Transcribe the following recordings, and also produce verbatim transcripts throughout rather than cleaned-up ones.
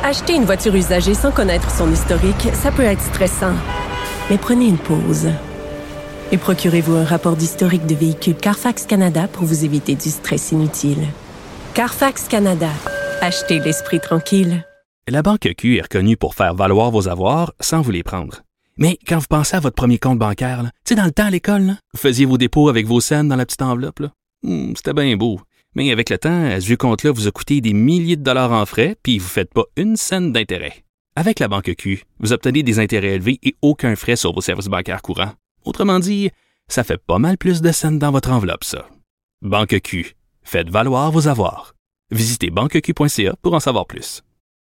Acheter une voiture usagée sans connaître son historique, ça peut être stressant. Mais prenez une pause. Et procurez-vous un rapport d'historique de véhicule Carfax Canada pour vous éviter du stress inutile. Carfax Canada. Achetez l'esprit tranquille. La Banque Q est reconnue pour faire valoir vos avoirs sans vous les prendre. Mais quand vous pensez à votre premier compte bancaire, tu sais, dans le temps à l'école, là, vous faisiez vos dépôts avec vos scènes dans la petite enveloppe. Là. Hmm, c'était bien beau. Mais avec le temps, ce vieux compte-là vous a coûté des milliers de dollars en frais, puis vous ne faites pas une scène d'intérêt. Avec la Banque Q, vous obtenez des intérêts élevés et aucun frais sur vos services bancaires courants. Autrement dit, ça fait pas mal plus de scènes dans votre enveloppe, ça. Banque Q. Faites valoir vos avoirs. Visitez banque q point c a pour en savoir plus.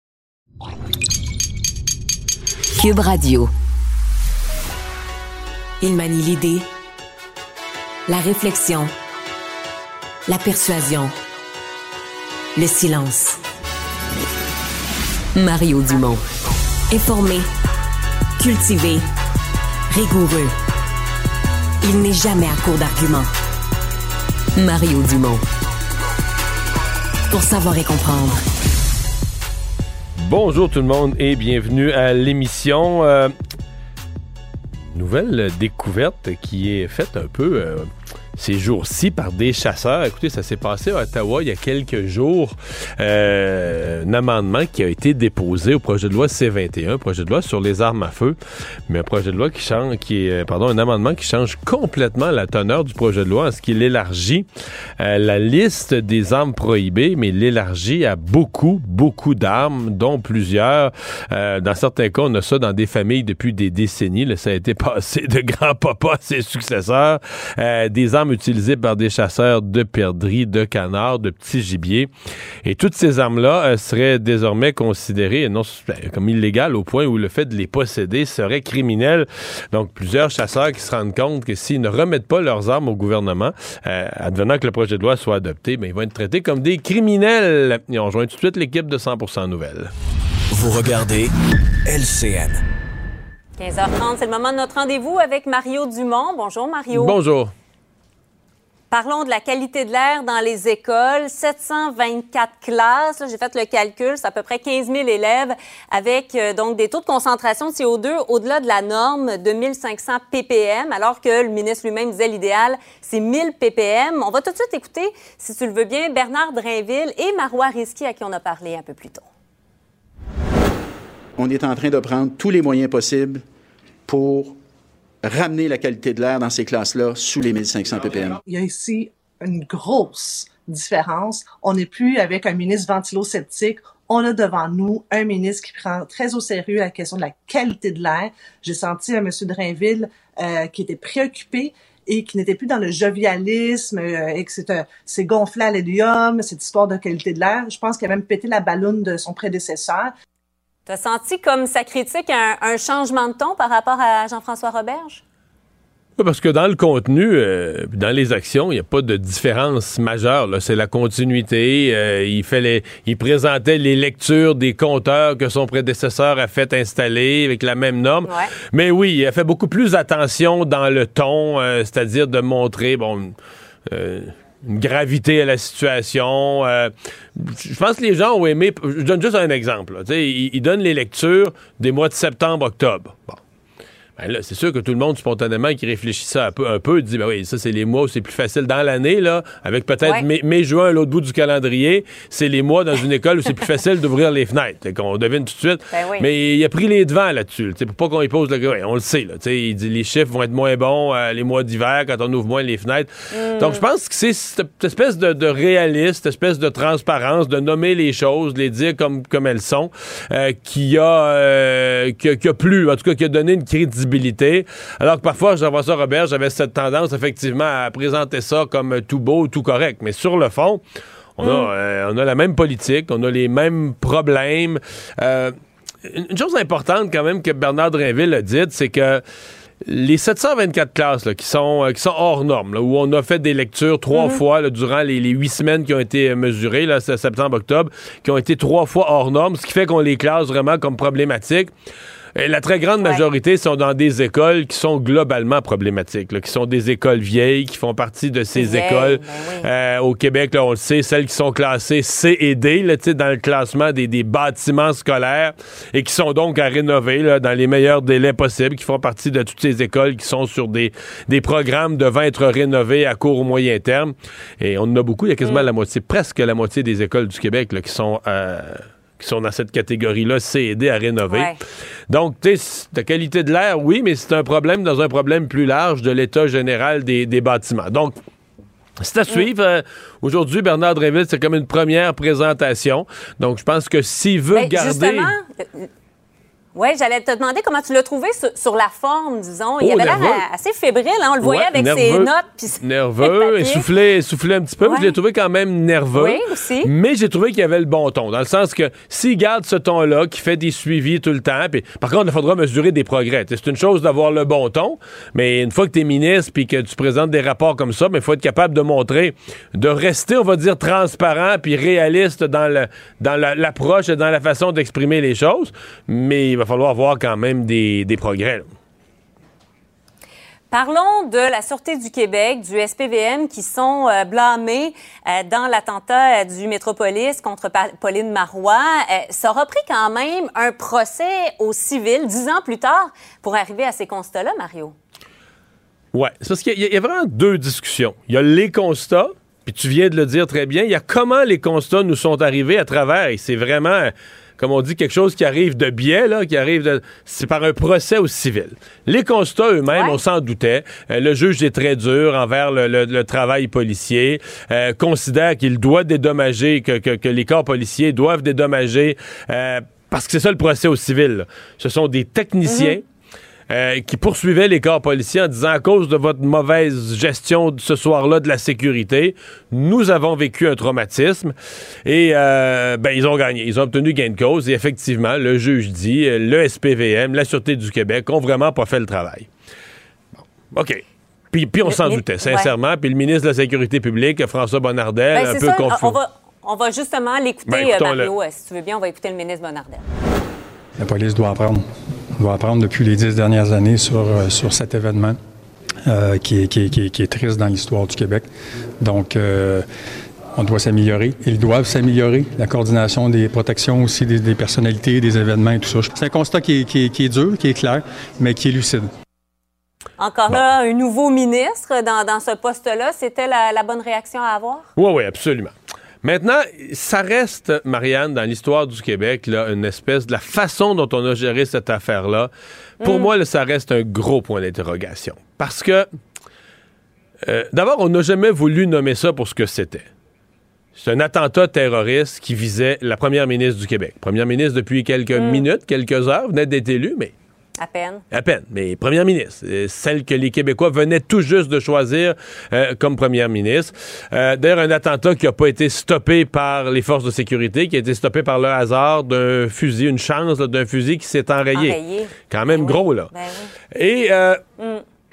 Cube Radio. Il manie l'idée, la réflexion, la persuasion, le silence. Mario Dumont. Informé, cultivé, rigoureux. Il n'est jamais à court d'arguments. Mario Dumont. Pour savoir et comprendre. Bonjour tout le monde et bienvenue à l'émission. Euh, nouvelle découverte qui est faite un peu euh, ces jours-ci par des chasseurs. Écoutez, ça s'est passé à Ottawa il y a quelques jours. Euh, un amendement qui a été déposé au projet de loi C vingt et un, projet de loi sur les armes à feu, mais un projet de loi qui change, qui est, pardon, un amendement qui change complètement la teneur du projet de loi en ce qu'il élargit euh, la liste des armes prohibées, mais l'élargit à beaucoup, beaucoup d'armes, dont plusieurs. Euh, dans certains cas, on a ça dans des familles depuis des décennies. Là, ça a été passé de grand-papa à ses successeurs. Euh, des armes utilisées par des chasseurs de perdrix, de canards, de petits gibiers. Et toutes ces armes-là euh, seraient désormais considérées non, comme illégales au point où le fait de les posséder serait criminel. Donc, plusieurs chasseurs qui se rendent compte que s'ils ne remettent pas leurs armes au gouvernement, euh, advenant que le projet de loi soit adopté, ben, ils vont être traités comme des criminels. Et on rejoint tout de suite l'équipe de cent pour cent Nouvelles. Vous regardez L C N. quinze heures trente, c'est le moment de notre rendez-vous avec Mario Dumont. Bonjour, Mario. Bonjour. Parlons de la qualité de l'air dans les écoles. sept cent vingt-quatre classes, là, j'ai fait le calcul, c'est à peu près quinze mille élèves avec euh, donc des taux de concentration de C O deux au-delà de la norme de mille cinq cents ppm, alors que le ministre lui-même disait l'idéal, c'est mille ppm. On va tout de suite écouter, si tu le veux bien, Bernard Drainville et Marois Risky, à qui on a parlé un peu plus tôt. On est en train de prendre tous les moyens possibles pour ramener la qualité de l'air dans ces classes-là sous les mille cinq cents ppm. Il y a ici une grosse différence. On n'est plus avec un ministre ventilo-sceptique. On a devant nous un ministre qui prend très au sérieux la question de la qualité de l'air. J'ai senti un M. Drainville euh, qui était préoccupé et qui n'était plus dans le jovialisme euh, et que c'est, un, c'est gonflé à l'hélium, cette histoire de qualité de l'air. Je pense qu'il a même pété la balloune de son prédécesseur. T'as senti comme sa critique un, un changement de ton par rapport à Jean-François Roberge? Oui, parce que dans le contenu, euh, dans les actions, il n'y a pas de différence majeure. Là. C'est la continuité. Euh, il, fait les, il présentait les lectures des compteurs que son prédécesseur a fait installer avec la même norme. Ouais. Mais oui, il a fait beaucoup plus attention dans le ton, euh, c'est-à-dire de montrer, bon... Euh, une gravité à la situation. Euh, je pense que les gens ont aimé... Je donne juste un exemple. Là, ils, ils donnent les lectures des mois de septembre, octobre. Bon. Ben là, c'est sûr que tout le monde, spontanément, qui réfléchit ça un peu, un peu dit, ben oui, ça, c'est les mois où c'est plus facile dans l'année, là, avec peut-être ouais. mai, mai, juin, à l'autre bout du calendrier, c'est les mois dans une école où c'est plus facile d'ouvrir les fenêtres. Et qu'on devine tout de suite. Ben oui. Mais il a pris les devants là-dessus, pour pas qu'on y pose le... Ouais, on le sait, là. Il dit les chiffres vont être moins bons euh, les mois d'hiver, quand on ouvre moins les fenêtres. Mm. Donc, je pense que c'est cette espèce de, de réalisme, cette espèce de transparence, de nommer les choses, de les dire comme, comme elles sont, euh, qui a, euh, qui a, qui a plu, en tout cas, qui a donné une crédibilité. Alors que parfois, Jean-François Robert, j'avais cette tendance, effectivement, à présenter ça comme tout beau, tout correct. Mais sur le fond, on, mm. a, euh, on a la même politique, on a les mêmes problèmes. Euh, une chose importante, quand même, que Bernard Drainville a dite, c'est que les sept cent vingt-quatre classes là, qui, sont, euh, qui sont hors normes, là, où on a fait des lectures trois mm-hmm. fois là, durant les, les huit semaines qui ont été mesurées, là, septembre-octobre, qui ont été trois fois hors normes, ce qui fait qu'on les classe vraiment comme problématiques. Et la très grande majorité ouais. sont dans des écoles qui sont globalement problématiques, là, qui sont des écoles vieilles, qui font partie de ces vieilles, écoles. Ben oui. euh, au Québec, là, on le sait, celles qui sont classées C et D, là, dans le classement des, des bâtiments scolaires et qui sont donc à rénover là, dans les meilleurs délais possibles, qui font partie de toutes ces écoles qui sont sur des, des programmes devant être rénovés à court ou moyen terme. Et on en a beaucoup, il y a quasiment mm. la moitié, presque la moitié des écoles du Québec là, qui sont... Euh, qui sont dans cette catégorie-là, C et D à rénover. Ouais. Donc, tu sais, la qualité de l'air, oui, mais c'est un problème dans un problème plus large de l'état général des, des bâtiments. Donc, c'est à suivre. Euh, aujourd'hui, Bernard Drinville, c'est comme une première présentation. Donc, je pense que s'il veut ben, garder... Justement, euh, oui, j'allais te demander comment tu l'as trouvé sur, sur la forme, disons. Il oh, avait nerveux. l'air assez fébrile, hein? On le voyait ouais, avec nerveux, ses notes. Puis nerveux, essoufflé, essoufflé un petit peu. Ouais. Je l'ai trouvé quand même nerveux. Oui, aussi. Mais j'ai trouvé qu'il y avait le bon ton, dans le sens que s'il garde ce ton-là, qui fait des suivis tout le temps, puis par contre, il faudra mesurer des progrès. T'sais, c'est une chose d'avoir le bon ton, mais une fois que tu es ministre puis que tu présentes des rapports comme ça, il faut être capable de montrer, de rester, on va dire, transparent puis réaliste dans, le, dans la, l'approche et dans la façon d'exprimer les choses. Mais il va falloir voir quand même des, des progrès. Là. Parlons de la Sûreté du Québec, du S P V M, qui sont euh, blâmés euh, dans l'attentat euh, du Métropolis contre pa- Pauline Marois. Euh, ça aura pris quand même un procès au civil, dix ans plus tard, pour arriver à ces constats-là, Mario. Oui, c'est parce qu'il y a, il y a vraiment deux discussions. Il y a les constats, puis tu viens de le dire très bien, il y a comment les constats nous sont arrivés à travers, et c'est vraiment... comme on dit, quelque chose qui arrive de biais, là, qui arrive de... c'est par un procès au civil. Les constats eux-mêmes, ouais. on s'en doutait. Euh, le juge est très dur envers le, le, le travail policier, euh, considère qu'il doit dédommager, que, que, que les corps policiers doivent dédommager, euh, parce que c'est ça le procès au civil. Là. Ce sont des techniciens mm-hmm. Euh, qui poursuivaient les corps policiers en disant, à cause de votre mauvaise gestion ce soir-là de la sécurité, nous avons vécu un traumatisme et euh, ben ils ont gagné, ils ont obtenu gain de cause et effectivement, le juge dit, le S P V M, la Sûreté du Québec ont vraiment pas fait le travail. Bon. OK. Puis, puis on s'en mais, doutait, sincèrement. Ouais. Puis le ministre de la Sécurité publique, François Bonnardel, ben, un peu ça, confus. On va, on va justement l'écouter, ben, Mario, le... si tu veux bien, on va écouter le ministre Bonnardel. La police doit apprendre. doit apprendre depuis les dix dernières années sur, euh, sur cet événement euh, qui, est, qui, est, qui, est, qui est triste dans l'histoire du Québec. Donc, euh, on doit s'améliorer. Ils doivent s'améliorer. La coordination des protections aussi des, des personnalités, des événements et tout ça. C'est un constat qui est, qui est, qui est dur, qui est clair, mais qui est lucide. Encore bon. Là, un nouveau ministre dans, dans ce poste-là, c'était la, la bonne réaction à avoir? Oui, oui, absolument. Maintenant, ça reste, Marianne, dans l'histoire du Québec, là, une espèce de la façon dont on a géré cette affaire-là. Pour mm. moi, là, ça reste un gros point d'interrogation. Parce que, euh, d'abord, on n'a jamais voulu nommer ça pour ce que c'était. C'est un attentat terroriste qui visait la première ministre du Québec. Première ministre depuis quelques mm. minutes, quelques heures, venait d'être élue, mais... À peine. À peine. Mais première ministre, celle que les Québécois venaient tout juste de choisir euh, comme première ministre. Euh, d'ailleurs, un attentat qui n'a pas été stoppé par les forces de sécurité, qui a été stoppé par le hasard d'un fusil, une chance là, d'un fusil qui s'est enrayé. enrayé. Quand même ben gros, oui. là. Ben oui. Et... Euh, mm.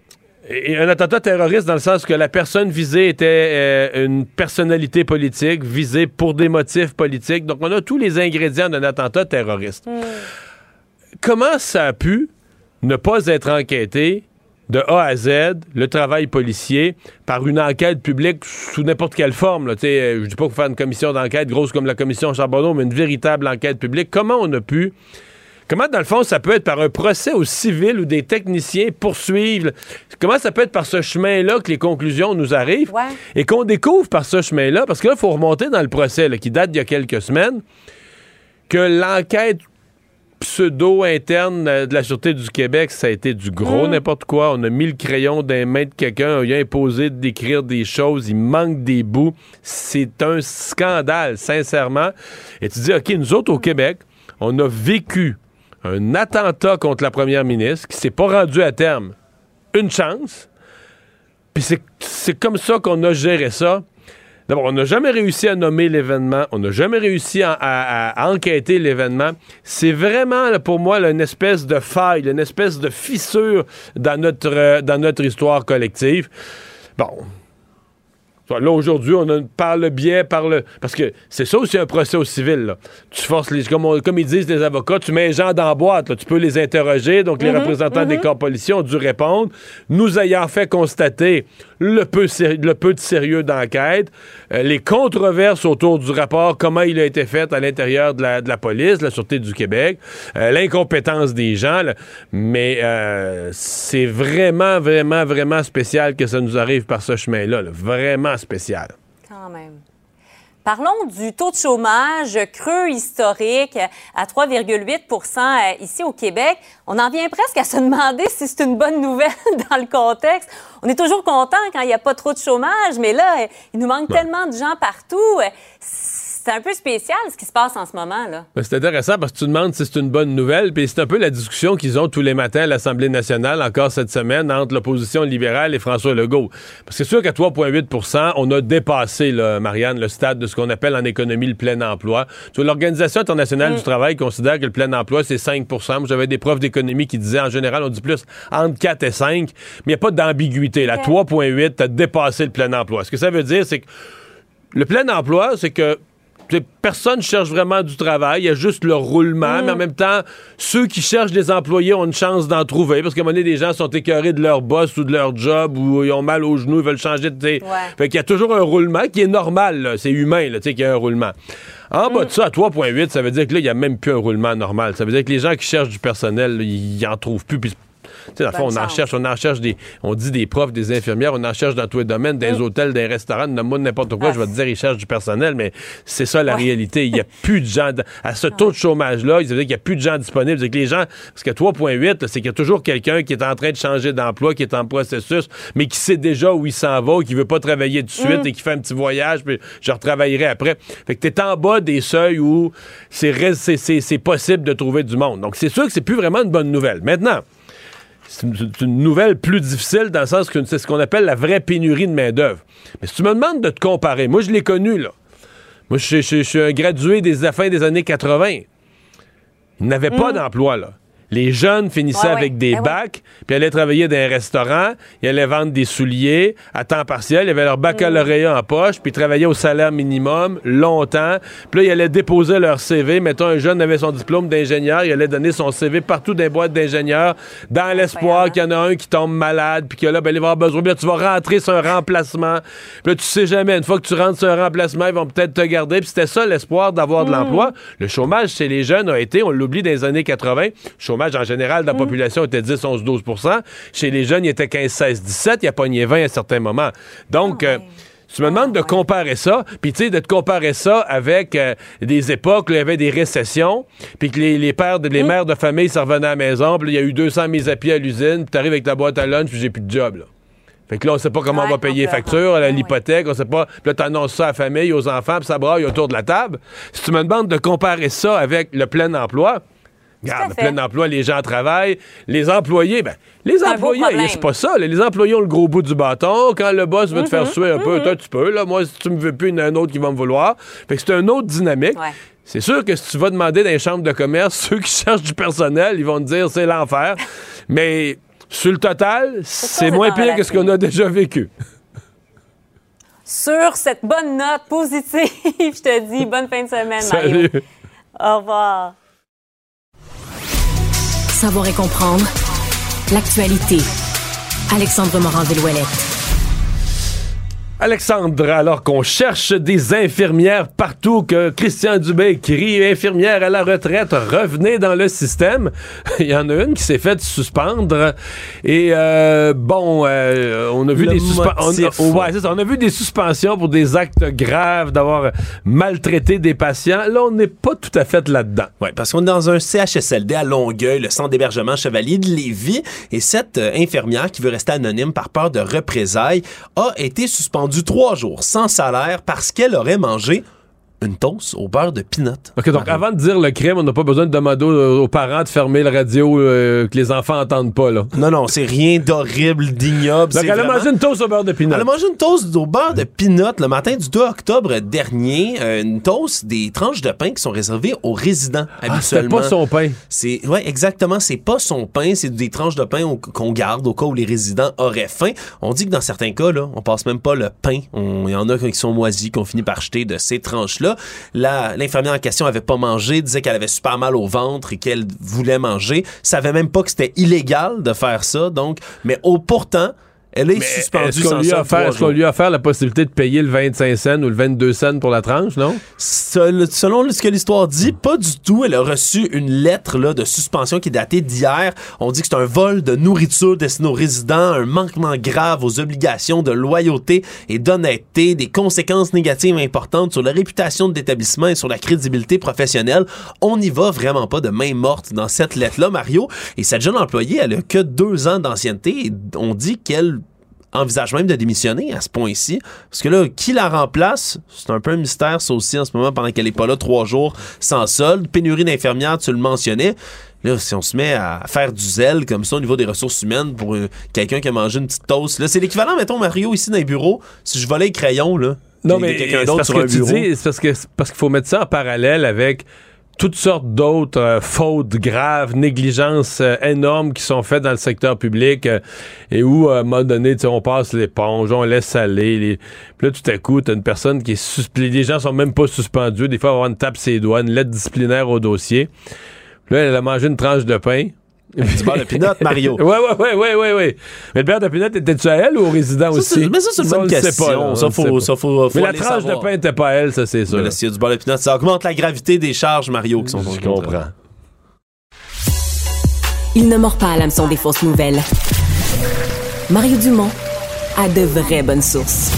Et un attentat terroriste dans le sens que la personne visée était euh, une personnalité politique, visée pour des motifs politiques. Donc, on a tous les ingrédients d'un attentat terroriste. Mm. Comment ça a pu ne pas être enquêté de A à Z, le travail policier, par une enquête publique sous n'importe quelle forme? Là, je dis pas qu'il faut faire une commission d'enquête grosse comme la commission Charbonneau, mais une véritable enquête publique. Comment on a pu... Comment, dans le fond, ça peut être par un procès au civil où des techniciens poursuivent... Comment ça peut être par ce chemin-là que les conclusions nous arrivent? Ouais. Et qu'on découvre par ce chemin-là, parce que là, il faut remonter dans le procès, là, qui date d'il y a quelques semaines, que l'enquête pseudo-interne de la Sûreté du Québec, ça a été du gros mmh. n'importe quoi. On a mis le crayon dans les mains de quelqu'un, on lui a imposé d'écrire des choses, il manque des bouts. C'est un scandale, sincèrement. Et tu dis, OK, nous autres, au Québec, on a vécu un attentat contre la première ministre qui s'est pas rendu à terme. Une chance. Puis c'est, c'est comme ça qu'on a géré ça. D'abord, on n'a jamais réussi à nommer l'événement. On n'a jamais réussi à, à, à enquêter l'événement. C'est vraiment, là, pour moi, là, une espèce de faille, une espèce de fissure dans notre, euh, dans notre histoire collective. Bon. Là, aujourd'hui, on a une, par le biais, par le... Parce que c'est ça aussi un procès au civil, là. Tu forces les... Comme, on, comme ils disent les avocats, tu mets les gens dans la boîte, là. Tu peux les interroger. Donc, les mm-hmm, représentants mm-hmm. des corps policiers ont dû répondre. Nous ayant fait constater le peu, le peu de sérieux d'enquête, euh, les controverses autour du rapport, comment il a été fait à l'intérieur de la, de la police, de la Sûreté du Québec, euh, l'incompétence des gens, là. Mais euh, c'est vraiment, vraiment, vraiment spécial que ça nous arrive par ce chemin-là, là. Vraiment spécial. Quand même. Parlons du taux de chômage creux historique à trois virgule huit pour cent ici au Québec. On en vient presque à se demander si c'est une bonne nouvelle dans le contexte. On est toujours content quand il n'y a pas trop de chômage, mais là, il nous manque ouais. tellement de gens partout. C'est un peu spécial ce qui se passe en ce moment, là. Ben, c'est intéressant parce que tu demandes si c'est une bonne nouvelle, puis c'est un peu la discussion qu'ils ont tous les matins à l'Assemblée nationale, encore cette semaine, entre l'opposition libérale et François Legault. Parce que c'est sûr qu'à trois virgule huit pour cent, on a dépassé, là, Marianne, le stade de ce qu'on appelle en économie le plein emploi. Tu vois, l'Organisation internationale mmh. du travail considère que le plein emploi, c'est cinq pour cent. Moi, j'avais des profs d'économie qui disaient, en général, on dit plus entre quatre et cinq, mais il n'y a pas d'ambiguïté. Là, okay. trois virgule huit, tu as dépassé le plein emploi. Ce que ça veut dire, c'est que le plein emploi, c'est que personne ne cherche vraiment du travail, il y a juste le roulement, mmh. mais en même temps, ceux qui cherchent des employés ont une chance d'en trouver, parce qu'à un moment donné, des gens sont écœurés de leur boss ou de leur job, ou ils ont mal aux genoux, ils veulent changer de... Ouais. Fait qu'il y a toujours un roulement qui est normal, là. C'est humain, là, qu'il y a un roulement. En mmh. bas de ça, à trois virgule huit, ça veut dire que là, il n'y a même plus un roulement normal. Ça veut dire que les gens qui cherchent du personnel, ils en trouvent plus, puis tu sais, dans le fond, on en cherche, on en cherche des, on dit des profs, des infirmières, on en cherche dans tous les domaines, des mmh. hôtels, des restaurants, nomme-moi n'importe quoi, ah. je vais te dire, ils cherchent du personnel, mais c'est ça la ouais. réalité. Il n'y a plus de gens, à ce taux de chômage-là, ça veut dire qu'il n'y a plus de gens disponibles. C'est que les gens, parce que trois virgule huit, c'est qu'il y a toujours quelqu'un qui est en train de changer d'emploi, qui est en processus, mais qui sait déjà où il s'en va, ou qui veut pas travailler tout de suite mmh. et qui fait un petit voyage, puis je retravaillerai après. Fait que t'es en bas des seuils où c'est, c'est, c'est, c'est possible de trouver du monde. Donc, c'est sûr que c'est plus vraiment une bonne nouvelle. Maintenant, c'est une, c'est une nouvelle plus difficile dans le sens que c'est ce qu'on appelle la vraie pénurie de main-d'œuvre. Mais si tu me demandes de te comparer, moi, je l'ai connu, là. Moi, je, je, je suis un gradué des fins des années quatre-vingt. Il n'avait mmh. pas d'emploi, là. Les jeunes finissaient ouais, avec ouais. des ben bacs, oui. puis allaient travailler dans un restaurant, ils allaient vendre des souliers à temps partiel, ils avaient leur baccalauréat mmh. en poche, puis ils travaillaient au salaire minimum longtemps. Puis là, ils allaient déposer leur C V. Mettons, un jeune avait son diplôme d'ingénieur, il allait donner son C V partout dans les boîtes d'ingénieurs, dans l'espoir ben, qu'il y en a un qui tombe malade, puis que là, ben, il va avoir besoin. Puis là, tu vas rentrer sur un remplacement. Puis là, tu sais jamais, une fois que tu rentres sur un remplacement, ils vont peut-être te garder. Puis c'était ça l'espoir d'avoir mmh. de l'emploi. Le chômage chez les jeunes a été, on l'oublie, dans les années quatre-vingt, chômage en général, dans la mmh. population, était dix, onze, douze pour cent. Chez les jeunes, il était quinze, seize, dix-sept. Il a pogné vingt à certains moments. Donc, oh, euh, tu me demandes de comparer ça, puis tu sais, de te comparer ça avec euh, des époques où il y avait des récessions, puis que les, les pères, de, les mmh. mères de famille, ça revenait à la maison, puis il y a eu deux cents mises à pied à l'usine, puis t'arrives avec ta boîte à lunch, puis j'ai plus de job, là. Fait que là, on sait pas comment ouais, on va payer les factures, à l'hypothèque, on sait pas. Puis là, t'annonces ça à la famille, aux enfants, puis ça braille autour de la table. Si tu me demandes de comparer ça avec le plein emploi, regarde, le plein emploi, les gens travaillent. Les employés, ben, les employés, c'est pas ça. Là. Les employés ont le gros bout du bâton. Quand le boss veut mm-hmm, te faire suer un mm-hmm. peu, toi, tu peux. Là. Moi, si tu me veux plus, il y en a un autre qui va me vouloir. Fait que c'est une autre dynamique. Ouais. C'est sûr que si tu vas demander dans les chambres de commerce, ceux qui cherchent du personnel, ils vont te dire c'est l'enfer. Mais sur le total, c'est, c'est ça, moins pire que ce qu'on a déjà vécu. Sur cette bonne note positive, je te dis bonne fin de semaine, Mario. Salut. Au revoir. Savoir et comprendre l'actualité. Alexandre Morin-Villouellette. Alexandre, alors qu'on cherche des infirmières partout, que Christian Dubé crie « Infirmières à la retraite, revenez dans le système », il y en a une qui s'est faite suspendre. Et euh, bon, euh, on a vu le des suspensions. On, ouais, c'est ça, on a vu des suspensions pour des actes graves, d'avoir maltraité des patients. Là, on n'est pas tout à fait là-dedans. Oui, parce qu'on est dans un C H S L D à Longueuil, le centre d'hébergement Chevalier de Lévis, et cette euh, infirmière qui veut rester anonyme par peur de représailles a été suspendue du trois jours sans salaire parce qu'elle aurait mangé une toast au beurre de peanut. OK, donc Mario. Avant de dire le crime, on n'a pas besoin de demander aux, aux parents de fermer le radio euh, que les enfants n'entendent pas, là. Non, non, c'est rien d'horrible, d'ignoble. Donc, c'est elle vraiment... a mangé une toast au beurre de peanut. Elle a mangé une toast au beurre de peanut le matin du deux octobre dernier. Euh, une toast, des tranches de pain qui sont réservées aux résidents, ah, habituellement. C'est pas son pain. C'est, ouais, exactement, c'est pas son pain, c'est des tranches de pain au, qu'on garde au cas où les résidents auraient faim. On dit que dans certains cas, là, on passe même pas le pain. Il y en a qui sont moisis, qu'on finit par jeter de ces tranches-là. Là, l'infirmière en question avait pas mangé, disait qu'elle avait super mal au ventre et qu'elle voulait manger. Savait même pas que c'était illégal de faire ça, donc, mais au pourtant, elle est mais suspendue. Est-ce qu'on, lui a offert, est-ce qu'on lui a offert la possibilité de payer le vingt-cinq cents ou le vingt-deux cents pour la tranche, non? Selon ce que l'histoire dit, pas du tout. Elle a reçu une lettre là, de suspension qui est datée d'hier. On dit que c'est un vol de nourriture destinée aux résidents, un manquement grave aux obligations de loyauté et d'honnêteté, des conséquences négatives importantes sur la réputation de l'établissement et sur la crédibilité professionnelle. On n'y va vraiment pas de main morte dans cette lettre-là, Mario. Et cette jeune employée, elle a que deux ans d'ancienneté et on dit qu'elle envisage même de démissionner à ce point-ci. Parce que là, qui la remplace? C'est un peu un mystère, ça aussi, en ce moment, pendant qu'elle n'est pas là trois jours sans solde. Pénurie d'infirmières, tu le mentionnais. Là, si on se met à faire du zèle comme ça au niveau des ressources humaines pour euh, quelqu'un qui a mangé une petite toast, là, c'est l'équivalent, mettons, Mario, ici dans les bureaux, si je volais les crayons, là. Non, mais quelqu'un d'autre sur un bureau. Dis, c'est parce que c'est parce qu'il faut mettre ça en parallèle avec toutes sortes d'autres euh, fautes graves, négligences euh, énormes qui sont faites dans le secteur public euh, et où, à un moment donné, on passe l'éponge, on laisse aller. Les... Puis là, tout à coup, t'as une personne qui est suspendue. Les gens sont même pas suspendus. Des fois, on va avoir une tape ses doigts, une lettre disciplinaire au dossier. Puis là, elle a mangé une tranche de pain. Du beurre de peanut, Mario. Oui, oui, oui, oui, oui, oui. Mais le beurre de peanut, était-tu à elle ou aux résidents ça, aussi? C'est, mais ça, c'est une bonne question. Pas, ça, faut, ça, faut, faut mais la tranche savoir. de pain n'était pas à elle, ça, c'est sûr. Mais là, s'il y a du beurre de peanut, ça augmente la gravité des charges, Mario, qui sont Je comprends. Il ne mord pas à l'hameçon des fausses nouvelles. Mario Dumont a de vraies bonnes sources.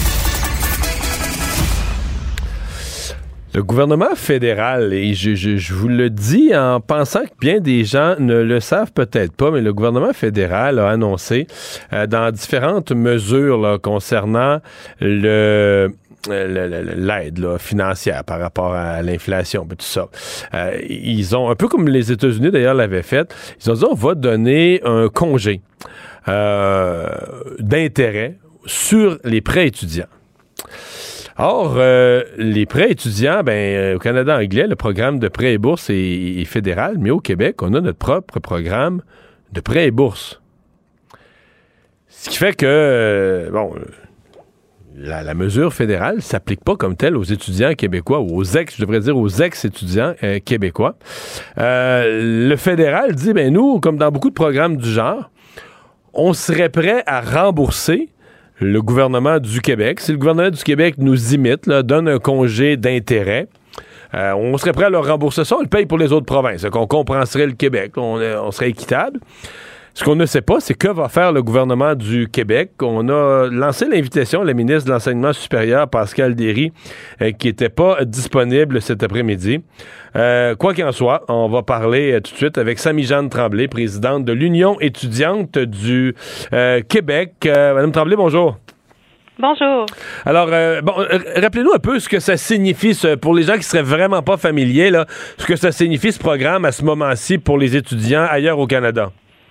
Le gouvernement fédéral, et je, je, je vous le dis en pensant que bien des gens ne le savent peut-être pas, mais le gouvernement fédéral a annoncé euh, dans différentes mesures là, concernant le... l'aide là, financière par rapport à l'inflation et tout ça. Euh, ils ont, un peu comme les États-Unis d'ailleurs l'avaient fait, ils ont dit on va donner un congé euh, d'intérêt sur les prêts étudiants. Or, euh, les prêts étudiants, ben, euh, au Canada anglais, le programme de prêts et bourses est, est fédéral, mais au Québec, on a notre propre programme de prêts et bourses. Ce qui fait que, euh, bon, la, la mesure fédérale ne s'applique pas comme telle aux étudiants québécois, ou aux ex, je devrais dire aux ex-étudiants euh, québécois. Euh, le fédéral dit, ben nous, comme dans beaucoup de programmes du genre, on serait prêt à rembourser le gouvernement du Québec. Si le gouvernement du Québec nous imite, là, donne un congé d'intérêt, euh, on serait prêt à leur rembourser ça, on le paye pour les autres provinces. Donc on compenserait le Québec, on, on serait équitable. Ce qu'on ne sait pas, c'est que va faire le gouvernement du Québec. On a lancé l'invitation à la ministre de l'Enseignement supérieur, Pascal Derry, euh, qui n'était pas disponible cet après-midi. Euh, quoi qu'il en soit, on va parler euh, tout de suite avec Samy-Jeanne Tremblay, présidente de l'Union étudiante du euh, Québec. Euh, Madame Tremblay, bonjour. Bonjour. Alors, euh, bon, euh, rappelez-nous un peu ce que ça signifie, ce, pour les gens qui seraient vraiment pas familiers, là, ce que ça signifie ce programme à ce moment-ci pour les étudiants ailleurs au Canada.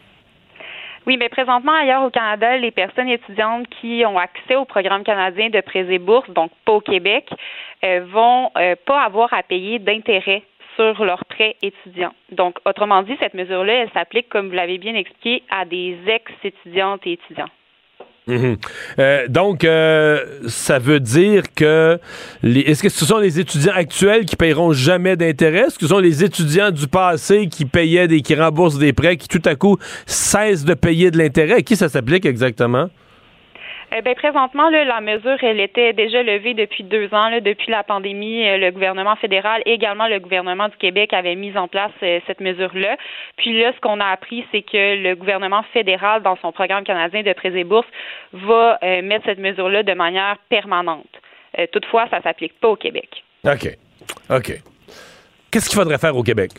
Oui, mais présentement, ailleurs au Canada, les personnes étudiantes qui ont accès au programme canadien de prêts et bourses, donc pas au Québec, euh, vont euh, pas avoir à payer d'intérêt sur leurs prêts étudiants. Donc, autrement dit, cette mesure-là, elle s'applique, comme vous l'avez bien expliqué, à des ex-étudiantes et étudiants. Mmh. Euh, donc, euh, ça veut dire que les, est-ce que ce sont les étudiants actuels qui paieront jamais d'intérêt? Est-ce que ce sont les étudiants du passé qui payaient des, qui remboursent des prêts, qui tout à coup cessent de payer de l'intérêt? À qui ça s'applique exactement? Euh, ben, présentement, là, la mesure, elle était déjà levée depuis deux ans. Là, depuis la pandémie, euh, le gouvernement fédéral et également le gouvernement du Québec avaient mis en place euh, cette mesure-là. Puis là, ce qu'on a appris, c'est que le gouvernement fédéral, dans son programme canadien de prêts et bourses, va euh, mettre cette mesure-là de manière permanente. Euh, toutefois, ça ne s'applique pas au Québec. OK. OK. Qu'est-ce qu'il faudrait faire au Québec?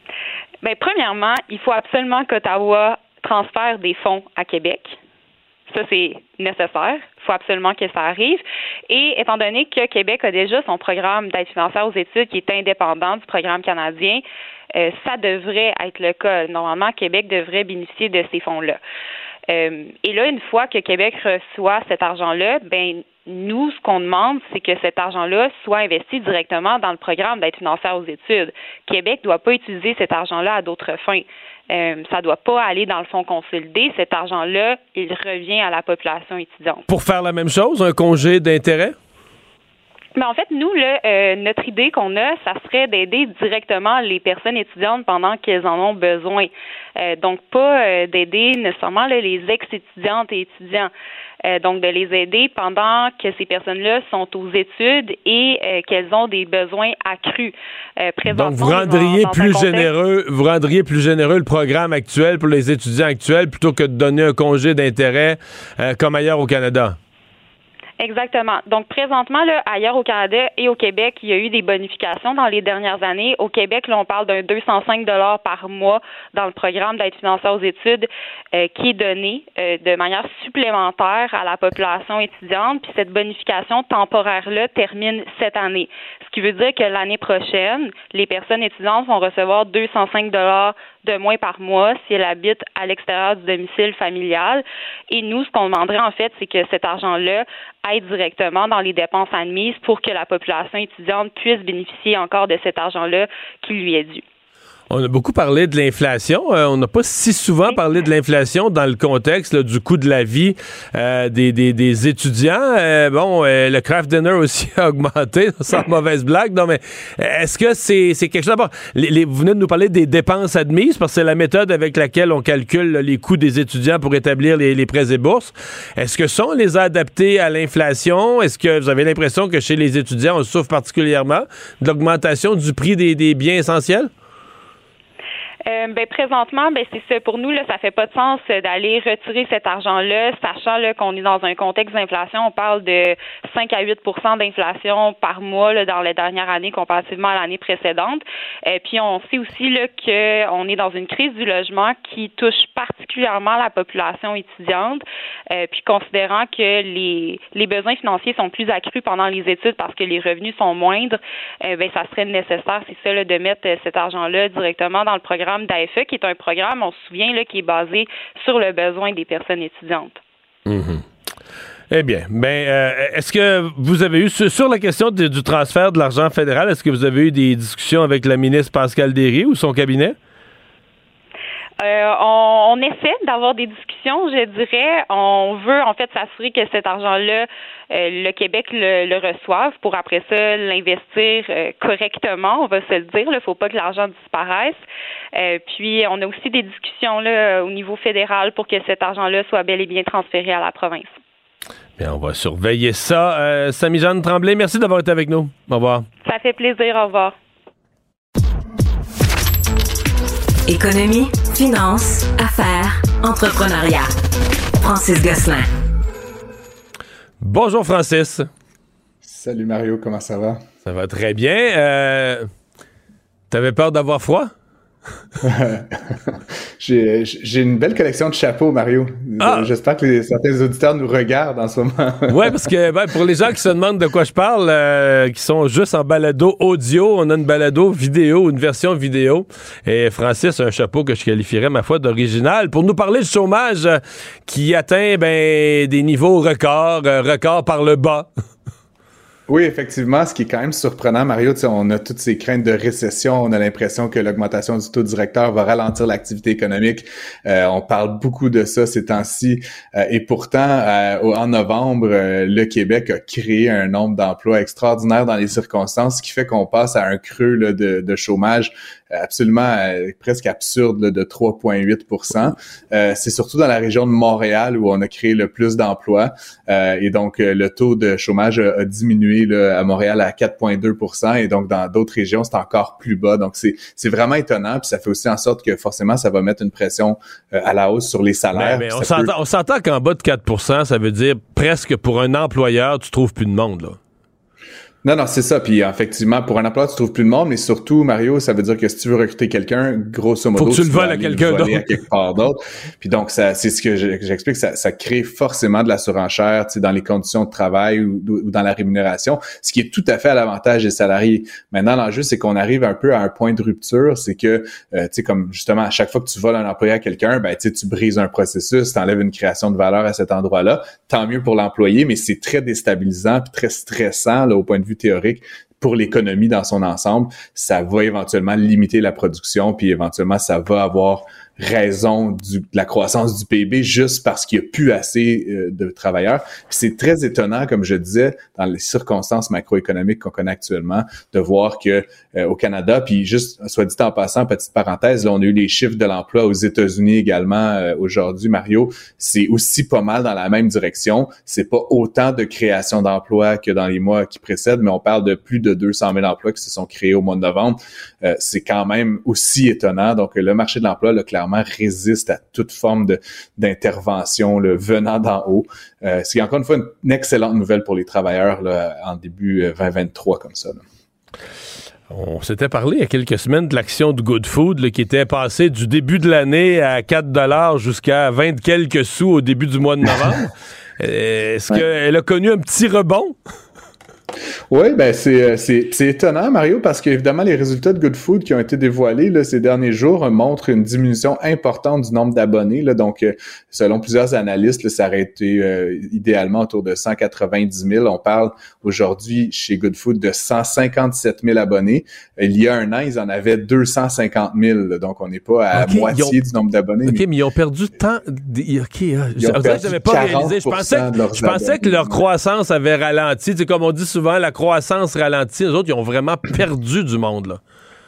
Bien, premièrement, il faut absolument qu'Ottawa transfère des fonds à Québec. ça, c'est nécessaire. Il faut absolument que ça arrive. Et étant donné que Québec a déjà son programme d'aide financière aux études qui est indépendant du programme canadien, euh, ça devrait être le cas. Normalement, Québec devrait bénéficier de ces fonds-là. Euh, et là, une fois que Québec reçoit cet argent-là, ben nous, ce qu'on demande, c'est que cet argent-là soit investi directement dans le programme d'aide financière aux études. Québec ne doit pas utiliser cet argent-là à d'autres fins. Euh, ça ne doit pas aller dans le fonds consolidé. Cet argent-là, il revient à la population étudiante. Pour faire la même chose, un congé d'intérêt? Mais en fait, nous, là, euh, notre idée qu'on a, ça serait d'aider directement les personnes étudiantes pendant qu'elles en ont besoin. Euh, donc, pas euh, d'aider nécessairement là, les ex-étudiantes et étudiants. Euh, donc, de les aider pendant que ces personnes-là sont aux études et euh, qu'elles ont des besoins accrus. Euh, donc, vous rendriez dans, dans plus contexte... généreux, vous rendriez plus généreux le programme actuel pour les étudiants actuels plutôt que de donner un congé d'intérêt euh, comme ailleurs au Canada. Exactement. Donc, présentement, là, ailleurs au Canada et au Québec, il y a eu des bonifications dans les dernières années. Au Québec, là, on parle d'un deux cent cinq dollars par mois dans le programme d'aide financière aux études euh, qui est donné euh, de manière supplémentaire à la population étudiante. Puis cette bonification temporaire-là termine cette année. Ce qui veut dire que l'année prochaine, les personnes étudiantes vont recevoir deux cent cinq dollars de moins par mois si elles habitent à l'extérieur du domicile familial. Et nous, ce qu'on demanderait, en fait, c'est que cet argent-là aide directement dans les dépenses admises pour que la population étudiante puisse bénéficier encore de cet argent-là qui lui est dû. On a beaucoup parlé de l'inflation. Euh, on n'a pas si souvent parlé de l'inflation dans le contexte là, du coût de la vie euh, des, des, des étudiants. Euh, bon, euh, le craft dinner aussi a augmenté, sans mauvaise blague. Non, mais est-ce que c'est, c'est quelque chose d'abord? Les, les, vous venez de nous parler des dépenses admises, parce que c'est la méthode avec laquelle on calcule là, les coûts des étudiants pour établir les, les prêts et bourses. Est-ce que ça, on les a adaptés à l'inflation? Est-ce que vous avez l'impression que chez les étudiants, on souffre particulièrement de l'augmentation du prix des, des biens essentiels? Euh, ben présentement, ben c'est ça. Pour nous, là, ça fait pas de sens d'aller retirer cet argent-là, sachant là, qu'on est dans un contexte d'inflation. On parle de cinq à huit pour cent d'inflation par mois là, dans les dernières années comparativement à l'année précédente. Euh, puis on sait aussi là, qu'on est dans une crise du logement qui touche particulièrement la population étudiante. Euh, puis considérant que les, les besoins financiers sont plus accrus pendant les études parce que les revenus sont moindres, euh, ben ça serait nécessaire, c'est ça, là, de mettre cet argent-là directement dans le programme d'A F E, qui est un programme, on se souvient, là, qui est basé sur le besoin des personnes étudiantes. Mmh. Eh bien, ben, euh, est-ce que vous avez eu, sur, sur la question de, du transfert de l'argent fédéral, est-ce que vous avez eu des discussions avec la ministre Pascale Derry ou son cabinet? Euh, on, on essaie d'avoir des discussions, je dirais. On veut en fait s'assurer que cet argent-là, euh, le Québec le, le reçoive pour après ça l'investir euh, correctement, on va se le dire. Il ne faut pas que l'argent disparaisse. Euh, puis on a aussi des discussions là, au niveau fédéral pour que cet argent-là soit bel et bien transféré à la province. Bien, on va surveiller ça. Euh, Samy-Jeanne Tremblay, merci d'avoir été avec nous. Au revoir. Ça fait plaisir. Au revoir. Économie, finance, affaires, entrepreneuriat. Francis Gosselin. Bonjour Francis. Salut Mario, comment ça va? Ça va très bien. Euh, t'avais peur d'avoir froid? j'ai, j'ai une belle collection de chapeaux, Mario. Ah. J'espère que les, certains auditeurs nous regardent en ce moment. Oui, parce que ben, pour les gens qui se demandent de quoi je parle, euh, qui sont juste en balado audio, on a une balado vidéo, une version vidéo. Et Francis a un chapeau que je qualifierais, ma foi, d'original pour nous parler du chômage euh, qui atteint ben, des niveaux records, euh, records par le bas. Oui, effectivement, ce qui est quand même surprenant, Mario, on a toutes ces craintes de récession, on a l'impression que l'augmentation du taux directeur va ralentir l'activité économique. Euh, on parle beaucoup de ça ces temps-ci. Euh, et pourtant, euh, en novembre, euh, le Québec a créé un nombre d'emplois extraordinaire dans les circonstances, ce qui fait qu'on passe à un creux là, de, de chômage absolument euh, presque absurde là, de trois virgule huit pour cent. Euh, c'est surtout dans la région de Montréal où on a créé le plus d'emplois. Euh, et donc, euh, le taux de chômage a, a diminué là, à Montréal à quatre virgule deux pour cent. Et donc, dans d'autres régions, c'est encore plus bas. Donc, c'est, c'est vraiment étonnant. Puis ça fait aussi en sorte que forcément, ça va mettre une pression euh, à la hausse sur les salaires. Mais, mais on, s'entend, peut... on s'entend qu'en bas de quatre pour cent, ça veut dire presque pour un employeur, tu trouves plus de monde, là. Non, non, c'est ça. Puis effectivement, pour un emploi, tu trouves plus de monde, mais surtout, Mario, ça veut dire que si tu veux recruter quelqu'un, grosso modo, faut que tu, tu le voles à quelqu'un d'autre. À quelque part d'autre. Puis donc, ça, c'est ce que j'explique, ça, ça crée forcément de la surenchère, tu sais, dans les conditions de travail ou, ou dans la rémunération, ce qui est tout à fait à l'avantage des salariés. Maintenant, l'enjeu, c'est qu'on arrive un peu à un point de rupture, c'est que, euh, tu sais, comme justement, à chaque fois que tu voles un employé à quelqu'un, ben, tu sais, tu brises un processus, tu enlèves une création de valeur à cet endroit-là. Tant mieux pour l'employé, mais c'est très déstabilisant puis très stressant, là, au point de vue théorique, pour l'économie dans son ensemble. Ça va éventuellement limiter la production, puis éventuellement, ça va avoir raison du, de la croissance du P I B juste parce qu'il n'y a plus assez euh, de travailleurs. Puis c'est très étonnant, comme je disais, dans les circonstances macroéconomiques qu'on connaît actuellement, de voir que euh, au Canada, puis juste, soit dit en passant, petite parenthèse, là, on a eu les chiffres de l'emploi aux États-Unis également euh, aujourd'hui, Mario, c'est aussi pas mal dans la même direction. C'est pas autant de création d'emplois que dans les mois qui précèdent, mais on parle de plus de deux cent mille emplois qui se sont créés au mois de novembre. Euh, c'est quand même aussi étonnant. Donc, le marché de l'emploi, là, clairement, résiste à toute forme de, d'intervention là, venant d'en haut. Euh, c'est encore une fois une, une excellente nouvelle pour les travailleurs là, en début vingt vingt-trois comme ça. Là. On s'était parlé il y a quelques semaines de l'action de Good Food là, qui était passée du début de l'année à quatre dollars jusqu'à vingt quelques sous au début du mois de novembre. Est-ce ouais. qu'elle a connu un petit rebond? Oui, ben c'est, c'est, c'est étonnant, Mario, parce qu'évidemment, les résultats de Good Food qui ont été dévoilés là, ces derniers jours montrent une diminution importante du nombre d'abonnés. Là, donc, euh, selon plusieurs analystes, là, ça aurait été euh, idéalement autour de cent quatre-vingt-dix mille. On parle aujourd'hui chez Good Food de cent cinquante-sept mille abonnés. Il y a un an, ils en avaient deux cent cinquante mille. Là, donc, on n'est pas à okay, moitié ont... du nombre d'abonnés. OK, mais, mais ils ont perdu tant... OK, ils ont perdu je n'avais pas réalisé. Je pensais, que, je pensais que leur croissance avait ralenti. C'est comme on dit souvent, la croissance ralentit. Les autres, ils ont vraiment perdu du monde, là.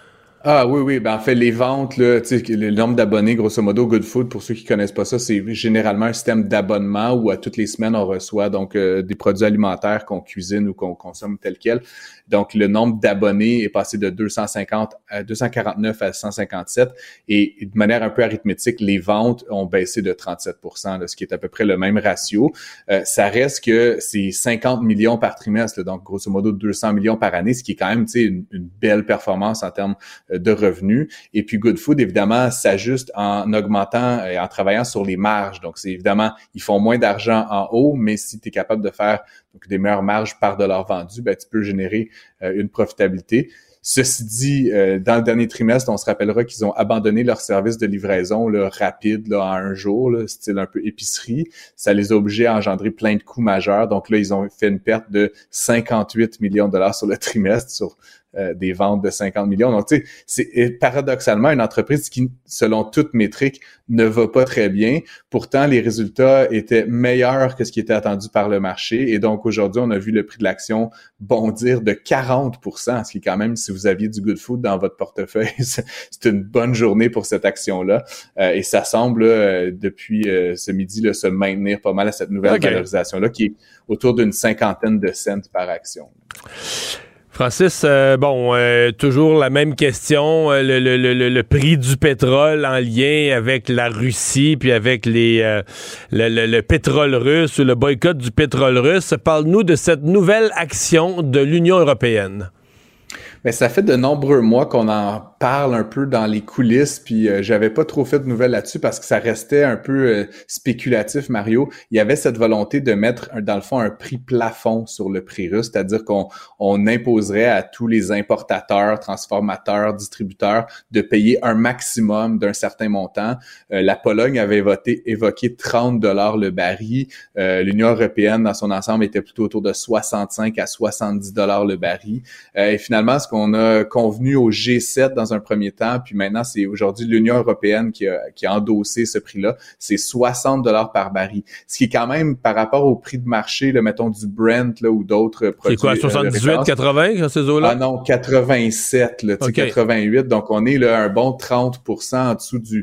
Ah oui, oui. Ben en fait, les ventes, là, tu sais, le nombre d'abonnés, grosso modo, Good Food, pour ceux qui connaissent pas ça, c'est généralement un système d'abonnement où à toutes les semaines, on reçoit donc euh, des produits alimentaires qu'on cuisine ou qu'on consomme tel quel. Donc, le nombre d'abonnés est passé de deux cent cinquante à deux cent quarante-neuf à cent cinquante-sept. Et de manière un peu arithmétique, les ventes ont baissé de trente-sept pour cent, là, ce qui est à peu près le même ratio. Euh, ça reste que c'est cinquante millions par trimestre, là, donc grosso modo deux cents millions par année, ce qui est quand même, tu sais, une, une belle performance en termes de revenus. Et puis Good Food, évidemment, s'ajuste en augmentant et en travaillant sur les marges. Donc, c'est évidemment, ils font moins d'argent en haut, mais si tu es capable de faire donc, des meilleures marges par dollar vendu, ben, tu peux générer euh, une profitabilité. Ceci dit, euh, dans le dernier trimestre, on se rappellera qu'ils ont abandonné leur service de livraison là, rapide là, en un jour, là, style un peu épicerie. Ça les a obligés à engendrer plein de coûts majeurs. Donc là, ils ont fait une perte de cinquante-huit millions de dollars sur le trimestre, sur Euh, des ventes de cinquante millions. Donc, tu sais, c'est paradoxalement une entreprise qui, selon toute métrique, ne va pas très bien. Pourtant, les résultats étaient meilleurs que ce qui était attendu par le marché. Et donc, aujourd'hui, on a vu le prix de l'action bondir de quarante pour cent, ce qui est quand même, si vous aviez du Good Food dans votre portefeuille, c'est une bonne journée pour cette action-là. Euh, et ça semble, euh, depuis euh, ce midi, là, se maintenir pas mal à cette nouvelle okay. valorisation-là, qui est autour d'une cinquantaine de cents par action. Francis, euh, bon, euh, toujours la même question, euh, le, le, le, le prix du pétrole en lien avec la Russie, puis avec les euh, le, le, le pétrole russe ou le boycott du pétrole russe. Parle-nous de cette nouvelle action de l'Union européenne. Mais ça fait de nombreux mois qu'on en parle un peu dans les coulisses, puis euh, j'avais pas trop fait de nouvelles là-dessus parce que ça restait un peu euh, spéculatif, Mario. Il y avait cette volonté de mettre, un, dans le fond, un prix plafond sur le prix russe, c'est-à-dire qu'on on imposerait à tous les importateurs, transformateurs, distributeurs de payer un maximum d'un certain montant. Euh, la Pologne avait voté, évoqué trente dollars le baril. Euh, L'Union européenne, dans son ensemble, était plutôt autour de soixante-cinq à soixante-dix dollars le baril. Euh, et finalement, ce qu'on a convenu au G sept dans un premier temps, puis maintenant, c'est aujourd'hui l'Union européenne qui a, qui a endossé ce prix-là. C'est soixante dollars par baril. Ce qui est quand même, par rapport au prix de marché, là, mettons du Brent là, ou d'autres produits. C'est quoi, soixante-dix-huit, quatre-vingts, dans ces eaux-là? Ah non, quatre-vingt-sept, là, okay. quatre-vingt-huit. Donc, on est là un bon trente pour cent en dessous du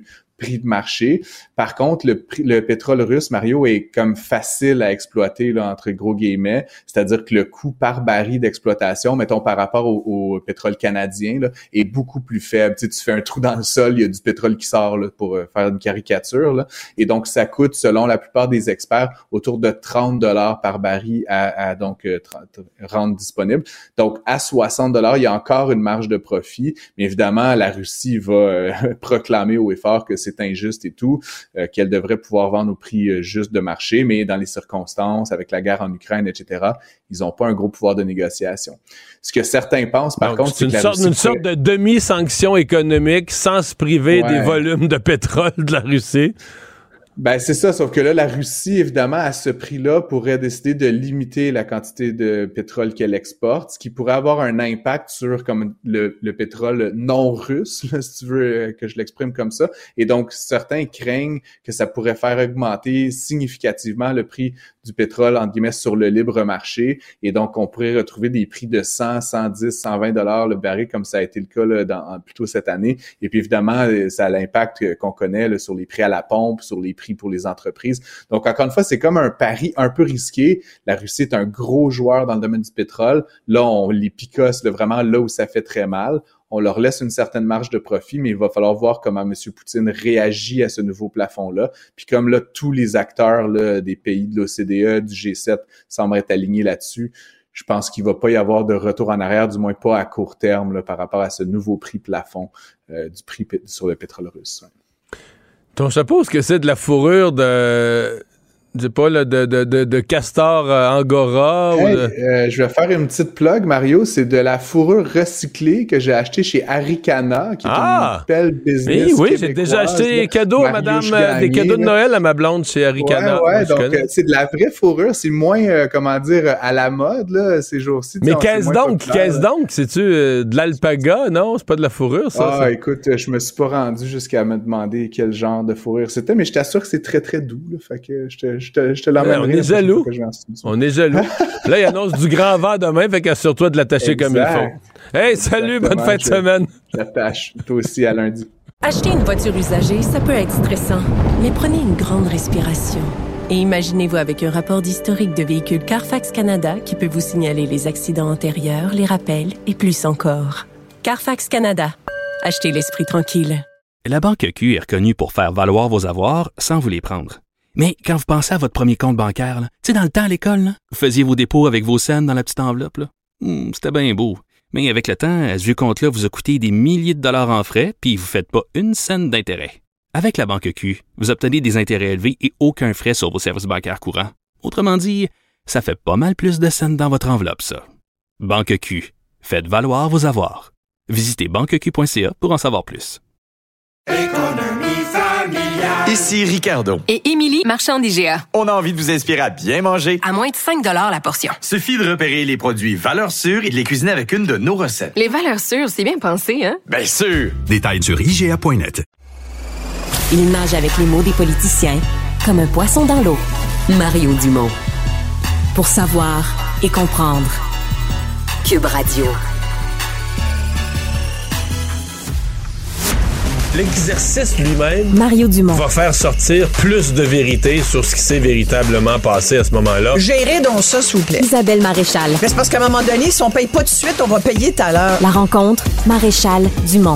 prix de marché. Par contre, le, prix, le pétrole russe, Mario, est comme facile à exploiter, là, entre gros guillemets, c'est-à-dire que le coût par baril d'exploitation, mettons par rapport au, au pétrole canadien, là, est beaucoup plus faible. Tu sais, tu fais un trou dans le sol, il y a du pétrole qui sort là, pour euh, faire une caricature, là. Et donc ça coûte, selon la plupart des experts, autour de trente dollars par baril à, à donc euh, rendre disponible. Donc à soixante dollars, il y a encore une marge de profit, mais évidemment la Russie va euh, proclamer haut et fort que c'est injuste et tout, euh, qu'elle devrait pouvoir vendre au prix euh, juste de marché, mais dans les circonstances, avec la guerre en Ukraine, et cetera, ils n'ont pas un gros pouvoir de négociation. Ce que certains pensent, par Donc, contre, c'est, c'est une que la sorte, Russie une sorte de demi-sanction économique sans se priver Ouais. des volumes de pétrole de la Russie. Ben c'est ça, sauf que là, la Russie, évidemment, à ce prix-là, pourrait décider de limiter la quantité de pétrole qu'elle exporte, ce qui pourrait avoir un impact sur comme le, le pétrole non russe, là, si tu veux que je l'exprime comme ça. Et donc, certains craignent que ça pourrait faire augmenter significativement le prix du pétrole, entre guillemets, sur le libre marché. Et donc, on pourrait retrouver des prix de cent, cent dix, cent vingt dollars le baril, comme ça a été le cas là, dans, plutôt cette année. Et puis, évidemment, ça a l'impact qu'on connaît là, sur les prix à la pompe, sur les prix pour les entreprises. Donc, encore une fois, c'est comme un pari un peu risqué. La Russie est un gros joueur dans le domaine du pétrole. Là, on les picosse là, vraiment là où ça fait très mal. On leur laisse une certaine marge de profit, mais il va falloir voir comment M. Poutine réagit à ce nouveau plafond-là. Puis comme là, tous les acteurs là, des pays de l'O C D E, du G sept semblent être alignés là-dessus, je pense qu'il va pas y avoir de retour en arrière, du moins pas à court terme, là, par rapport à ce nouveau prix plafond euh, du prix p- sur le pétrole russe. Ton chapeau, est-ce que c'est de la fourrure de... Je sais pas, là, de, de, de, de castor euh, angora? Hey, ou de... euh, je vais faire une petite plug, Mario. C'est de la fourrure recyclée que j'ai achetée chez Arikana, qui est ah! une belle business. Oui, oui, j'ai déjà acheté des cadeaux à madame, euh, des cadeaux de Noël à ma blonde chez Arikana. Ouais, ouais, donc euh, c'est de la vraie fourrure. C'est moins, euh, comment dire, à la mode, là, ces jours-ci. Mais qu'est-ce donc? Qu'est-ce donc? C'est-tu euh, de l'alpaga? Non, c'est pas de la fourrure, ça? Ah, ça? écoute, je me suis pas rendu jusqu'à me demander quel genre de fourrure c'était, mais je t'assure que c'est très, très doux, là. Fait que je te, je te, je te l'emmènerai. On est jaloux. On est jaloux. Là, il annonce du grand vent demain, fait qu'assure-toi de l'attacher comme il faut. Hey, salut, Exactement, bonne fin de je, semaine. J'attache. Toi aussi, à lundi. Acheter une voiture usagée, ça peut être stressant, mais prenez une grande respiration. Et imaginez-vous avec un rapport d'historique de véhicule Carfax Canada qui peut vous signaler les accidents antérieurs, les rappels et plus encore. Carfax Canada. Achetez l'esprit tranquille. La Banque Q est reconnue pour faire valoir vos avoirs sans vous les prendre. Mais quand vous pensez à votre premier compte bancaire, tu sais, dans le temps à l'école, là, vous faisiez vos dépôts avec vos scènes dans la petite enveloppe. Là. Hmm, c'était bien beau. Mais avec le temps, ce vieux compte-là vous a coûté des milliers de dollars en frais, puis vous ne faites pas une scène d'intérêt. Avec la Banque Q, vous obtenez des intérêts élevés et aucun frais sur vos services bancaires courants. Autrement dit, ça fait pas mal plus de scènes dans votre enveloppe, ça. Banque Q. Faites valoir vos avoirs. Visitez banque q point c a pour en savoir plus. Ici Ricardo. Et Émilie, marchand d'I G A. On a envie de vous inspirer à bien manger. À moins de cinq dollars la portion. Suffit de repérer les produits valeurs sûres et de les cuisiner avec une de nos recettes. Les valeurs sûres, c'est bien pensé, hein? Bien sûr! Détails sur I G A point net. Il nage avec les mots des politiciens comme un poisson dans l'eau. Mario Dumont. Pour savoir et comprendre. Cube Radio. L'exercice lui-même Mario Dumont. va faire sortir plus de vérité sur ce qui s'est véritablement passé à ce moment-là. Gérez donc ça, s'il vous plaît. Isabelle Maréchal. Mais c'est parce qu'à un moment donné, si on paye pas tout de suite, on va payer tout à l'heure. La rencontre, Maréchal Dumont.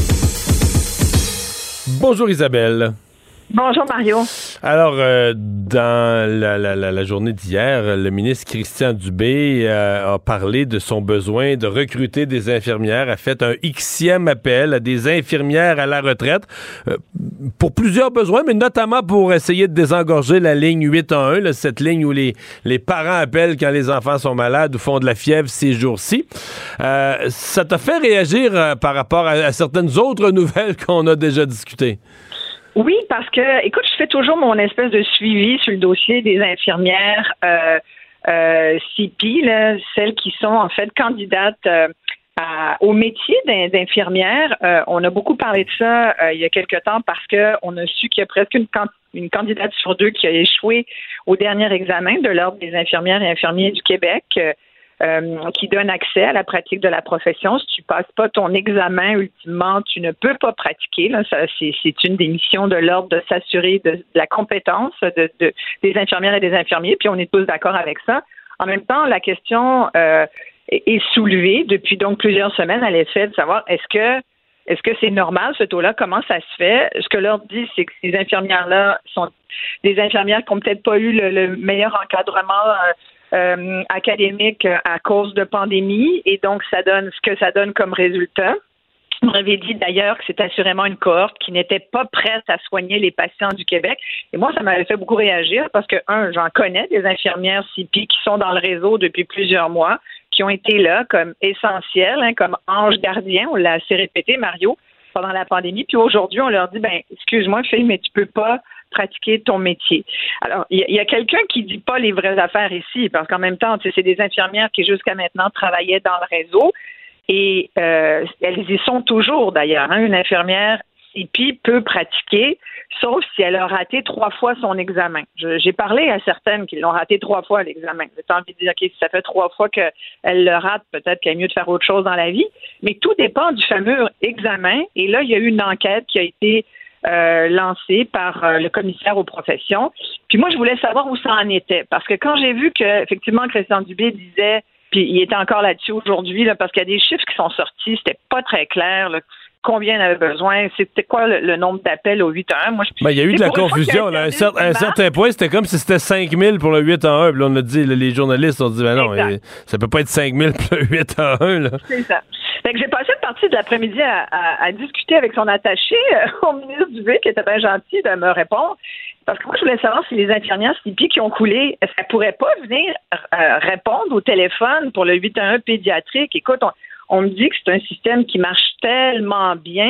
Bonjour Isabelle. Bonjour Mario. Alors, euh, dans la, la, la, la journée d'hier, le ministre Christian Dubé euh, a parlé de son besoin de recruter des infirmières, a fait un Xème appel à des infirmières à la retraite euh, pour plusieurs besoins, mais notamment pour essayer de désengorger la ligne huit un un, là, cette ligne où les, les parents appellent quand les enfants sont malades ou font de la fièvre ces jours-ci. Euh, ça t'a fait réagir euh, par rapport à, à certaines autres nouvelles qu'on a déjà discutées? Oui, parce que, écoute, je fais toujours mon espèce de suivi sur le dossier des infirmières euh, euh, C P, là, celles qui sont en fait candidates euh, à, au métier d'in- d'infirmière. Euh, on a beaucoup parlé de ça euh, il y a quelque temps parce qu'on a su qu'il y a presque une, can- une candidate sur deux qui a échoué au dernier examen de l'Ordre des infirmières et infirmiers du Québec. Euh, euh, qui donne accès à la pratique de la profession. Si tu passes pas ton examen, ultimement, tu ne peux pas pratiquer. Là, ça, c'est, c'est une des missions de l'ordre de s'assurer de, de la compétence de, de, des infirmières et des infirmiers, puis on est tous d'accord avec ça. En même temps, la question euh, est, est soulevée depuis donc plusieurs semaines à l'effet de savoir est-ce que Est-ce que c'est normal, ce taux-là? Comment ça se fait? Ce que l'ordre dit, c'est que ces infirmières-là sont des infirmières qui n'ont peut-être pas eu le, le meilleur encadrement euh, euh, académique à cause de pandémie, et donc ça donne ce que ça donne comme résultat. On avait dit d'ailleurs que c'est assurément une cohorte qui n'était pas prête à soigner les patients du Québec. Et moi, ça m'avait fait beaucoup réagir parce que, un, j'en connais des infirmières C P qui sont dans le réseau depuis plusieurs mois, qui ont été là comme essentiels, hein, comme anges gardiens, on l'a assez répété, Mario, pendant la pandémie. Puis aujourd'hui, on leur dit, ben, excuse-moi, Phil, mais tu peux pas pratiquer ton métier. Alors, il y, y a quelqu'un qui dit pas les vraies affaires ici, parce qu'en même temps, tu sais, c'est des infirmières qui jusqu'à maintenant travaillaient dans le réseau. Et euh, elles y sont toujours, d'ailleurs. Hein. Une infirmière C P peut pratiquer, sauf si elle a raté trois fois son examen. Je, j'ai parlé à certaines qui l'ont raté trois fois l'examen. J'ai envie de dire, OK, si ça fait trois fois qu'elle le rate, peut-être qu'il y a mieux de faire autre chose dans la vie. Mais tout dépend du fameux examen. Et là, il y a eu une enquête qui a été euh, lancée par euh, le commissaire aux professions. Puis moi, je voulais savoir où ça en était. Parce que quand j'ai vu que, effectivement, Christian Dubé disait, puis il était encore là-dessus aujourd'hui, là, parce qu'il y a des chiffres qui sont sortis, c'était pas très clair, là, combien il avait besoin, c'était quoi le, le nombre d'appels au huit un un. Moi, je, ben, il y a eu de la confusion. Là, à un, cer- à un certain point, c'était comme si c'était cinq mille pour le huit un un. Puis là, on a dit, là, les journalistes ont dit, ben non, et, ça peut pas être cinq mille pour le huit un un. Là. C'est ça. Fait que j'ai passé une partie de l'après-midi à, à, à discuter avec son attaché, euh, au ministre Dubé, qui était bien gentil de me répondre. Parce que moi, je voulais savoir si les infirmières C P qui ont coulé, est-ce qu'elles pourraient pas venir euh, répondre au téléphone pour le huit un un pédiatrique? Écoute, on, on me dit que c'est un système qui marche tellement bien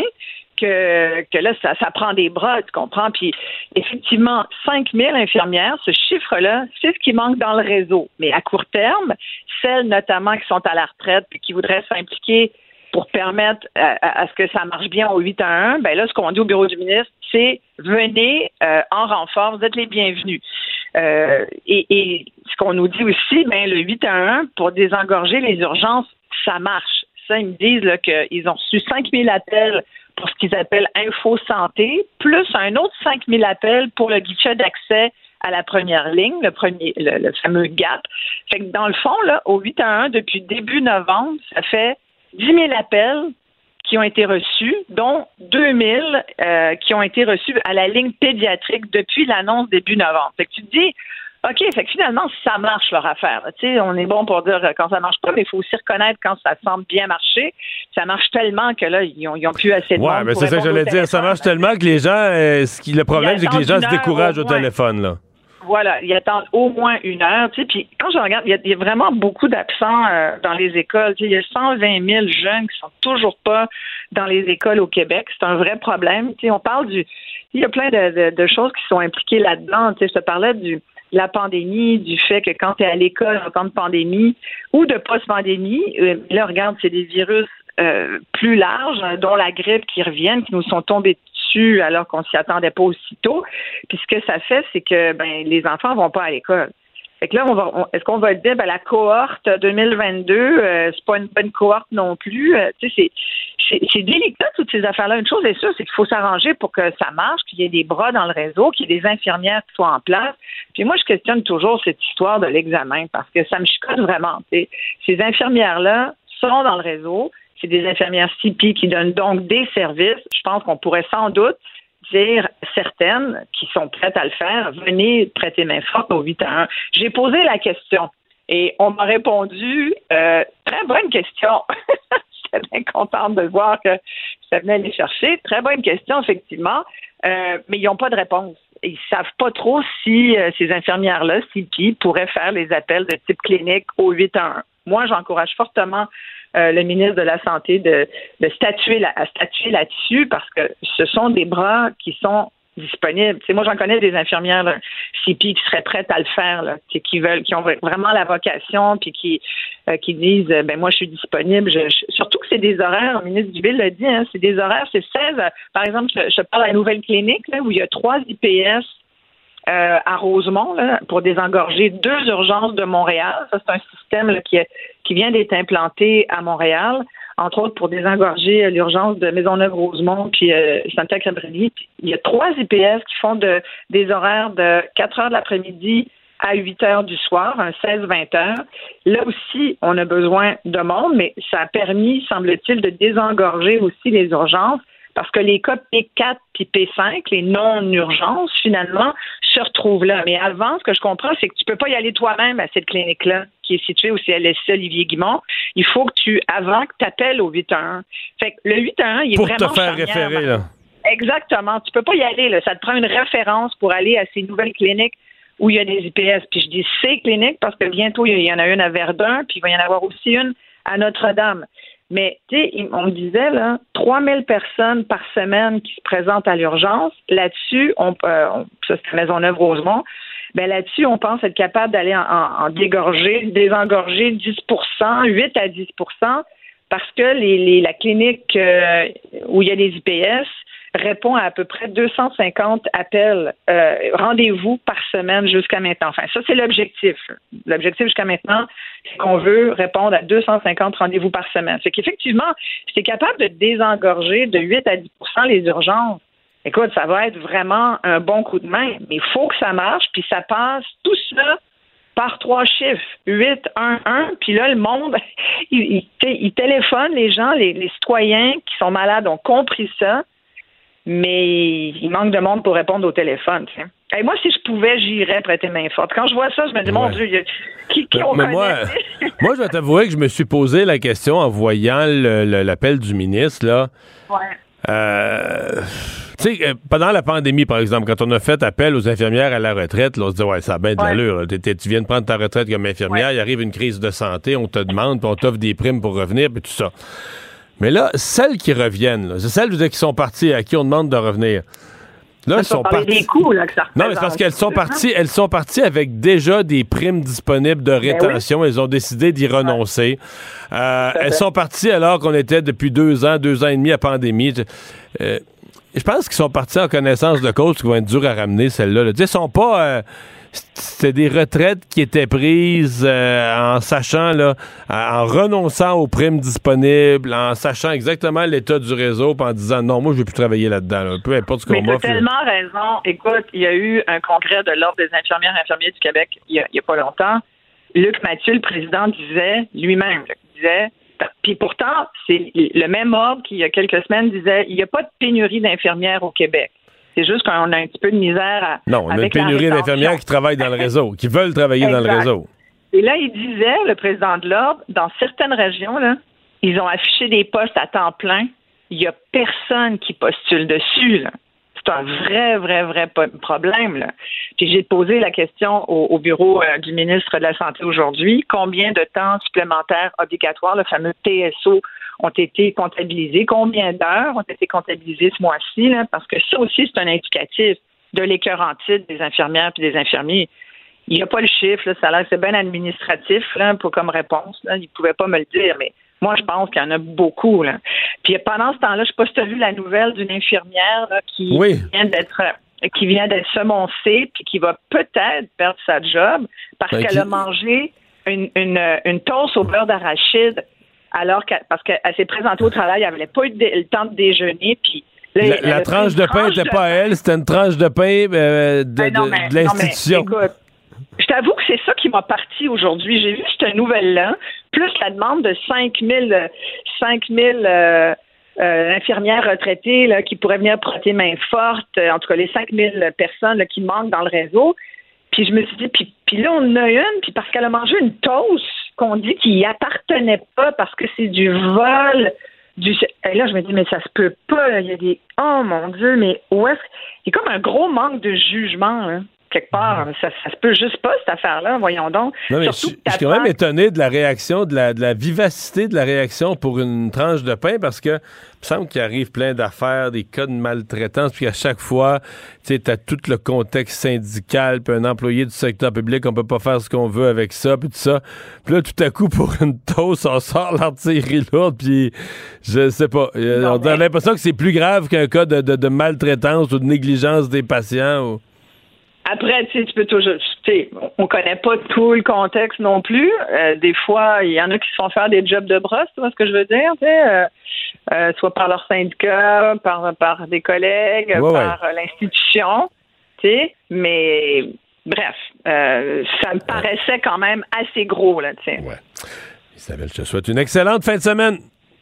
que, que là, ça, ça prend des bras, tu comprends? Puis, effectivement, cinq mille infirmières, ce chiffre-là, c'est ce qui manque dans le réseau. Mais à court terme, celles notamment qui sont à la retraite et qui voudraient s'impliquer pour permettre à, à, à ce que ça marche bien au huit un un, ben là, ce qu'on dit au bureau du ministre, c'est venez euh, en renfort, vous êtes les bienvenus. Euh, et, et ce qu'on nous dit aussi, ben le huit un un, pour désengorger les urgences, ça marche. Ça, ils me disent là, qu'ils ont reçu cinq mille appels pour ce qu'ils appellent Info Santé, plus un autre cinq mille appels pour le guichet d'accès à la première ligne, le premier, le, le fameux G A P. Fait que dans le fond, là, au huit un un, depuis début novembre, ça fait dix mille appels qui ont été reçus, dont deux mille euh, qui ont été reçus à la ligne pédiatrique depuis l'annonce début novembre. Fait que tu te dis, OK, fait que finalement, ça marche leur affaire. Tu sais, on est bon pour dire quand ça marche pas, mais il faut aussi reconnaître quand ça semble bien marcher. Ça marche tellement que là, ils ont, ils ont plus assez de ouais, monde. Ouais, mais pour c'est ça que j'allais dire. Ça marche tellement que les gens, euh, ce qui, le problème, c'est que les gens se découragent au téléphone, là. Voilà, ils attendent au moins une heure. Tu sais, puis quand je regarde, il y, y a vraiment beaucoup d'absents euh, dans les écoles. Tu sais, il y a cent vingt mille jeunes qui sont toujours pas dans les écoles au Québec. C'est un vrai problème. Tu sais, on parle du, il y a plein de, de, de choses qui sont impliquées là-dedans. Tu sais, je te parlais du de la pandémie, du fait que quand tu es à l'école en temps de pandémie ou de post-pandémie, euh, là, regarde, c'est des virus euh, plus larges, dont la grippe qui reviennent, qui nous sont tombés dessus alors qu'on s'y attendait pas aussitôt. Puis ce que ça fait, c'est que ben les enfants vont pas à l'école. Fait que là, on va, on, est-ce qu'on va dire, ben, la cohorte deux mille vingt-deux, euh, c'est pas une bonne cohorte non plus. Euh, tu sais, c'est, c'est, c'est délicat, toutes ces affaires-là. Une chose est sûre, c'est qu'il faut s'arranger pour que ça marche, qu'il y ait des bras dans le réseau, qu'il y ait des infirmières qui soient en place. Puis moi, je questionne toujours cette histoire de l'examen parce que ça me chicote vraiment. Tu sais. Ces infirmières-là sont dans le réseau. C'est des infirmières C P qui donnent donc des services. Je pense qu'on pourrait sans doute dire certaines qui sont prêtes à le faire, venez prêter main forte au huit un un. J'ai posé la question et on m'a répondu euh, très bonne question. J'étais bien contente de voir que ça venait les chercher. Très bonne question, effectivement, euh, mais ils n'ont pas de réponse. Ils ne savent pas trop si euh, ces infirmières-là, C P, pourraient faire les appels de type clinique au huit un un. Moi, j'encourage fortement Euh, le ministre de la Santé de, de statuer, là, à statuer là-dessus parce que ce sont des bras qui sont disponibles. Tu sais, moi, j'en connais des infirmières là, C P qui seraient prêtes à le faire, là, qui, qui veulent, qui ont vraiment la vocation, puis qui, euh, qui disent, ben moi, je suis disponible. Je, je, surtout que c'est des horaires. Le ministre Dubé l'a dit, hein, c'est des horaires, c'est seize. Par exemple, je, je parle à la nouvelle clinique là, où il y a trois I P S euh, à Rosemont là, pour désengorger deux urgences de Montréal. Ça, c'est un système là, qui, est, qui vient d'être implanté à Montréal, entre autres pour désengorger l'urgence de Maisonneuve-Rosemont puis euh, Sainte-Catherine-Brély. Il y a trois I P S qui font de, des horaires de quatre heures de l'après-midi à huit heures du soir, un seize vingt heures. Là aussi, on a besoin de monde, mais ça a permis, semble-t-il, de désengorger aussi les urgences parce que les cas P quatre puis P cinq, les non-urgences, finalement, se retrouvent là. Mais avant, ce que je comprends, c'est que tu peux pas y aller toi-même à cette clinique-là qui est située au C L S C Olivier-Guimond. Il faut que tu, avant que tu appelles au huit un un. Fait que le huit un un, il est pour vraiment te faire charnière, référer, là. Exactement. Tu peux pas y aller, là. Ça te prend une référence pour aller à ces nouvelles cliniques où il y a des I P S. Puis je dis ces cliniques parce que bientôt, il y en a une à Verdun, puis il va y en avoir aussi une à Notre-Dame. Mais, tu sais, on me disait, là, trois mille personnes par semaine qui se présentent à l'urgence. Là-dessus, on, euh, on, ça, c'est Maisonneuve-Rosemont. Ben là-dessus, on pense être capable d'aller en, en, en dégorger, désengorger dix pour cent, huit à dix pour cent, parce que les, les, la clinique euh, où il y a des I P S répond à à peu près deux cent cinquante appels, euh, rendez-vous par semaine jusqu'à maintenant. Enfin, ça, c'est l'objectif. L'objectif jusqu'à maintenant, c'est qu'on veut répondre à deux cent cinquante rendez-vous par semaine. C'est qu'effectivement, si tu es capable de désengorger de huit à dix pour cent les urgences, écoute, ça va être vraiment un bon coup de main, mais il faut que ça marche, puis ça passe tout ça par trois chiffres, huit, un, un, puis là, le monde, il, il, il téléphone, les gens, les, les citoyens qui sont malades ont compris ça, mais il manque de monde pour répondre au téléphone. Tu sais. Et moi, si je pouvais, j'irais prêter main forte. Quand je vois ça, je me dis, ouais. Mon Dieu, y a, qui, qui on mais connaît? Moi, moi, je vais t'avouer que je me suis posé la question en voyant le, le, l'appel du ministre, là. Ouais. Euh, tu sais, pendant la pandémie, par exemple, quand on a fait appel aux infirmières à la retraite, là, on se dit, ouais, ça a bien de ouais. l'allure. Tu viens de prendre ta retraite comme infirmière, il ouais. arrive une crise de santé, on te demande, puis on t'offre des primes pour revenir, puis tout ça. Mais là, celles qui reviennent, là, c'est celles je veux dire, qui sont parties, à qui on demande de revenir. Là, elles sont parties. Des coûts, là, que ça non, mais c'est parce qu'elles sont parties, elles sont parties avec déjà des primes disponibles de rétention. Ben oui. Elles ont décidé d'y renoncer. Ouais. Euh, elles sont parties alors qu'on était depuis deux ans, deux ans et demi à pandémie. Euh, je pense qu'ils sont partis en connaissance de cause, qui vont être durs à ramener, celles-là. Là. Ils sont pas... Euh, c'était des retraites qui étaient prises euh, en sachant, là, en renonçant aux primes disponibles, en sachant exactement l'état du réseau, puis en disant non, moi, je ne veux plus travailler là-dedans. Là. Peu importe ce qu'on m'offre. Mais tu as tellement raison. Écoute, il y a eu un congrès de l'Ordre des infirmières et infirmiers du Québec il n'y a, a pas longtemps. Luc Mathieu, le président, disait lui-même, disait, puis pourtant, c'est le même ordre qui, il y a quelques semaines, disait il n'y a pas de pénurie d'infirmières au Québec. C'est juste qu'on a un petit peu de misère à. Non, on a une pénurie d'infirmières qui travaillent dans le réseau, qui veulent travailler exact. Dans le réseau. Et là, il disait, le président de l'Ordre, dans certaines régions, là, ils ont affiché des postes à temps plein. Il n'y a personne qui postule dessus. Là. C'est un vrai, vrai, vrai problème. Là. Puis j'ai posé la question au, au bureau euh, du ministre de la Santé aujourd'hui. Combien de temps supplémentaire obligatoire, le fameux T S O, ont été comptabilisés, combien d'heures ont été comptabilisées ce mois-ci, là, parce que ça aussi, c'est un indicatif de l'écœurantite des infirmières et des infirmiers. Il n'y a pas le chiffre, là, ça a l'air c'est bien administratif là, pour, comme réponse. Là, ils ne pouvaient pas me le dire, mais moi, je pense qu'il y en a beaucoup. Là. Puis pendant ce temps-là, je ne sais pas si tu as vu la nouvelle d'une infirmière là, qui oui. vient d'être qui vient d'être semoncée puis qui va peut-être perdre sa job parce ben, qu'elle qui... a mangé une, une, une toast au beurre d'arachide alors que, parce qu'elle s'est présentée au travail, elle n'avait pas eu de, le temps de déjeuner, puis là, la, la tranche de pain n'était pas à elle, c'était une tranche de pain euh, de, ben non, mais, de l'institution. Non, mais, écoute, je t'avoue que c'est ça qui m'a parti aujourd'hui. J'ai vu cette nouvelle-là, plus la demande de cinq mille euh, euh, infirmières retraitées là, qui pourraient venir prêter main forte, en tout cas les cinq mille personnes là, qui manquent dans le réseau. Puis je me suis dit, puis, puis là, on en a une, puis parce qu'elle a mangé une toast qu'on dit qu'il n'y appartenait pas parce que c'est du vol. Du... Et là, je me dis, mais ça se peut pas. Là. Il y a des... Oh, mon Dieu, mais où est-ce... Il y a comme un gros manque de jugement, là, quelque part. Ça, ça se peut juste pas, cette affaire-là. Voyons donc. Non, mais je, je suis quand même étonné de la réaction, de la, de la vivacité de la réaction pour une tranche de pain parce que il me semble qu'il arrive plein d'affaires, des cas de maltraitance, puis à chaque fois, tu sais, t'as tout le contexte syndical, puis un employé du secteur public, on peut pas faire ce qu'on veut avec ça, puis tout ça. Puis là, tout à coup, pour une toast, on sort l'artillerie lourde, puis je sais pas. Non, on mais... a l'impression que c'est plus grave qu'un cas de, de, de maltraitance ou de négligence des patients. Ou... après, tu sais, tu peux toujours, tu sais, on connaît pas tout le contexte non plus. Euh, des fois, il y en a qui se font faire des jobs de brosse, tu vois ce que je veux dire, tu sais, euh, euh, soit par leur syndicat, par par des collègues, ouais, par ouais. l'institution, tu sais, mais bref, euh, ça me paraissait quand même assez gros, là, tu sais. Ouais. Isabelle, je te souhaite une excellente fin de semaine.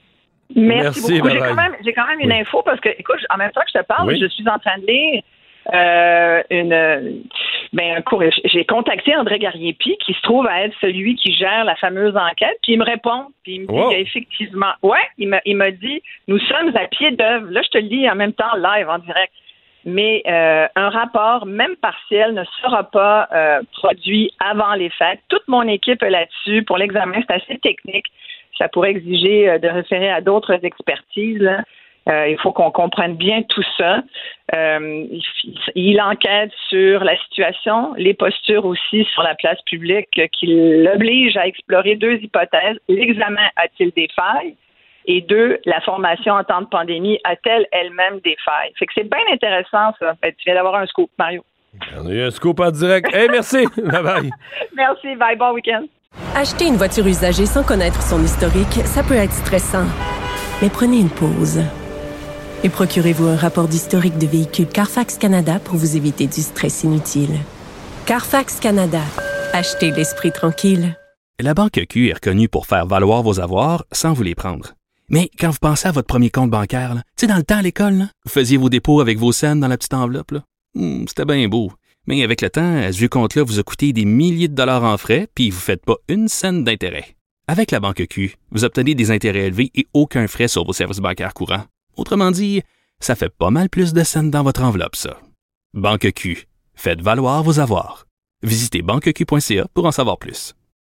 Merci, Merci beaucoup. J'ai bye-bye. quand même, j'ai quand même une Oui. info parce que, écoute, en même temps que je te parle, Oui. je suis en train de lire euh, une, ben, un cours. J'ai contacté André Gariepi, qui se trouve à être celui qui gère la fameuse enquête, puis il me répond, puis il me dit Wow. qu'effectivement, ouais, il m'a, il m'a dit, nous sommes à pied d'œuvre. Là, je te le lis en même temps live, en direct. Mais euh, un rapport, même partiel, ne sera pas euh, produit avant les fêtes. Toute mon équipe est là-dessus. Pour l'examen, c'est assez technique. Ça pourrait exiger euh, de référer à d'autres expertises, là. Euh, il faut qu'on comprenne bien tout ça. Euh, il, il enquête sur la situation, les postures aussi sur la place publique euh, qui l'oblige à explorer deux hypothèses. L'examen a-t-il des failles? Et deux, la formation en temps de pandémie a-t-elle elle-même des failles? Fait que c'est bien intéressant, ça. Ben, tu viens d'avoir un scoop, Mario. On a eu un scoop en direct. Hey, merci. Bye-bye. Merci. Bye. Bon week-end. Acheter une voiture usagée sans connaître son historique, ça peut être stressant. Mais prenez une pause. Et procurez-vous un rapport d'historique de véhicule Carfax Canada pour vous éviter du stress inutile. Carfax Canada. Achetez l'esprit tranquille. La Banque Q est reconnue pour faire valoir vos avoirs sans vous les prendre. Mais quand vous pensez à votre premier compte bancaire, tu sais, dans le temps à l'école, là, vous faisiez vos dépôts avec vos scènes dans la petite enveloppe. Là. Hum, c'était bien beau. Mais avec le temps, ce vieux compte-là vous a coûté des milliers de dollars en frais, puis vous ne faites pas une scène d'intérêt. Avec la Banque Q, vous obtenez des intérêts élevés et aucun frais sur vos services bancaires courants. Autrement dit, ça fait pas mal plus de scènes dans votre enveloppe, ça. Banque Q. Faites valoir vos avoirs. Visitez banque q point c a pour en savoir plus.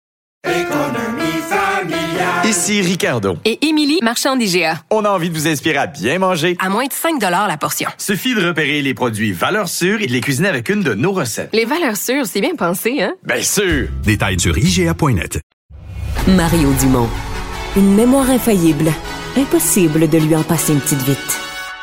Ici Ricardo. Et Émilie, marchand d'I G A. On a envie de vous inspirer à bien manger. À moins de cinq dollars la portion. Suffit de repérer les produits valeurs sûres et de les cuisiner avec une de nos recettes. Les valeurs sûres, c'est bien pensé, hein? Bien sûr! Détails sur I G A point net. Mario Dumont. Une mémoire infaillible. Impossible de lui en passer une petite vite.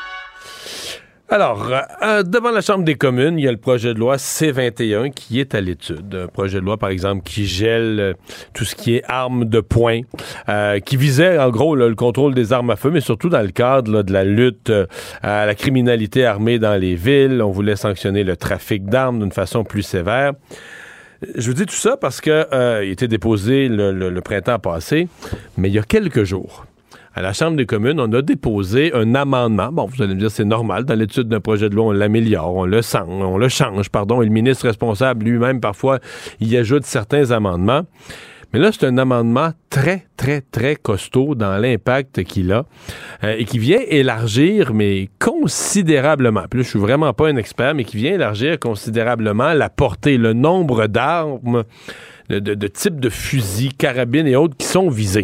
Alors, euh, devant la Chambre des communes, il y a le projet de loi C vingt et un qui est à l'étude. Un projet de loi, par exemple, qui gèle euh, tout ce qui est armes de poing, euh, qui visait, en gros, là, le contrôle des armes à feu, mais surtout dans le cadre là, de la lutte euh, à la criminalité armée dans les villes. On voulait sanctionner le trafic d'armes d'une façon plus sévère. Je vous dis tout ça parce que euh, il a été déposé le, le, le printemps passé, mais il y a quelques jours, à la Chambre des communes, on a déposé un amendement. Bon, vous allez me dire, c'est normal. Dans l'étude d'un projet de loi, on l'améliore, on le sent, on le change, pardon. Et le ministre responsable lui-même, parfois, y ajoute certains amendements. Mais là, c'est un amendement très, très, très costaud dans l'impact qu'il a euh, et qui vient élargir, mais considérablement, puis là, je suis vraiment pas un expert, mais qui vient élargir considérablement la portée, le nombre d'armes, de, de, de types de fusils, carabines et autres qui sont visés.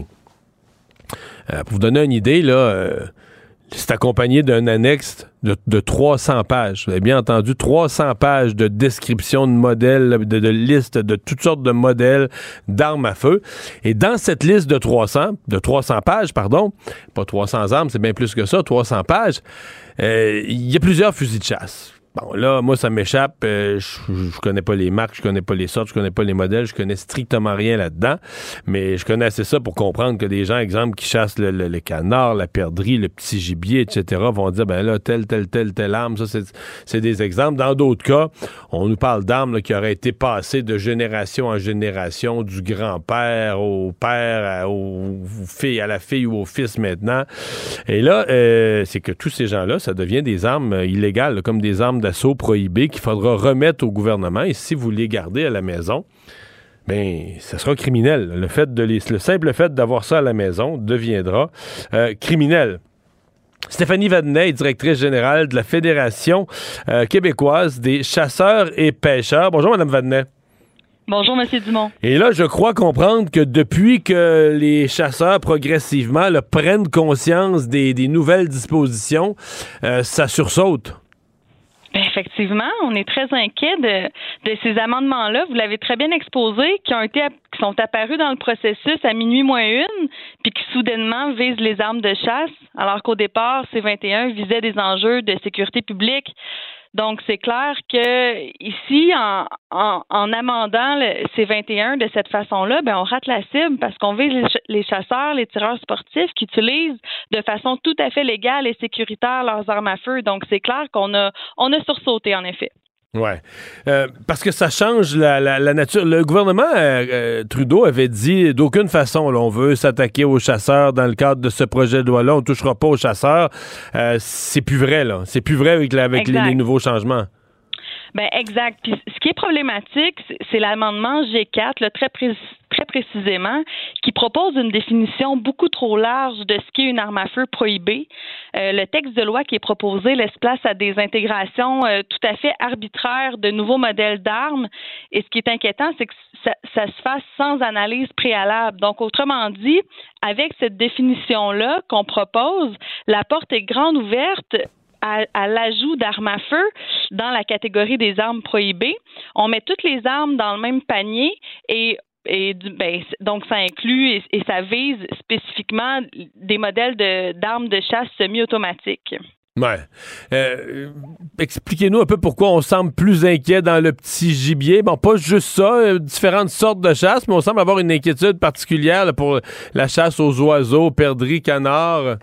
Euh, pour vous donner une idée, là, euh, c'est accompagné d'un annexe de, de trois cents pages. Vous avez bien entendu, trois cents pages de description de modèles, de, de listes de toutes sortes de modèles d'armes à feu. Et dans cette liste de trois cents, de trois cents pages, pardon, pas trois cents armes, c'est bien plus que ça, trois cents pages, euh, il y a plusieurs fusils de chasse. Bon, là, moi, ça m'échappe. Euh, je, je connais pas les marques, je connais pas les sortes, je connais pas les modèles, je connais strictement rien là-dedans. Mais je connais assez ça pour comprendre que des gens, exemple, qui chassent le, le, le canard, la perdrix, le petit gibier, et cetera, vont dire, ben là, telle, telle, telle, telle arme, ça, c'est, c'est des exemples. Dans d'autres cas, on nous parle d'armes là, qui auraient été passées de génération en génération, du grand-père au père, à, au, au fille, à la fille ou au fils maintenant. Et là, euh, c'est que tous ces gens-là, ça devient des armes euh, illégales, là, comme des armes d'assaut prohibées qu'il faudra remettre au gouvernement. Et si vous les gardez à la maison, bien, ça sera criminel. Le fait de les, le simple fait d'avoir ça à la maison deviendra euh, criminel. Stéphanie Vadnet, directrice générale de la Fédération euh, québécoise des chasseurs et pêcheurs. Bonjour, Mme Vadnet. Bonjour, M. Dumont. Et là, je crois comprendre que depuis que les chasseurs, progressivement, là, prennent conscience des, des nouvelles dispositions, euh, ça sursaute. Bien, effectivement, on est très inquiet de, de ces amendements-là. Vous l'avez très bien exposé, qui ont été qui sont apparus dans le processus à minuit moins une, puis qui soudainement visent les armes de chasse, alors qu'au départ, C vingt et un visait des enjeux de sécurité publique. Donc, c'est clair que ici, en, en, en amendant le C vingt et un de cette façon-là, ben on rate la cible parce qu'on vise les, ch- les chasseurs, les tireurs sportifs qui utilisent de façon tout à fait légale et sécuritaire leurs armes à feu. Donc, c'est clair qu'on a, on a sursauté, en effet. Ouais, euh, parce que ça change la, la, la nature. Le gouvernement euh, euh, Trudeau avait dit d'aucune façon, là, on veut s'attaquer aux chasseurs dans le cadre de ce projet de loi-là, on touchera pas aux chasseurs. Euh, c'est plus vrai, là. C'est plus vrai avec, la, avec les, les nouveaux changements. Ben exact. Puis ce qui est problématique, c'est, c'est l'amendement G quatre, là, très, pré- très précisément, qui propose une définition beaucoup trop large de ce qu'est une arme à feu prohibée. Euh, le texte de loi qui est proposé laisse place à des intégrations euh, tout à fait arbitraires de nouveaux modèles d'armes. Et ce qui est inquiétant, c'est que ça, ça se fasse sans analyse préalable. Donc, autrement dit, avec cette définition-là qu'on propose, la porte est grande ouverte À, à l'ajout d'armes à feu dans la catégorie des armes prohibées. On met toutes les armes dans le même panier et Et ben, donc, ça inclut et, et ça vise spécifiquement des modèles de, d'armes de chasse semi-automatiques. Ouais. Euh, expliquez-nous un peu pourquoi on semble plus inquiet dans le petit gibier. Bon, pas juste ça, euh, différentes sortes de chasse, mais on semble avoir une inquiétude particulière là, pour la chasse aux oiseaux, perdrix, canards.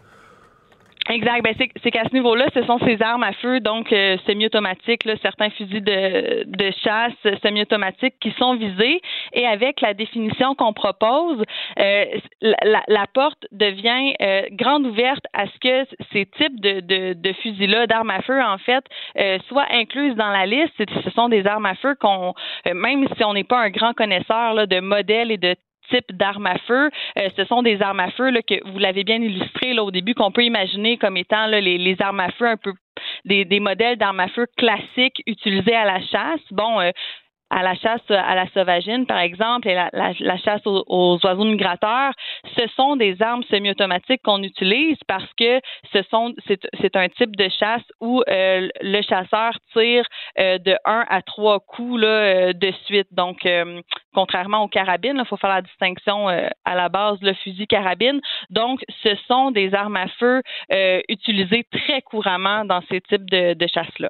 Exact. Ben c'est, c'est qu'à ce niveau-là, ce sont ces armes à feu, donc euh, semi-automatiques, là, certains fusils de, de chasse semi-automatiques qui sont visés. Et avec la définition qu'on propose, euh, la, la porte devient euh, grande ouverte à ce que ces types de, de, de fusils-là, d'armes à feu, en fait, euh, soient incluses dans la liste. Ce sont des armes à feu qu'on, euh, même si on n'est pas un grand connaisseur là, de modèles et de type d'armes à feu. Euh, ce sont des armes à feu là, que vous l'avez bien illustré là, au début, qu'on peut imaginer comme étant là, les, les armes à feu un peu des, des modèles d'armes à feu classiques utilisés à la chasse. Bon, euh, à la chasse à la sauvagine, par exemple, et la, la, la chasse aux, aux oiseaux migrateurs, ce sont des armes semi-automatiques qu'on utilise parce que ce sont c'est, c'est un type de chasse où euh, le chasseur tire euh, de un à trois coups là, euh, de suite. Donc, euh, contrairement aux carabines, il faut faire la distinction euh, à la base, le fusil carabine. Donc, ce sont des armes à feu euh, utilisées très couramment dans ces types de, de chasse-là.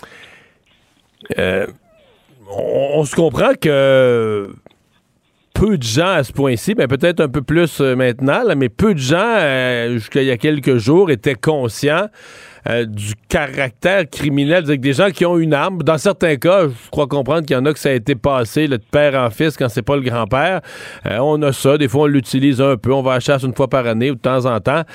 Euh... On, on se comprend que peu de gens à ce point-ci, ben peut-être un peu plus euh, maintenant, là, mais peu de gens, euh, jusqu'à il y a quelques jours, étaient conscients euh, du caractère criminel. C'est-à-dire que des gens qui ont une arme, dans certains cas, je crois comprendre qu'il y en a que ça a été passé là, de père en fils quand c'est pas le grand-père. Euh, on a ça, des fois on l'utilise un peu, on va à la chasse une fois par année ou de temps en temps.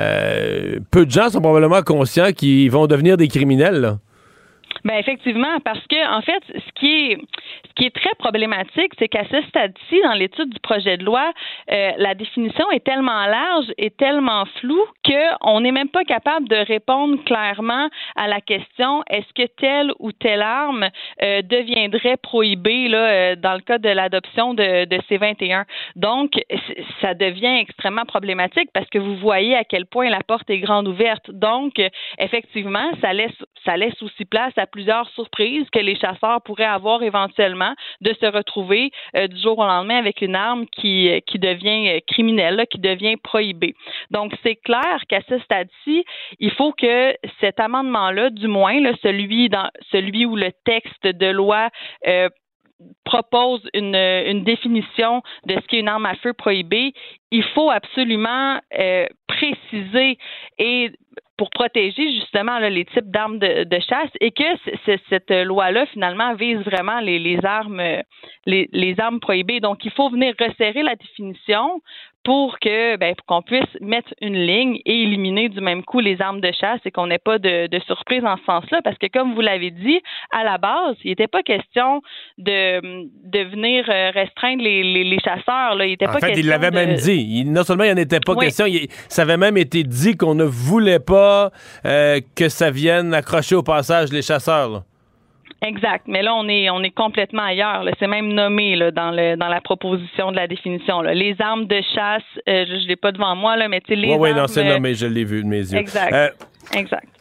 Euh, peu de gens sont probablement conscients qu'ils vont devenir des criminels, là. Ben effectivement, parce que en fait, ce qui est ce qui est très problématique, c'est qu'à ce stade-ci, dans l'étude du projet de loi, euh, la définition est tellement large et tellement floue qu'on n'est même pas capable de répondre clairement à la question est-ce que telle ou telle arme euh, deviendrait prohibée là euh, dans le cas de l'adoption de, de C vingt et un. Donc, ça devient extrêmement problématique parce que vous voyez à quel point la porte est grande ouverte. Donc, effectivement, ça laisse ça laisse aussi place à plusieurs surprises que les chasseurs pourraient avoir éventuellement de se retrouver euh, du jour au lendemain avec une arme qui, qui devient euh, criminelle, là, qui devient prohibée. Donc, c'est clair qu'à ce stade-ci, il faut que cet amendement-là, du moins, là, celui, dans, celui où le texte de loi euh, propose une, une définition de ce qu'est une arme à feu prohibée, il faut absolument euh, préciser et pour protéger justement là, les types d'armes de, de chasse et que c- c- cette loi-là, finalement, vise vraiment les, les armes les, les armes prohibées. Donc, il faut venir resserrer la définition pour que ben, pour qu'on puisse mettre une ligne et éliminer du même coup les armes de chasse et qu'on n'ait pas de, de surprise en ce sens-là. Parce que, comme vous l'avez dit, à la base, il n'était pas question de, de venir restreindre les, les, les chasseurs. Là. Il était en pas fait, question il l'avait de... même dit. Il, non seulement il n'en était pas oui. question, il, ça avait même été dit qu'on ne voulait pas euh, que ça vienne accrocher au passage les chasseurs. Là. Exact. Mais là, on est on est complètement ailleurs. Là. C'est même nommé là, dans le dans la proposition de la définition. Là. Les armes de chasse, euh, je ne l'ai pas devant moi, là, mais tu sais, les oui, armes... Oui, non, c'est nommé, je l'ai vu de mes yeux. Exact. Euh, exact.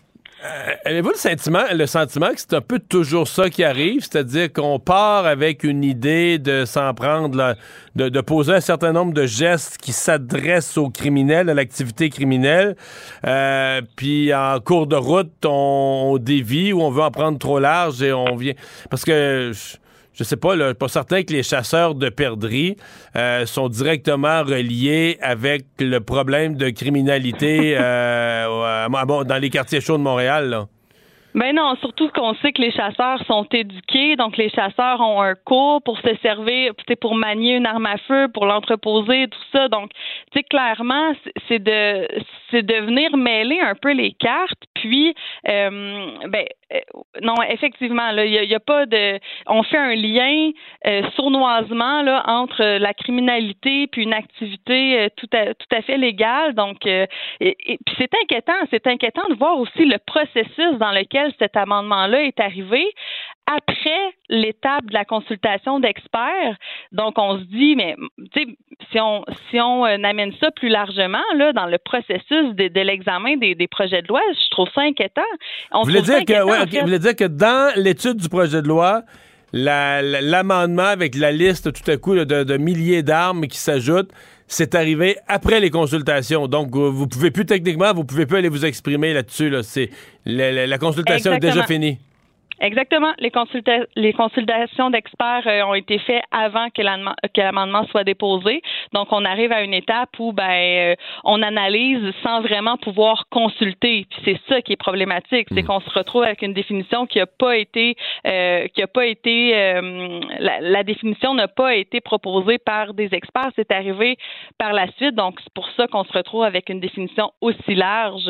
Euh, avez-vous le sentiment, le sentiment que c'est un peu toujours ça qui arrive, c'est-à-dire qu'on part avec une idée de s'en prendre, là, de, de poser un certain nombre de gestes qui s'adressent aux criminels, à l'activité criminelle, euh, puis en cours de route, on, on dévie ou on veut en prendre trop large et on vient... Parce que... Je, Je sais pas, là, pas certain que les chasseurs de perdrix euh, sont directement reliés avec le problème de criminalité euh, dans les quartiers chauds de Montréal, là. Ben non, surtout qu'on sait que les chasseurs sont éduqués, donc les chasseurs ont un cours pour se servir, pour manier une arme à feu, pour l'entreposer, tout ça. Donc, tu sais, clairement, c'est de c'est de venir mêler un peu les cartes. Puis, euh, ben euh, non, effectivement, là, il y, y a pas de, on fait un lien euh, sournoisement là entre la criminalité puis une activité euh, tout à tout à fait légale. Donc, euh, et, et puis c'est inquiétant, c'est inquiétant de voir aussi le processus dans lequel cet amendement-là est arrivé après l'étape de la consultation d'experts. Donc, on se dit, mais tu sais, si on si on euh, amène ça plus largement là dans le processus de, de l'examen des, des projets de loi, je trouve ça inquiétant. On vous voulez dire que, ouais, okay, vous voulez dire que dans l'étude du projet de loi, la, la, l'amendement avec la liste tout à coup là, de, de milliers d'armes qui s'ajoutent, c'est arrivé après les consultations. Donc, vous pouvez plus techniquement, vous pouvez plus aller vous exprimer là-dessus. Là. C'est, la, la, la consultation Exactement. est déjà finie. Exactement. Les, consulta- les consultations d'experts euh, ont été faites avant que, l'am- que l'amendement soit déposé. Donc, on arrive à une étape où ben euh, on analyse sans vraiment pouvoir consulter. Puis c'est ça qui est problématique, c'est qu'on se retrouve avec une définition qui n'a pas été, euh, qui a pas été, euh, la, la définition n'a pas été proposée par des experts. C'est arrivé par la suite. Donc, c'est pour ça qu'on se retrouve avec une définition aussi large.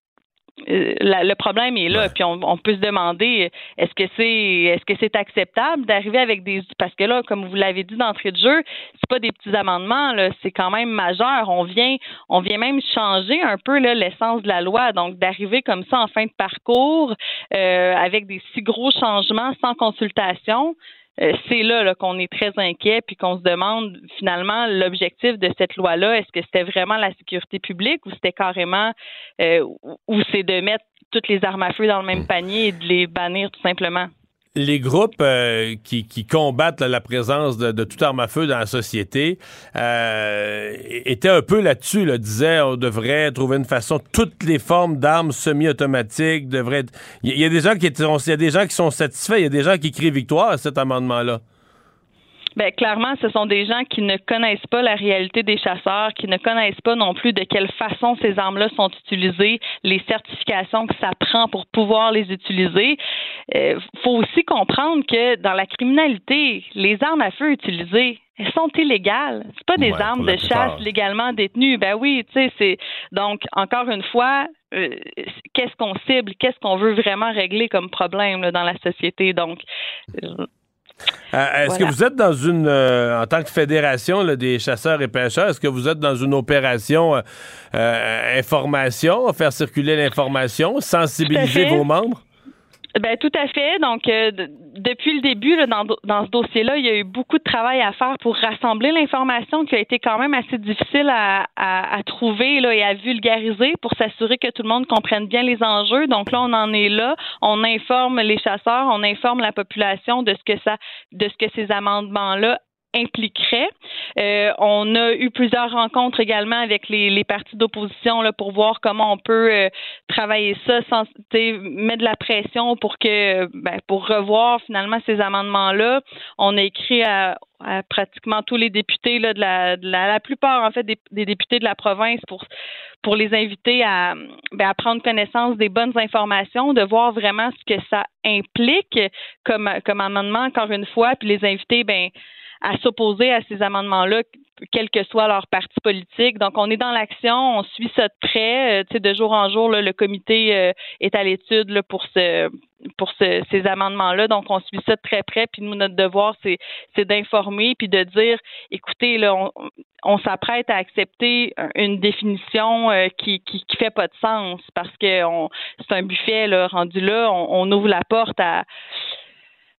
Euh, la, le problème est là, ouais. Puis on, on peut se demander est-ce que c'est est-ce que c'est acceptable d'arriver avec des parce que là, comme vous l'avez dit d'entrée de jeu, c'est pas des petits amendements, là, c'est quand même majeur. On vient on vient même changer un peu là, l'essence de la loi, donc d'arriver comme ça en fin de parcours euh, avec des si gros changements sans consultation. Euh, c'est là, là qu'on est très inquiet puis qu'on se demande finalement l'objectif de cette loi-là, est-ce que c'était vraiment la sécurité publique ou c'était carrément euh, ou c'est de mettre toutes les armes à feu dans le même panier et de les bannir tout simplement? Les groupes euh, qui, qui combattent là, la présence de, de toute arme à feu dans la société euh, étaient un peu là-dessus, là, disaient on devrait trouver une façon, toutes les formes d'armes semi-automatiques devraient... Il y, y a des gens qui étaient, il y a des gens qui sont satisfaits, il y a des gens qui crient victoire à cet amendement-là. Bien, clairement, ce sont des gens qui ne connaissent pas la réalité des chasseurs, qui ne connaissent pas non plus de quelle façon ces armes-là sont utilisées, les certifications que ça prend pour pouvoir les utiliser. Il euh, faut aussi comprendre que dans la criminalité, les armes à feu utilisées, elles sont illégales. C'est pas des ouais, armes de chasse légalement détenues. Ben oui, tu sais, c'est donc encore une fois, euh, qu'est-ce qu'on cible, qu'est-ce qu'on veut vraiment régler comme problème là, dans la société. Donc euh, Euh, est-ce voilà. que vous êtes dans une, euh, en tant que fédération là, des chasseurs et pêcheurs, est-ce que vous êtes dans une opération euh, euh, information, faire circuler l'information, sensibiliser vos membres? Ben tout à fait. Donc euh, d- depuis le début là, dans, dans ce dossier-là, il y a eu beaucoup de travail à faire pour rassembler l'information qui a été quand même assez difficile à, à, à trouver là, et à vulgariser pour s'assurer que tout le monde comprenne bien les enjeux. Donc là, on en est là. On informe les chasseurs, on informe la population de ce que ça, de ce que ces amendements-là impliquerait. Euh, on a eu plusieurs rencontres également avec les, les partis d'opposition là, pour voir comment on peut euh, travailler ça sans mettre de la pression pour que ben, pour revoir finalement ces amendements-là. On a écrit à, à pratiquement tous les députés là, de, la, de la, la plupart en fait des, des députés de la province pour pour les inviter à, ben, à prendre connaissance des bonnes informations, de voir vraiment ce que ça implique comme, comme amendement encore une fois, puis les inviter ben à s'opposer à ces amendements-là, quel que soit leur parti politique. Donc, on est dans l'action, on suit ça de près. Euh, tu sais, de jour en jour, là, le comité euh, est à l'étude là, pour ce pour ce, ces amendements-là. Donc, on suit ça de très près. Puis nous, notre devoir, c'est, c'est d'informer puis de dire, écoutez, là, on, on s'apprête à accepter une définition euh, qui, qui qui fait pas de sens parce que on, c'est un buffet là, rendu là. On, on ouvre la porte à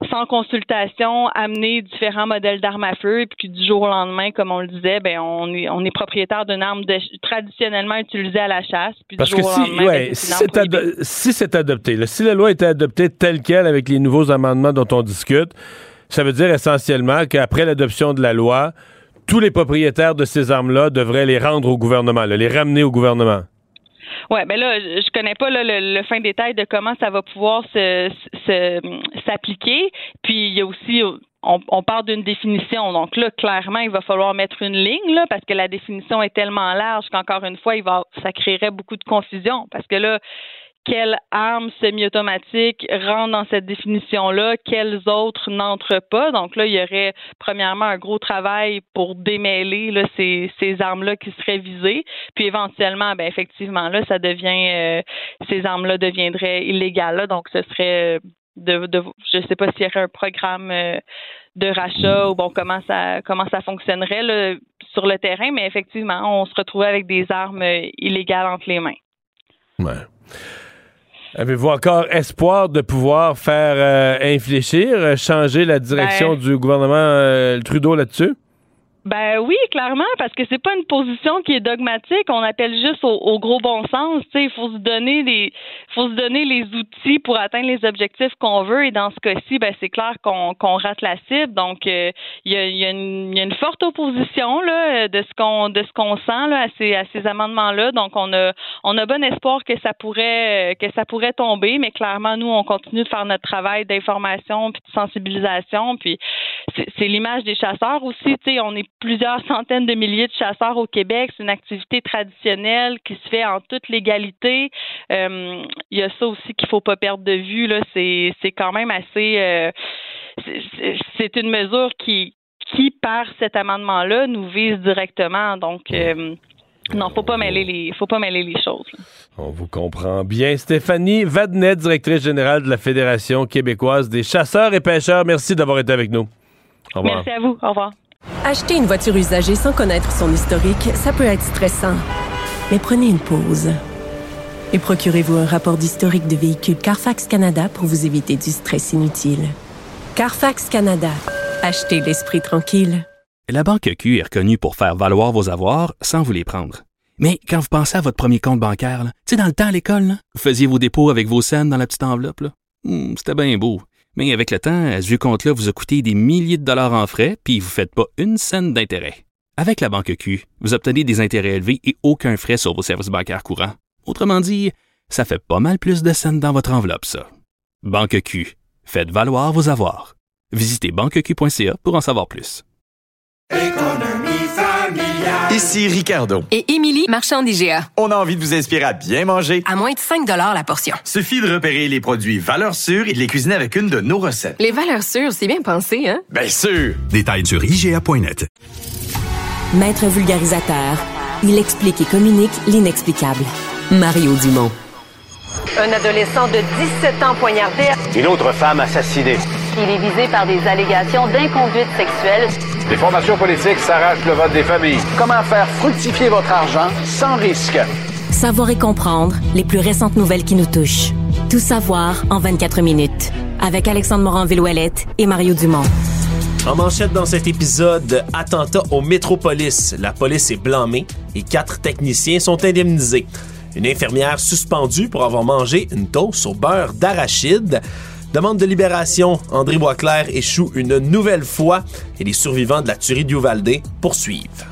sans consultation, amener différents modèles d'armes à feu, et puis du jour au lendemain, comme on le disait, ben on est on est propriétaire d'une arme de, traditionnellement utilisée à la chasse. Puis Parce du que jour si, au lendemain, ouais, ben, si, c'est une c'est arme ado- si c'est adopté, là, si la loi était adoptée telle quelle avec les nouveaux amendements dont on discute, ça veut dire essentiellement qu'après l'adoption de la loi, tous les propriétaires de ces armes-là devraient les rendre au gouvernement, là, les ramener au gouvernement. Oui, ben là, je connais pas là, le, le fin détail de comment ça va pouvoir se, se, s'appliquer. Puis il y a aussi, on, on parle d'une définition. Donc là, clairement, il va falloir mettre une ligne là, parce que la définition est tellement large qu'encore une fois, il va, ça créerait beaucoup de confusion. Parce que là, quelles armes semi-automatiques rentrent dans cette définition-là, quelles autres n'entrent pas. Donc là, il y aurait premièrement un gros travail pour démêler là, ces, ces armes-là qui seraient visées. Puis éventuellement, ben effectivement, là, ça devient euh, ces armes-là deviendraient illégales. Là, donc ce serait de, de je sais pas s'il y aurait un programme euh, de rachat ou bon comment ça comment ça fonctionnerait là, sur le terrain, mais effectivement, on se retrouvait avec des armes euh, illégales entre les mains. Ouais. Avez-vous encore espoir de pouvoir faire euh, infléchir, changer la direction ben, du gouvernement euh, Trudeau là-dessus? Ben oui, clairement, parce que c'est pas une position qui est dogmatique. On appelle juste au, au gros bon sens. Tu sais, il faut se donner des, faut se donner les outils pour atteindre les objectifs qu'on veut. Et dans ce cas-ci, ben c'est clair qu'on, qu'on rate la cible. Donc, il euh, y, a, y, a y a une forte opposition là de ce qu'on, de ce qu'on sent là à ces, à ces amendements-là. Donc, on a, on a bon espoir que ça pourrait, que ça pourrait tomber. Mais clairement, nous, on continue de faire notre travail d'information puis de sensibilisation. Puis, c'est, c'est l'image des chasseurs aussi. Tu sais, on est plusieurs centaines de milliers de chasseurs au Québec. C'est une activité traditionnelle qui se fait en toute légalité. Euh, il y a ça aussi qu'il faut pas perdre de vue. Là. C'est, c'est quand même assez... Euh, c'est, c'est une mesure qui, qui, par cet amendement-là, nous vise directement. Donc... Euh, Non, faut pas mêler les, faut pas mêler les choses. Là. On vous comprend bien. Stéphanie Vadnet, directrice générale de la Fédération québécoise des chasseurs et pêcheurs. Merci d'avoir été avec nous. Au revoir. Merci à vous. Au revoir. Acheter une voiture usagée sans connaître son historique, ça peut être stressant. Mais prenez une pause. Et procurez-vous un rapport d'historique de véhicule Carfax Canada pour vous éviter du stress inutile. Carfax Canada. Achetez l'esprit tranquille. La Banque Q est reconnue pour faire valoir vos avoirs sans vous les prendre. Mais quand vous pensez à votre premier compte bancaire, tu sais, dans le temps à l'école, là, vous faisiez vos dépôts avec vos scènes dans la petite enveloppe. Là. Hum, c'était bien beau. Mais avec le temps, à ce vieux compte-là vous a coûté des milliers de dollars en frais, puis vous ne faites pas une scène d'intérêt. Avec la Banque Q, vous obtenez des intérêts élevés et aucun frais sur vos services bancaires courants. Autrement dit, ça fait pas mal plus de scènes dans votre enveloppe, ça. Banque Q. Faites valoir vos avoirs. Visitez banque q point c a pour en savoir plus. Économie familiale. Ici Ricardo. Et Émilie, marchand d'I G A. On a envie de vous inspirer à bien manger. À moins de cinq dollars la portion. Suffit de repérer les produits valeurs sûres et de les cuisiner avec une de nos recettes. Les valeurs sûres, c'est bien pensé, hein? Bien sûr! Détails sur I G A point net. Maître vulgarisateur, il explique et communique l'inexplicable. Mario Dumont. Un adolescent de dix-sept ans poignardé. Une autre femme assassinée. Il est visé par des allégations d'inconduite sexuelle. Des formations politiques s'arrachent le vote des familles. Comment faire fructifier votre argent sans risque? Savoir et comprendre les plus récentes nouvelles qui nous touchent. Tout savoir en vingt-quatre minutes. Avec Alexandre Morin-Villouellette et Mario Dumont. En manchette dans cet épisode, attentat au Métropolis. La police est blâmée et quatre techniciens sont indemnisés. Une infirmière suspendue pour avoir mangé une toast au beurre d'arachide. Demande de libération, André Boisclair échoue une nouvelle fois et les survivants de la tuerie de Uvalde poursuivent.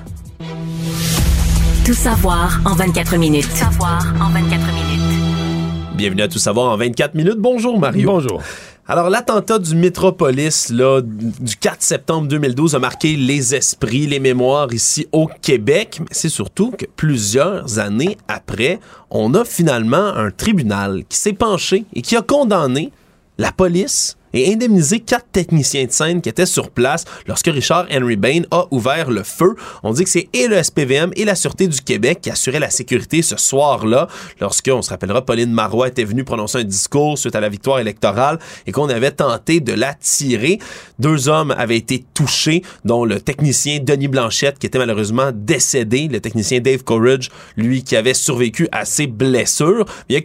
Tout savoir en vingt-quatre minutes. Tout savoir en vingt-quatre minutes. Bienvenue à Tout savoir en vingt-quatre minutes. Bonjour Mario. Bonjour. Alors, l'attentat du Métropolis là, du quatre septembre deux mille douze a marqué les esprits, les mémoires ici au Québec. Mais c'est surtout que plusieurs années après, on a finalement un tribunal qui s'est penché et qui a condamné la police et indemnisé quatre techniciens de scène qui étaient sur place lorsque Richard Henry Bain a ouvert le feu. On dit que c'est et le S P V M et la Sûreté du Québec qui assuraient la sécurité ce soir-là, lorsque, on se rappellera, Pauline Marois était venue prononcer un discours suite à la victoire électorale et qu'on avait tenté de la tirer. Deux hommes avaient été touchés, dont le technicien Denis Blanchette, qui était malheureusement décédé, le technicien Dave Courage, lui, qui avait survécu à ses blessures. Il y a quatre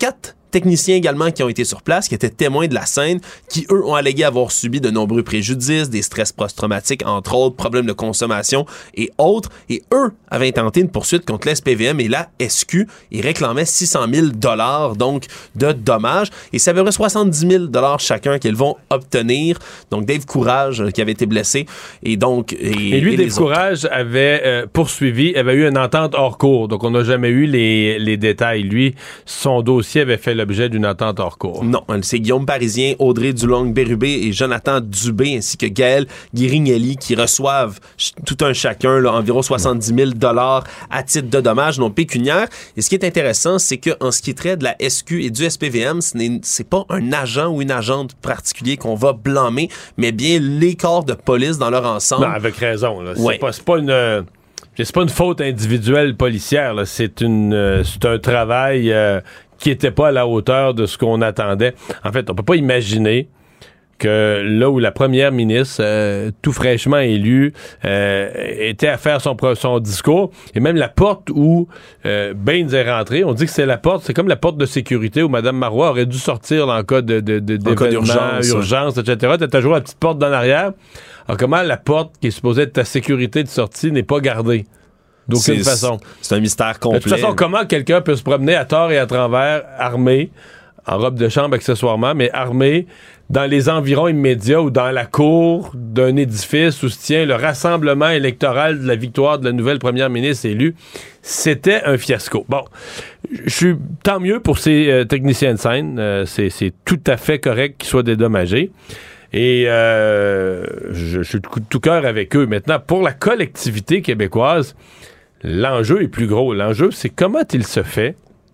techniciens également qui ont été sur place, qui étaient témoins de la scène, qui, eux, ont allégué avoir subi de nombreux préjudices, des stress post-traumatiques, entre autres, problèmes de consommation et autres. Et eux avaient intenté une poursuite contre l'S P V M et la S Q. Ils réclamaient six cent mille dollars donc de dommages. Et c'est à peu près soixante-dix mille dollars chacun qu'ils vont obtenir. Donc, Dave Courage, euh, qui avait été blessé. Et donc... Et, et lui, et Dave Courage avait euh, poursuivi, avait eu une entente hors cours. Donc, on n'a jamais eu les, les détails. Lui, son dossier avait fait l'objet d'une entente hors cours. Non, c'est Guillaume Parisien, Audrey Dulong-Bérubé et Jonathan Dubé ainsi que Gaël Guirignelli qui reçoivent ch- tout un chacun là, environ soixante-dix mille dollars à titre de dommages non pécuniaires. Et ce qui est intéressant, c'est qu'en ce qui traite de la S Q et du S P V M, ce n'est c'est pas un agent ou une agente particulier qu'on va blâmer, mais bien les corps de police dans leur ensemble. Non, avec raison. Là. C'est, ouais. pas, c'est pas une... Euh... C'est pas une faute individuelle policière, là. C'est une, euh, c'est un travail euh, qui était pas à la hauteur de ce qu'on attendait. En fait, on peut pas imaginer que là où la première ministre, euh, tout fraîchement élue, euh, était à faire son, son discours, et même la porte où euh, Baines est rentré, on dit que c'est la porte, c'est comme la porte de sécurité où Mme Marois aurait dû sortir là, en cas de, de, de, d'événement, d'urgence, urgence, et cetera. T'as toujours la petite porte d'en arrière. Alors, comment la porte qui est supposée être ta sécurité de sortie n'est pas gardée? D'aucune c'est, façon. C'est un mystère complet. De toute façon, comment quelqu'un peut se promener à tort et à travers, armé, en robe de chambre accessoirement, mais armé, dans les environs immédiats ou dans la cour d'un édifice où se tient le rassemblement électoral de la victoire de la nouvelle première ministre élue? C'était un fiasco. Bon, je suis tant mieux pour ces euh, techniciens de scène. Euh, c'est, c'est tout à fait correct qu'ils soient dédommagés. Et euh, je, je suis de tout cœur avec eux. Maintenant, pour la collectivité québécoise, l'enjeu est plus gros. L'enjeu, c'est comment il se fait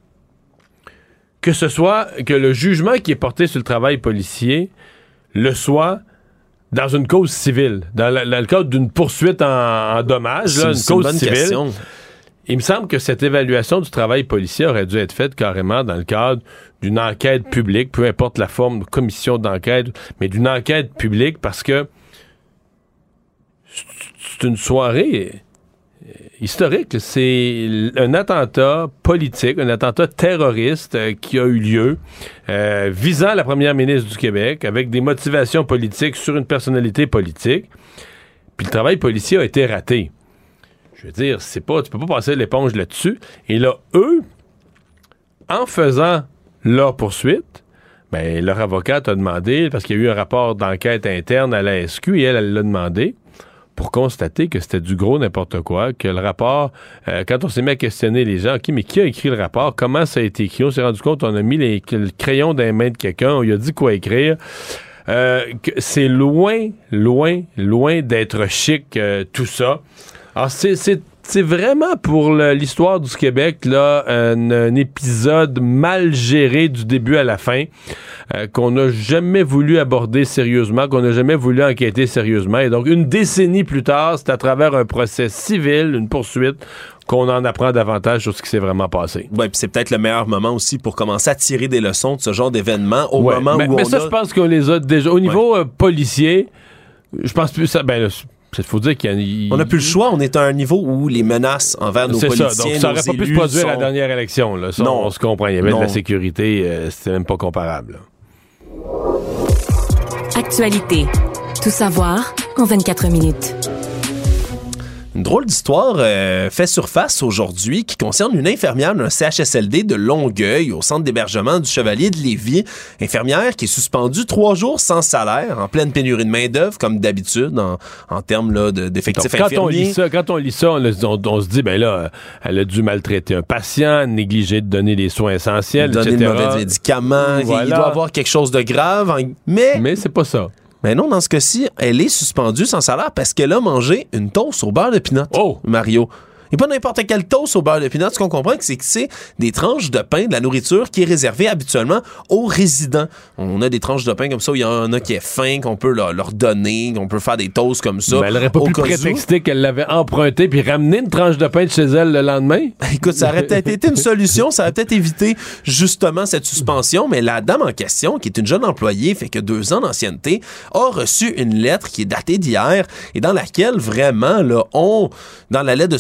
que ce soit que le jugement qui est porté sur le travail policier le soit dans une cause civile, dans, la, dans le cadre d'une poursuite en, en dommages, là, une c'est cause une bonne civile. Question. Il me semble que cette évaluation du travail policier aurait dû être faite carrément dans le cadre d'une enquête publique, peu importe la forme de commission d'enquête, mais d'une enquête publique parce que c'est une soirée historique. C'est un attentat politique, un attentat terroriste euh, qui a eu lieu euh, visant la première ministre du Québec avec des motivations politiques sur une personnalité politique. Puis le travail policier a été raté. Je veux dire, c'est pas, tu peux pas passer l'éponge là-dessus. Et là, eux, en faisant leur poursuite, ben, leur avocate a demandé, parce qu'il y a eu un rapport d'enquête interne à la S Q, et elle, elle l'a demandé, pour constater que c'était du gros n'importe quoi, que le rapport, euh, quand on s'est mis à questionner les gens, OK, mais qui a écrit le rapport? Comment ça a été écrit? On s'est rendu compte, on a mis les, le crayon dans les mains de quelqu'un, on lui a dit quoi écrire. Euh, que c'est loin, loin, loin d'être chic, euh, tout ça. Alors, c'est, c'est, c'est vraiment pour le, l'histoire du Québec, là, un, un épisode mal géré du début à la fin, euh, qu'on n'a jamais voulu aborder sérieusement, qu'on n'a jamais voulu enquêter sérieusement. Et donc, une décennie plus tard, c'est à travers un procès civil, une poursuite, qu'on en apprend davantage sur ce qui s'est vraiment passé. Oui, puis c'est peut-être le meilleur moment aussi pour commencer à tirer des leçons de ce genre d'événement au ouais, moment mais, où mais on ça, a... je pense qu'on les a déjà... Au niveau ouais. euh, policier, je pense plus ça... Ben, là, il faut dire qu'il y a, il... On n'a plus le choix, on est à un niveau où les menaces envers nos c'est politiciens, ça, donc ça n'aurait pas pu se produire sont... à la dernière élection. Là. Ça, non. On se comprend, il y avait non. de la sécurité, euh, c'était même pas comparable. Là. Actualité. Tout savoir en vingt-quatre minutes. Une drôle d'histoire euh, fait surface aujourd'hui qui concerne une infirmière d'un C H S L D de Longueuil au centre d'hébergement du Chevalier de Lévis. Infirmière qui est suspendue trois jours sans salaire en pleine pénurie de main-d'œuvre comme d'habitude en, en termes là, de, d'effectifs Donc, quand infirmiers. On lit ça, quand on lit ça, on, on, on se dit, ben là, elle a dû maltraiter un patient, négliger de donner les soins essentiels, donner et cetera. Donner de mauvais médicaments, voilà. Il doit avoir quelque chose de grave. Mais, mais c'est pas ça. Mais non, dans ce cas-ci, elle est suspendue sans salaire parce qu'elle a mangé une toast au beurre de pinot. Oh! Mario. Et pas n'importe quelle toast au beurre de pinot. Ce qu'on comprend, c'est que c'est des tranches de pain, de la nourriture qui est réservée habituellement aux résidents. On a des tranches de pain comme ça où il y en a qui est faim, qu'on peut leur, leur donner, qu'on peut faire des toasts comme ça. Mais elle aurait pas pu prétexter qu'elle l'avait emprunté puis ramener une tranche de pain de chez elle le lendemain? Écoute, ça aurait peut-être été une solution. Ça aurait peut-être évité justement cette suspension. Mais la dame en question, qui est une jeune employée, fait que deux ans d'ancienneté, a reçu une lettre qui est datée d'hier et dans laquelle vraiment, là, on, dans la lettre de suspension,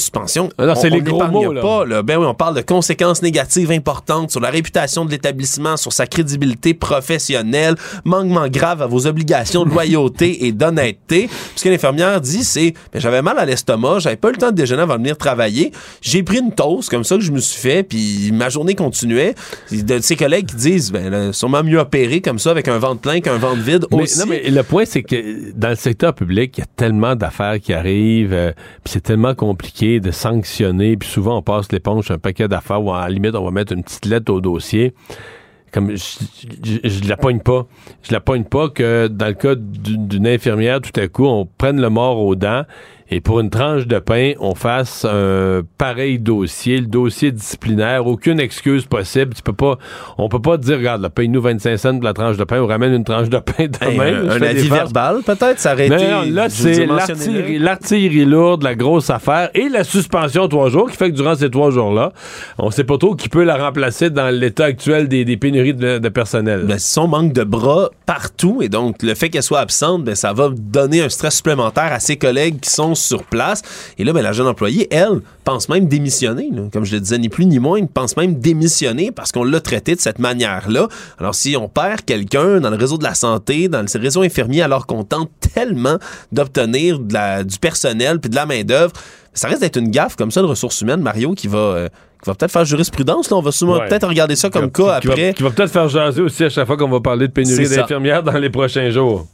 attention, alors, c'est on, les on gros mots, là. pas. Là. Ben oui, on parle de conséquences négatives importantes sur la réputation de l'établissement, sur sa crédibilité professionnelle, manquement grave à vos obligations de loyauté et d'honnêteté. Ce que l'infirmière dit, c'est ben, j'avais mal à l'estomac, j'avais pas eu le temps de déjeuner avant de venir travailler. J'ai pris une toast, comme ça que je me suis fait, puis ma journée continuait. De ses collègues qui disent, ben, là, sûrement mieux opérer comme ça avec un ventre plein qu'un ventre vide mais, aussi. Non, mais le point, c'est que dans le secteur public, il y a tellement d'affaires qui arrivent, euh, puis c'est tellement compliqué de sanctionner, puis souvent on passe l'éponge sur un paquet d'affaires où à la limite on va mettre une petite lettre au dossier. Comme je, je, je la pogne pas. Je la pogne pas que dans le cas d'une, d'une infirmière, tout à coup, on prenne le mort aux dents et pour une tranche de pain, on fasse un pareil dossier, le dossier disciplinaire, aucune excuse possible. Tu peux pas, on peut pas te dire, regarde, là, paye-nous vingt-cinq cents pour la tranche de pain, on ramène une tranche de pain demain. Hey, un un avis verbal, peut-être, ça aurait été... Non, là, c'est l'artillerie, l'artillerie lourde, la grosse affaire, et la suspension trois jours, qui fait que durant ces trois jours-là, on sait pas trop qui peut la remplacer dans l'état actuel des, des pénuries de, de personnel. Ben, si on manque de bras partout, et donc le fait qu'elle soit absente, ben, ça va donner un stress supplémentaire à ses collègues qui sont sur place. Et là, ben, la jeune employée, elle, pense même démissionner. Là. Comme je le disais, ni plus ni moins, elle pense même démissionner parce qu'on l'a traité de cette manière-là. Alors, si on perd quelqu'un dans le réseau de la santé, dans le réseau infirmier, alors qu'on tente tellement d'obtenir de la, du personnel puis de la main-d'œuvre, ça risque d'être une gaffe comme ça de ressources humaines, Mario, qui va... Euh, qui va peut-être faire jurisprudence. Là. On va sûrement ouais. peut-être regarder ça comme qui, cas qui après. Va, qui va peut-être faire jaser aussi à chaque fois qu'on va parler de pénurie d'infirmières dans les prochains jours.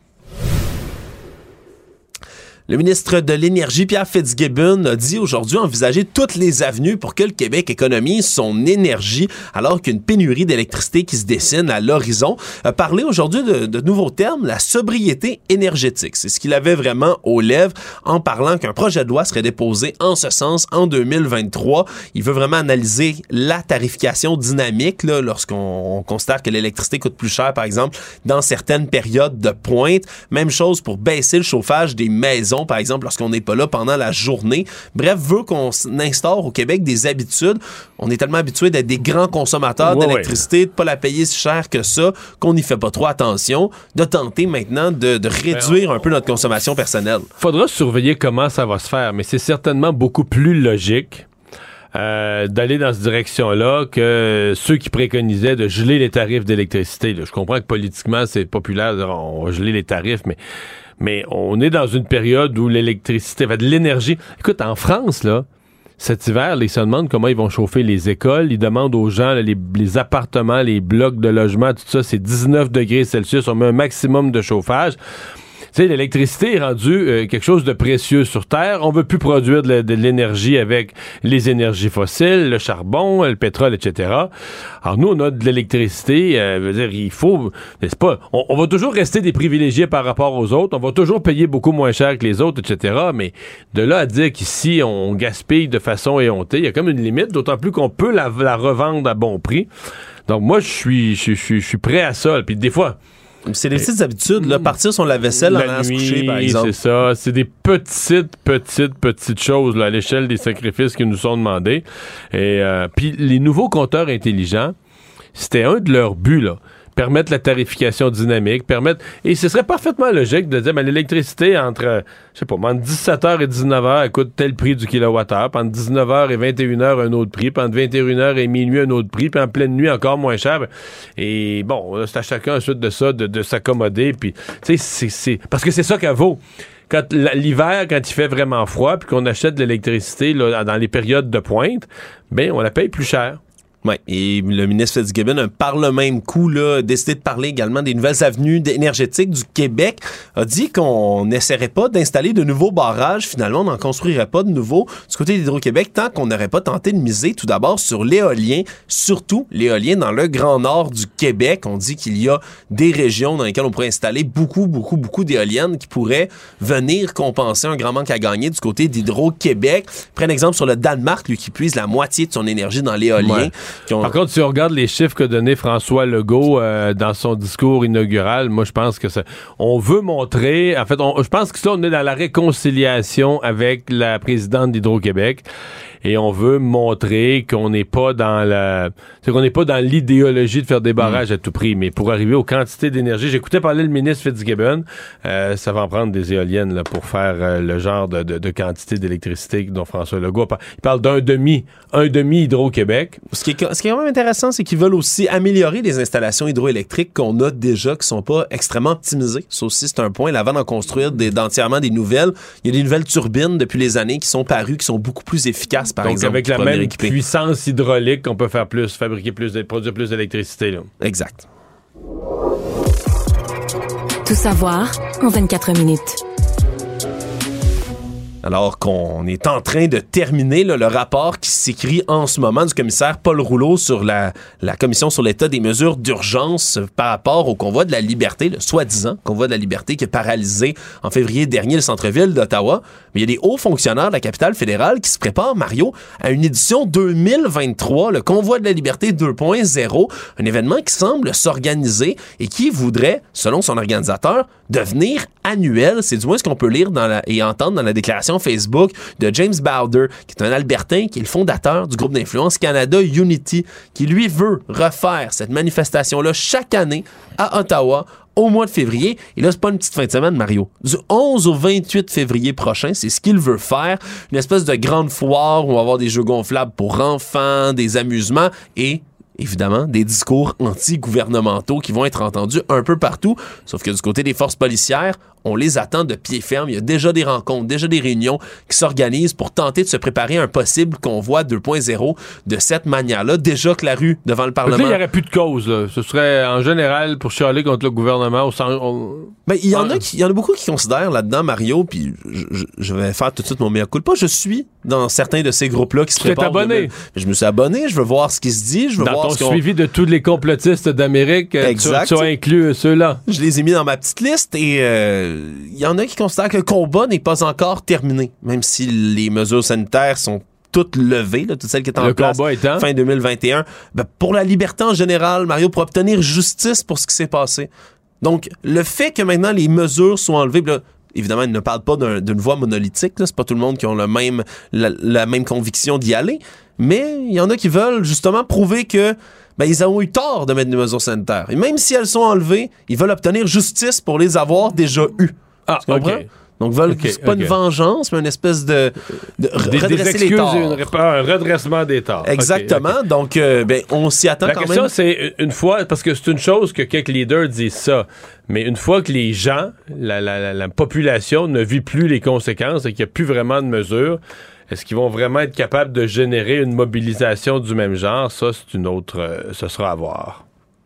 Le ministre de l'Énergie, Pierre Fitzgibbon, a dit aujourd'hui envisager toutes les avenues pour que le Québec économise son énergie alors qu'une pénurie d'électricité qui se dessine à l'horizon. A parlé aujourd'hui de, de nouveaux termes, la sobriété énergétique. C'est ce qu'il avait vraiment aux lèvres en parlant qu'un projet de loi serait déposé en ce sens en deux mille vingt-trois. Il veut vraiment analyser la tarification dynamique là, lorsqu'on considère que l'électricité coûte plus cher, par exemple, dans certaines périodes de pointe. Même chose pour baisser le chauffage des maisons, par exemple, lorsqu'on n'est pas là pendant la journée. Bref, veut qu'on instaure au Québec des habitudes. On est tellement habitué d'être des grands consommateurs ouais, d'électricité, ouais. de ne pas la payer si cher que ça, qu'on n'y fait pas trop attention, de tenter maintenant de, de réduire un peu notre consommation personnelle. Faudra surveiller comment ça va se faire, mais c'est certainement beaucoup plus logique Euh, d'aller dans cette direction-là que ceux qui préconisaient de geler les tarifs d'électricité. Là. Je comprends que politiquement, c'est populaire de dire on va geler les tarifs, mais, mais on est dans une période où l'électricité, enfin, de l'énergie... Écoute, en France, là, cet hiver, ils se demandent comment ils vont chauffer les écoles. Ils demandent aux gens, là, les, les appartements, les blocs de logement, tout ça, c'est dix-neuf degrés Celsius. On met un maximum de chauffage. Tu sais, l'électricité est rendue euh, quelque chose de précieux sur Terre. On veut plus produire de, de l'énergie avec les énergies fossiles, le charbon, le pétrole, et cetera. Alors nous, on a de l'électricité. Euh, veut dire, il faut, n'est-ce pas? On, on va toujours rester des privilégiés par rapport aux autres. On va toujours payer beaucoup moins cher que les autres, et cetera. Mais de là à dire qu'ici on gaspille de façon éhontée, il y a comme une limite. D'autant plus qu'on peut la, la revendre à bon prix. Donc moi, je suis, je suis, je suis prêt à ça. Puis des fois. C'est des petites habitudes, là, partir son lave-vaisselle en allant se coucher, par exemple. C'est ça. C'est des petites, petites, petites choses là, à l'échelle des sacrifices qui nous sont demandés. Et euh, puis les nouveaux compteurs intelligents, c'était un de leurs buts, là. Permettre la tarification dynamique, permettre... Et ce serait parfaitement logique de dire, ben, l'électricité entre, je sais pas, entre dix-sept heures et dix-neuf heures, elle coûte tel prix du kilowattheure, puis entre dix-neuf heures et vingt et une heures, un autre prix, puis entre vingt et une heures et minuit, un autre prix, puis en pleine nuit, encore moins cher. Et bon, c'est à chacun ensuite de ça, de, de s'accommoder, puis, tu sais, c'est, c'est... Parce que c'est ça qu'elle vaut. Quand l'hiver, quand il fait vraiment froid, puis qu'on achète de l'électricité là, dans les périodes de pointe, ben, on la paye plus cher. Oui, et le ministre Fitzgibbon a par le même coup là, décidé de parler également des nouvelles avenues énergétiques du Québec, a dit qu'on n'essaierait pas d'installer de nouveaux barrages, finalement on n'en construirait pas de nouveaux du côté d'Hydro-Québec tant qu'on n'aurait pas tenté de miser tout d'abord sur l'éolien, surtout l'éolien dans le Grand Nord du Québec. On dit qu'il y a des régions dans lesquelles on pourrait installer beaucoup, beaucoup, beaucoup d'éoliennes qui pourraient venir compenser un grand manque à gagner du côté d'Hydro-Québec. Prenez exemple sur le Danemark, lui qui puise la moitié de son énergie dans l'éolien. Ouais. Ont... Par contre, si on regarde les chiffres que donnait François Legault euh, dans son discours inaugural, moi, je pense que ça, on veut montrer, en fait, on, je pense que ça, on est dans la réconciliation avec la présidente d'Hydro-Québec. et on veut montrer qu'on n'est pas dans la, c'est qu'on n'est pas dans l'idéologie de faire des barrages mmh. à tout prix, mais pour arriver aux quantités d'énergie, j'écoutais parler le ministre Fitzgibbon, euh, ça va en prendre des éoliennes là, pour faire euh, le genre de, de, de quantité d'électricité dont François Legault parle. Il parle d'un demi, un demi Hydro-Québec. Ce qui est, ce qui est quand même intéressant, c'est qu'ils veulent aussi améliorer les installations hydroélectriques qu'on a déjà, qui sont pas extrêmement optimisées. Ça aussi, c'est un point. Avant d'en construire des, d'entièrement des nouvelles, il y a des nouvelles turbines depuis les années qui sont parues, qui sont beaucoup plus efficaces, par Donc, exemple. avec la même équipé. puissance hydraulique, on peut faire plus, fabriquer plus, produire plus d'électricité. Là. Exact. Tout savoir en vingt-quatre minutes. Alors qu'on est en train de terminer là, le rapport qui s'écrit en ce moment du commissaire Paul Rouleau sur la, la commission sur l'état des mesures d'urgence par rapport au convoi de la liberté, le soi-disant convoi de la liberté qui a paralysé en février dernier le centre-ville d'Ottawa. Mais il y a des hauts fonctionnaires de la capitale fédérale qui se préparent, Mario, à une édition deux mille vingt-trois, le convoi de la liberté deux point zéro, un événement qui semble s'organiser et qui voudrait, selon son organisateur, devenir annuel. C'est du moins ce qu'on peut lire dans la, et entendre dans la déclaration Facebook de James Bowder, qui est un Albertain, qui est le fondateur du groupe d'influence Canada Unity, qui lui veut refaire cette manifestation-là chaque année à Ottawa au mois de février. Et là, c'est pas une petite fin de semaine, Mario. Du onze au vingt-huit février prochain, c'est ce qu'il veut faire. Une espèce de grande foire où on va avoir des jeux gonflables pour enfants, des amusements et évidemment, des discours anti-gouvernementaux qui vont être entendus un peu partout, sauf que du côté des forces policières, on les attend de pied ferme. Il y a déjà des rencontres, déjà des réunions qui s'organisent pour tenter de se préparer à un possible convoi deux point zéro de cette manière-là. Déjà que la rue devant le Parlement... Là, il n'y aurait plus de cause. Là. Ce serait, en général, pour chialer contre le gouvernement. Au sens, on... ben, il y en a qui, il y en a beaucoup qui considèrent là-dedans, Mario, puis je, je vais faire tout de suite mon mea culpa. Je suis dans certains de ces groupes-là qui se tu préparent. Tu t'es abonné? Je me suis abonné, je veux voir ce qui se dit, je veux dans voir ton ce qu'on... suivi de tous les complotistes d'Amérique, exact. Tu, tu as inclus ceux-là. Je les ai mis dans ma petite liste et il euh, y en a qui considèrent que le combat n'est pas encore terminé, même si les mesures sanitaires sont toutes levées, là, toutes celles qui étaient en le place étant... fin deux mille vingt et un. Ben, pour la liberté en général, Mario, pour obtenir justice pour ce qui s'est passé. Donc, le fait que maintenant les mesures soient enlevées, là, évidemment, il ne parle pas d'un, d'une voie monolithique, là, c'est pas tout le monde qui a le même, la, la même conviction d'y aller, mais il y en a qui veulent justement prouver que ben, ils ont eu tort de mettre des mesures sanitaires. Et même si elles sont enlevées, ils veulent obtenir justice pour les avoir déjà eues. Ah, tu comprends? OK. Donc, veulent, okay, c'est pas okay. une vengeance, mais une espèce de, de des, redresser des excuses, les torts. Une, un redressement des torts. Exactement. Okay, okay. Donc, euh, ben, on s'y attend La quand question, même. c'est une fois, parce que c'est une chose que quelques leaders disent ça, mais une fois que les gens, la, la, la, la population ne vit plus les conséquences et qu'il n'y a plus vraiment de mesures, est-ce qu'ils vont vraiment être capables de générer une mobilisation du même genre? Ça, c'est une autre... Euh, ce sera à voir.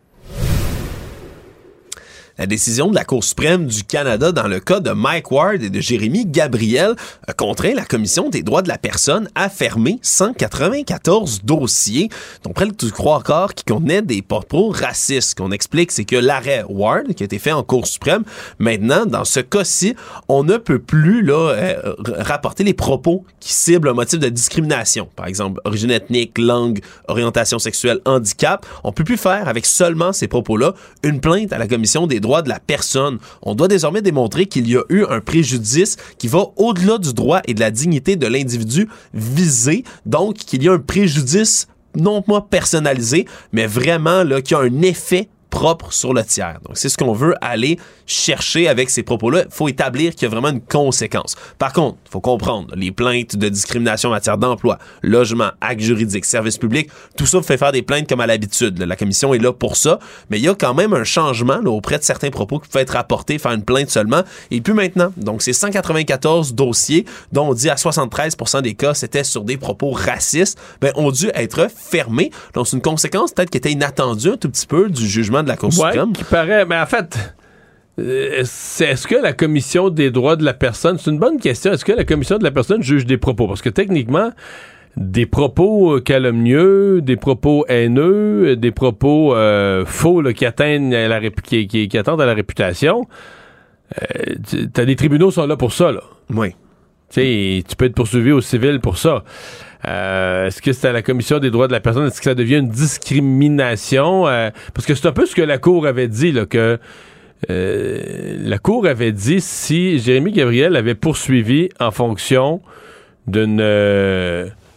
La décision de la Cour suprême du Canada dans le cas de Mike Ward et de Jérémy Gabriel a contraint la Commission des droits de la personne à fermer cent quatre-vingt-quatorze dossiers, dont près de trois quarts qui contenaient des propos racistes. Ce qu'on explique, c'est que l'arrêt Ward, qui a été fait en Cour suprême, maintenant, dans ce cas-ci, on ne peut plus là, euh, rapporter les propos qui ciblent un motif de discrimination. Par exemple, origine ethnique, langue, orientation sexuelle, handicap. On peut plus faire, avec seulement ces propos-là, une plainte à la Commission des droits de la personne. On doit désormais démontrer qu'il y a eu un préjudice qui va au-delà du droit et de la dignité de l'individu visé, donc qu'il y a un préjudice non pas personnalisé, mais vraiment là, qui a un effet propre sur le tiers. Donc, c'est ce qu'on veut aller chercher avec ces propos-là. Il faut établir qu'il y a vraiment une conséquence. Par contre, il faut comprendre, les plaintes de discrimination en matière d'emploi, logement, actes juridiques, services publics, tout ça vous fait faire des plaintes comme à l'habitude. La commission est là pour ça, mais il y a quand même un changement là, auprès de certains propos qui peuvent être rapportés, faire une plainte seulement, et puis maintenant. Donc, c'est cent quatre-vingt-quatorze dossiers, dont on dit à soixante-treize pour cent des cas, c'était sur des propos racistes, ben, ont dû être fermés. Donc, c'est une conséquence peut-être qui était inattendue un tout petit peu du jugement de la Cour suprême. Ouais, qui paraît... Mais en fait... C'est, est-ce que la Commission des droits de la personne, c'est une bonne question, est-ce que la Commission de la personne juge des propos? Parce que techniquement, des propos calomnieux, des propos haineux, des propos euh, faux là, qui atteignent la rép- qui, qui, qui attendent à la réputation, euh, t'as des tribunaux qui sont là pour ça, là. Oui. T'sais, tu peux être poursuivi au civil pour ça. Euh, est-ce que c'est à la Commission des droits de la personne? Est-ce que ça devient une discrimination? Euh, parce que c'est un peu ce que la Cour avait dit, là, que Euh, la Cour avait dit si Jérémy Gabriel avait poursuivi en fonction d'une euh,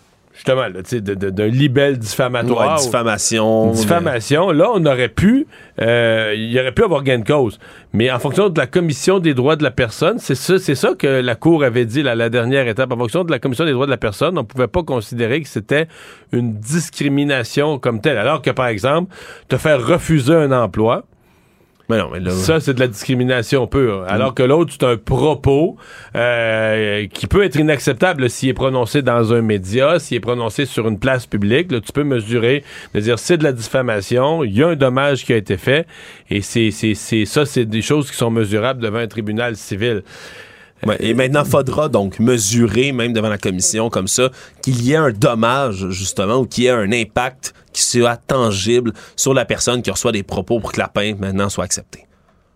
justement, là, de, de, d'un libelle diffamatoire. Ouais, diffamation. Ou, diffamation. Là, on aurait pu, euh, il aurait pu avoir gain de cause. Mais en fonction de la Commission des droits de la personne, c'est ça, c'est ça que la Cour avait dit, là, la dernière étape. En fonction de la Commission des droits de la personne, on ne pouvait pas considérer que c'était une discrimination comme telle. Alors que, par exemple, te faire refuser un emploi, mais non, mais là, ça, c'est de la discrimination pure. Alors que l'autre, c'est un propos euh, qui peut être inacceptable s'il est prononcé dans un média, s'il est prononcé sur une place publique. Là, tu peux mesurer, de dire c'est de la diffamation, il y a un dommage qui a été fait, et c'est, c'est, c'est ça, c'est des choses qui sont mesurables devant un tribunal civil. Ouais, et maintenant, il faudra donc mesurer, même devant la commission comme ça, qu'il y ait un dommage, justement, ou qu'il y ait un impact qui soit tangible sur la personne qui reçoit des propos pour que la plainte, maintenant, soit acceptée.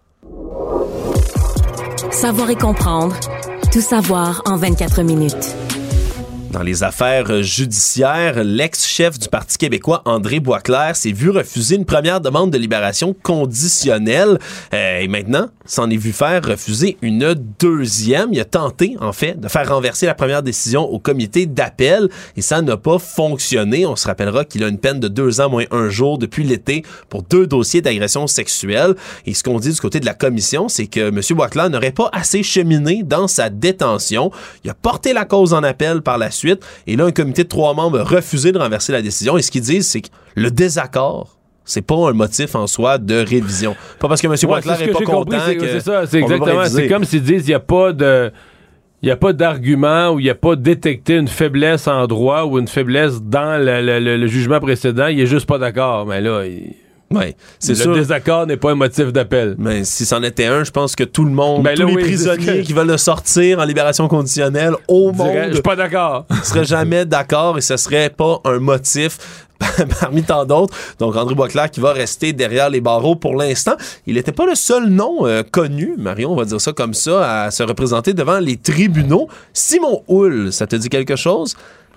Savoir et comprendre. Tout savoir en vingt-quatre minutes. Dans les affaires judiciaires, l'ex-chef du Parti québécois, André Boisclair, s'est vu refuser une première demande de libération conditionnelle. Euh, et maintenant, s'en est vu faire refuser une deuxième. Il a tenté, en fait, de faire renverser la première décision au comité d'appel et ça n'a pas fonctionné. On se rappellera qu'il a une peine de deux ans moins un jour depuis l'été pour deux dossiers d'agression sexuelle. Et ce qu'on dit du côté de la commission, c'est que M. Boisclair n'aurait pas assez cheminé dans sa détention. Il a porté la cause en appel par la suite. Et là, un comité de trois membres a refusé de renverser la décision. Et ce qu'ils disent, c'est que le désaccord, c'est pas un motif en soi de révision. Pas parce que M. Boisclair n'est pas content compris, c'est, que c'est ça, c'est exactement. C'est comme s'ils disent il n'y a pas de... Il n'y a pas d'argument ou il n'y a pas détecté une faiblesse en droit ou une faiblesse dans le, le, le, le jugement précédent. Il est juste pas d'accord. Mais là, il... Ouais, c'est le sûr. désaccord n'est pas un motif d'appel. Mais si c'en était un, je pense que tout le monde, ben tous là, les oui, prisonniers qui veulent le sortir en libération conditionnelle au monde, je suis pas d'accord. ne seraient jamais d'accord et ce serait pas un motif parmi tant d'autres. Donc, André Boisclair qui va rester derrière les barreaux pour l'instant. Il n'était pas le seul nom euh, connu, Marion, on va dire ça comme ça, à se représenter devant les tribunaux. Simon Houle, ça te dit quelque chose?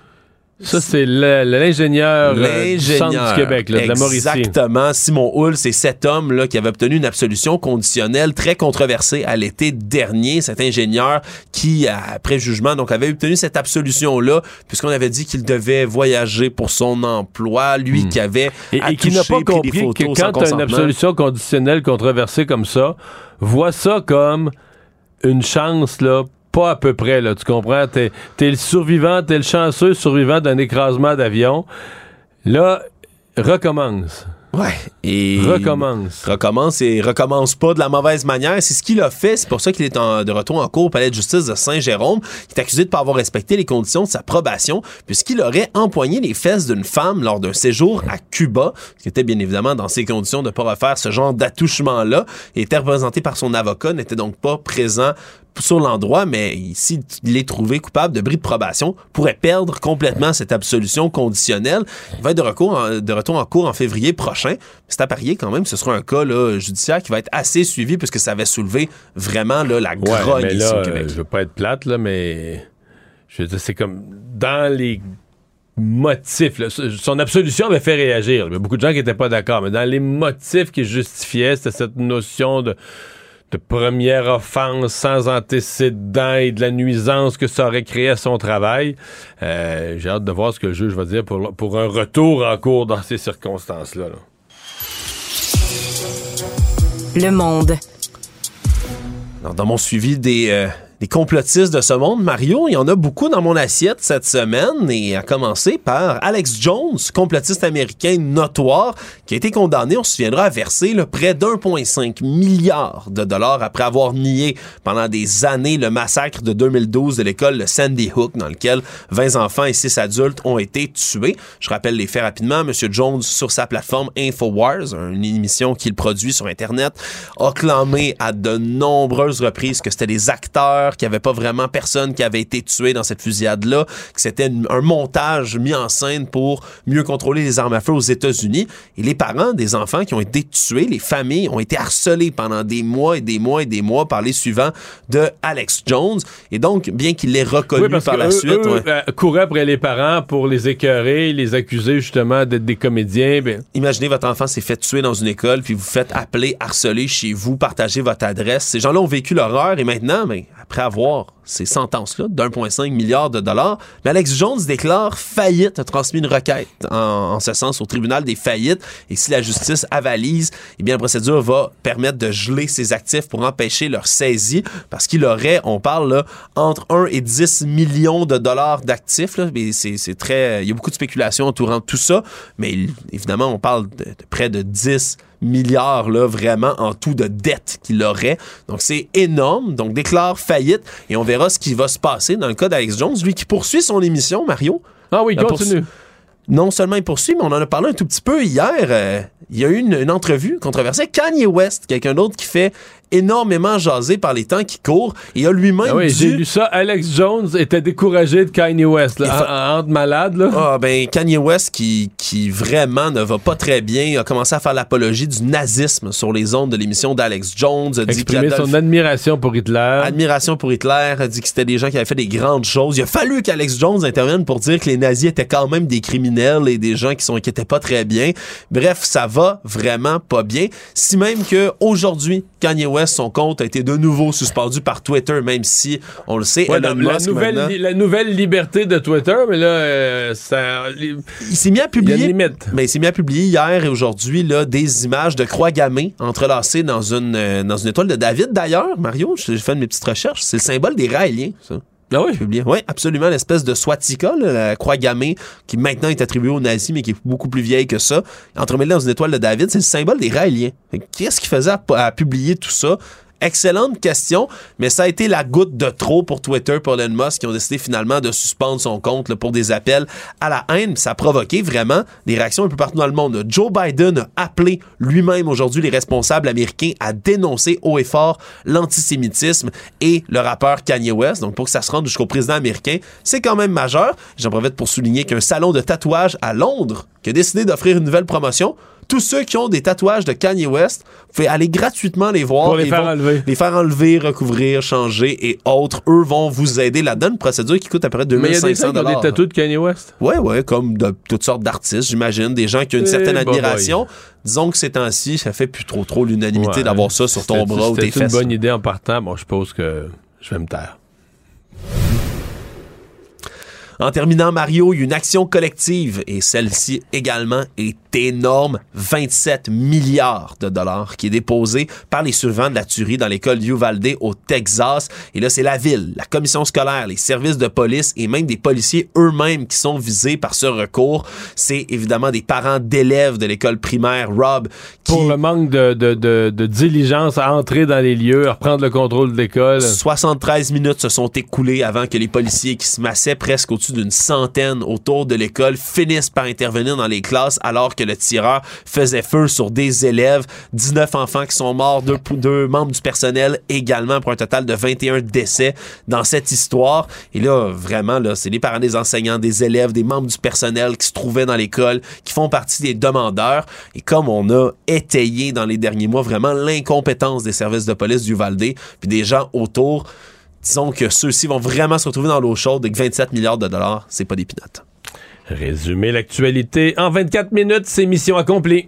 Ça, c'est le, l'ingénieur, l'ingénieur du centre du Québec, là, de la Mauricie. Exactement. Simon Houle, c'est cet homme là, qui avait obtenu une absolution conditionnelle très controversée à l'été dernier. Cet ingénieur qui, après jugement, donc avait obtenu cette absolution-là, puisqu'on avait dit qu'il devait voyager pour son emploi. Lui hmm. qui avait Et, et qui n'a pas compris que quand tu as une absolution conditionnelle controversée comme ça, vois ça comme une chance, là, pas à peu près, là, tu comprends? T'es, t'es le survivant, t'es le chanceux survivant d'un écrasement d'avion. Là, recommence. Ouais. Et recommence. Recommence et recommence pas de la mauvaise manière. C'est ce qu'il a fait. C'est pour ça qu'il est en, de retour en cour au palais de justice de Saint-Jérôme. Il est accusé de ne pas avoir respecté les conditions de sa probation puisqu'il aurait empoigné les fesses d'une femme lors d'un séjour à Cuba, ce qui était bien évidemment dans ses conditions de ne pas refaire ce genre d'attouchement-là. Il était représenté par son avocat, n'était donc pas présent sur l'endroit, mais s'il est trouvé coupable de bris de probation, pourrait perdre complètement cette absolution conditionnelle. Il va être de, recours en, de retour en cours en février prochain. C'est à parier quand même, ce sera un cas là, judiciaire qui va être assez suivi puisque ça avait soulevé vraiment là, la grogne ouais, ici là, au Québec. Euh, je veux pas être plate, là, mais je veux dire, c'est comme dans les motifs. Là, son absolution avait fait réagir. Il y a beaucoup de gens qui n'étaient pas d'accord, mais dans les motifs qui justifiaient, c'était cette notion de de première offense sans antécédent et de la nuisance que ça aurait créé à son travail. Euh, j'ai hâte de voir ce que le juge va dire pour, pour un retour en cours dans ces circonstances-là. Là. Le Monde. Alors, dans mon suivi des... Euh Les complotistes de ce monde, Mario, il y en a beaucoup dans mon assiette cette semaine, et à commencer par Alex Jones, complotiste américain notoire, qui a été condamné, on se souviendra, à verser là, près d'un virgule cinq milliard de dollars après avoir nié pendant des années le massacre de deux mille douze de l'école Sandy Hook, dans lequel vingt enfants et six adultes ont été tués. Je rappelle les faits rapidement. M. Jones, sur sa plateforme InfoWars, une émission qu'il produit sur Internet, a clamé à de nombreuses reprises que c'était des acteurs, qu'il n'y avait pas vraiment personne qui avait été tué dans cette fusillade-là, que c'était une, un montage mis en scène pour mieux contrôler les armes à feu aux États-Unis. Et les parents des enfants qui ont été tués, les familles, ont été harcelées pendant des mois et des mois et des mois par les suivants de Alex Jones. Et donc, bien qu'il l'ait reconnu oui, par la eux, suite... Eux, ouais. euh, couraient après les parents pour les écœurer, les accuser justement d'être des comédiens. Ben... Imaginez, votre enfant s'est fait tuer dans une école, puis vous faites appeler, harceler chez vous, partager votre adresse. Ces gens-là ont vécu l'horreur et maintenant, ben, après avoir ces sentences-là d'un virgule cinq milliard de dollars. Mais Alex Jones déclare faillite, a transmis une requête en, en ce sens au tribunal des faillites. Et si la justice avalise, eh bien, la procédure va permettre de geler ses actifs pour empêcher leur saisie parce qu'il aurait, on parle là, entre un et dix millions de dollars d'actifs. Là, mais c'est, c'est très, il y a beaucoup de spéculation entourant tout ça. Mais évidemment, on parle de, de près de dix milliards là, vraiment en tout de dettes qu'il aurait. Donc, c'est énorme. Donc, déclare faillite et on verra ce qui va se passer dans le cas d'Alex Jones, lui qui poursuit son émission, Mario. Ah oui, continue. Non seulement il poursuit, mais on en a parlé un tout petit peu hier. Euh, il y a eu une, une entrevue controversée. Kanye West, quelqu'un d'autre qui fait énormément jaser par les temps qui courent. Et a lui-même ah oui, dû... j'ai lu ça. Alex Jones était découragé de Kanye West, là, fa... entre malades. Là. Ah, ben, Kanye West, qui, qui vraiment ne va pas très bien, a commencé à faire l'apologie du nazisme sur les ondes de l'émission d'Alex Jones. A dit Exprimer Adolf... son admiration pour Hitler. Admiration pour Hitler. A dit que c'était des gens qui avaient fait des grandes choses. Il a fallu qu'Alex Jones intervienne pour dire que les nazis étaient quand même des criminels et des gens qui sont qui étaient pas très bien. Bref, ça va vraiment pas bien. Si même que aujourd'hui, Kanye West, son compte a été de nouveau suspendu par Twitter, même si, on le sait, ouais, Elon la, Musk nouvelle, maintenant... li, la nouvelle liberté de Twitter, mais là, euh, ça... Il s'est mis à publier... Il y a une limite. Mais il s'est mis à publier hier et aujourd'hui là, des images de croix gammées entrelacées dans une, euh, dans une étoile de David. D'ailleurs, Mario, j'ai fait mes petites recherches, c'est le symbole des Raéliens, ça. Ah oui? Oui, absolument, l'espèce de swastika, là, la croix gammée, qui maintenant est attribuée aux nazis, mais qui est beaucoup plus vieille que ça. Entremêlée dans une étoile de David, c'est le symbole des Raéliens. Qu'est-ce qui faisait à, à publier tout ça? Excellente question, mais ça a été la goutte de trop pour Twitter, pour Elon Musk, qui ont décidé finalement de suspendre son compte là, pour des appels à la haine. Ça a provoqué vraiment des réactions un peu partout dans le monde. Joe Biden a appelé lui-même aujourd'hui les responsables américains à dénoncer haut et fort l'antisémitisme et le rappeur Kanye West. Donc pour que ça se rende jusqu'au président américain, c'est quand même majeur. J'en profite pour souligner qu'un salon de tatouage à Londres qui a décidé d'offrir une nouvelle promotion. Tous ceux qui ont des tatouages de Kanye West, vous pouvez aller gratuitement les voir. Pour les faire enlever. Les faire enlever, recouvrir, changer et autres. Eux vont vous aider là-dedans. Une procédure qui coûte à peu près deux mille cinq cents dollars. Mais il y a des gens qui ont des tatous de Kanye West? Ouais, ouais, comme de toutes sortes d'artistes, j'imagine. Des gens qui ont une certaine hey, admiration. Boy. Disons que ces temps-ci, ça fait plus trop trop l'unanimité ouais, d'avoir ça sur ton bras ou tes fesses. C'est une bonne idée en partant. Bon, je suppose que je vais me taire. En terminant, Mario, il y a une action collective et celle-ci également est énorme. vingt-sept milliards de dollars qui est déposé par les survivants de la tuerie dans l'école Uvalde au Texas. Et là, c'est la ville, la commission scolaire, les services de police et même des policiers eux-mêmes qui sont visés par ce recours. C'est évidemment des parents d'élèves de l'école primaire Robb qui... Pour le manque de, de, de, de diligence à entrer dans les lieux, à reprendre le contrôle de l'école. soixante-treize minutes se sont écoulées avant que les policiers qui se massaient presque au-dessus d'une centaine autour de l'école finissent par intervenir dans les classes alors que le tireur faisait feu sur des élèves. dix-neuf enfants qui sont morts, deux, deux membres du personnel également pour un total de vingt et un décès dans cette histoire. Et là, vraiment, là, c'est les parents des enseignants, des élèves, des membres du personnel qui se trouvaient dans l'école, qui font partie des demandeurs. Et comme on a étayé dans les derniers mois vraiment l'incompétence des services de police du Uvalde, puis des gens autour, disons que ceux-ci vont vraiment se retrouver dans l'eau chaude et que vingt-sept milliards de dollars, c'est pas des pinottes. Résumer l'actualité en vingt-quatre minutes, c'est mission accomplie.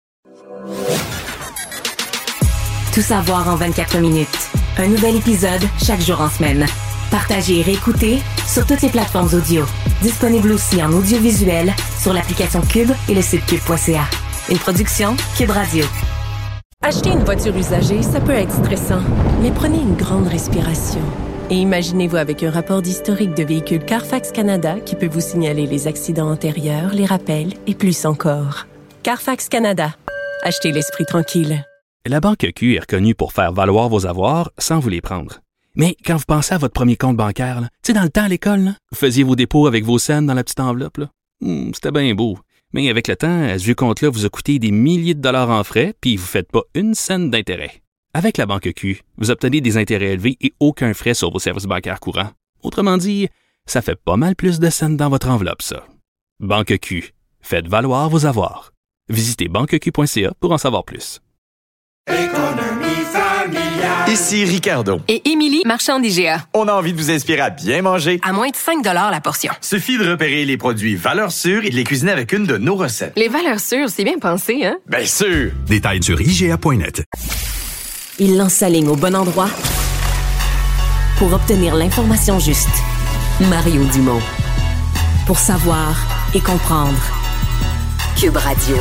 Tout savoir en vingt-quatre minutes. Un nouvel épisode chaque jour en semaine. Partagez et réécoutez sur toutes les plateformes audio. Disponible aussi en audiovisuel sur l'application Cube et le site cube point c a. Une production Cube Radio. Acheter une voiture usagée, ça peut être stressant, mais prenez une grande respiration. Et imaginez-vous avec un rapport d'historique de véhicule Carfax Canada qui peut vous signaler les accidents antérieurs, les rappels et plus encore. Carfax Canada. Achetez l'esprit tranquille. La Banque Q est reconnue pour faire valoir vos avoirs sans vous les prendre. Mais quand vous pensez à votre premier compte bancaire, tu sais, dans le temps à l'école, là, vous faisiez vos dépôts avec vos scènes dans la petite enveloppe. Là. Hmm, c'était bien beau. Mais avec le temps, ce vieux compte-là vous a coûté des milliers de dollars en frais, puis vous ne faites pas une scène d'intérêt. Avec la Banque Q, vous obtenez des intérêts élevés et aucun frais sur vos services bancaires courants. Autrement dit, ça fait pas mal plus de scènes dans votre enveloppe, ça. Banque Q, faites valoir vos avoirs. Visitez banque q point c a pour en savoir plus. Économie familiale. Ici Ricardo. Et Émilie, marchand d'I G A. On a envie de vous inspirer à bien manger. À moins de cinq dollars la portion. Suffit de repérer les produits valeurs sûres et de les cuisiner avec une de nos recettes. Les valeurs sûres, c'est bien pensé, hein? Bien sûr! Détails sur I G A point net. Il lance sa ligne au bon endroit pour obtenir l'information juste. Mario Dumont. Pour savoir et comprendre. Cube Radio.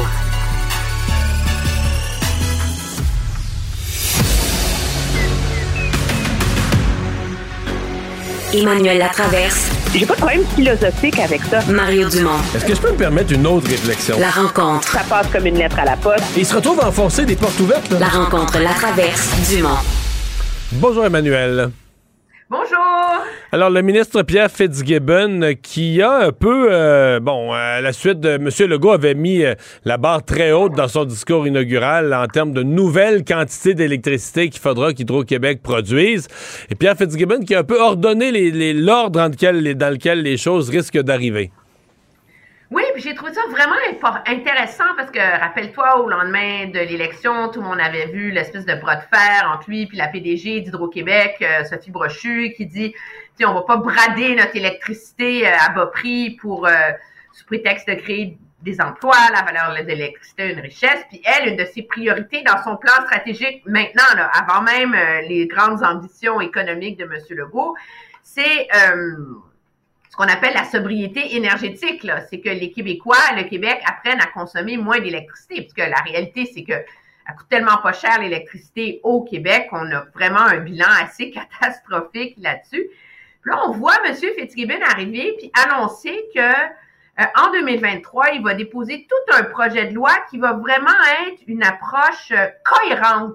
Emmanuel Latraverse. J'ai pas de problème philosophique avec ça. Mario Dumont. Est-ce que je peux me permettre une autre réflexion? La rencontre. Ça passe comme une lettre à la poste. Et il se retrouve à enfoncer des portes ouvertes, là. La rencontre Latraverse Dumont. Bonjour Emmanuel. Bonjour. Alors, le ministre Pierre Fitzgibbon, qui a un peu, euh, bon, à la suite de M. Legault, avait mis euh, la barre très haute dans son discours inaugural en termes de nouvelles quantités d'électricité qu'il faudra qu'Hydro-Québec produise. Et Pierre Fitzgibbon qui a un peu ordonné les, les, l'ordre dans lequel, les, dans lequel les choses risquent d'arriver. Oui, puis j'ai trouvé ça vraiment intéressant parce que, rappelle-toi, au lendemain de l'élection, tout le monde avait vu l'espèce de bras de fer entre lui et la P D G d'Hydro-Québec, euh, Sophie Brochu, qui dit, tu sais, on va pas brader notre électricité euh, à bas prix pour, euh, sous prétexte de créer des emplois, la valeur de l'électricité est une richesse. Puis elle, une de ses priorités dans son plan stratégique maintenant, là, avant même euh, les grandes ambitions économiques de M. Legault, c'est... Euh, ce qu'on appelle la sobriété énergétique, là, c'est que les Québécois, le Québec, apprennent à consommer moins d'électricité, puisque la réalité, c'est que elle coûte tellement pas cher l'électricité au Québec qu'on a vraiment un bilan assez catastrophique là-dessus. Puis là, on voit M. Fitzgibbon arriver puis annoncer que euh, en deux mille vingt-trois, il va déposer tout un projet de loi qui va vraiment être une approche euh, cohérente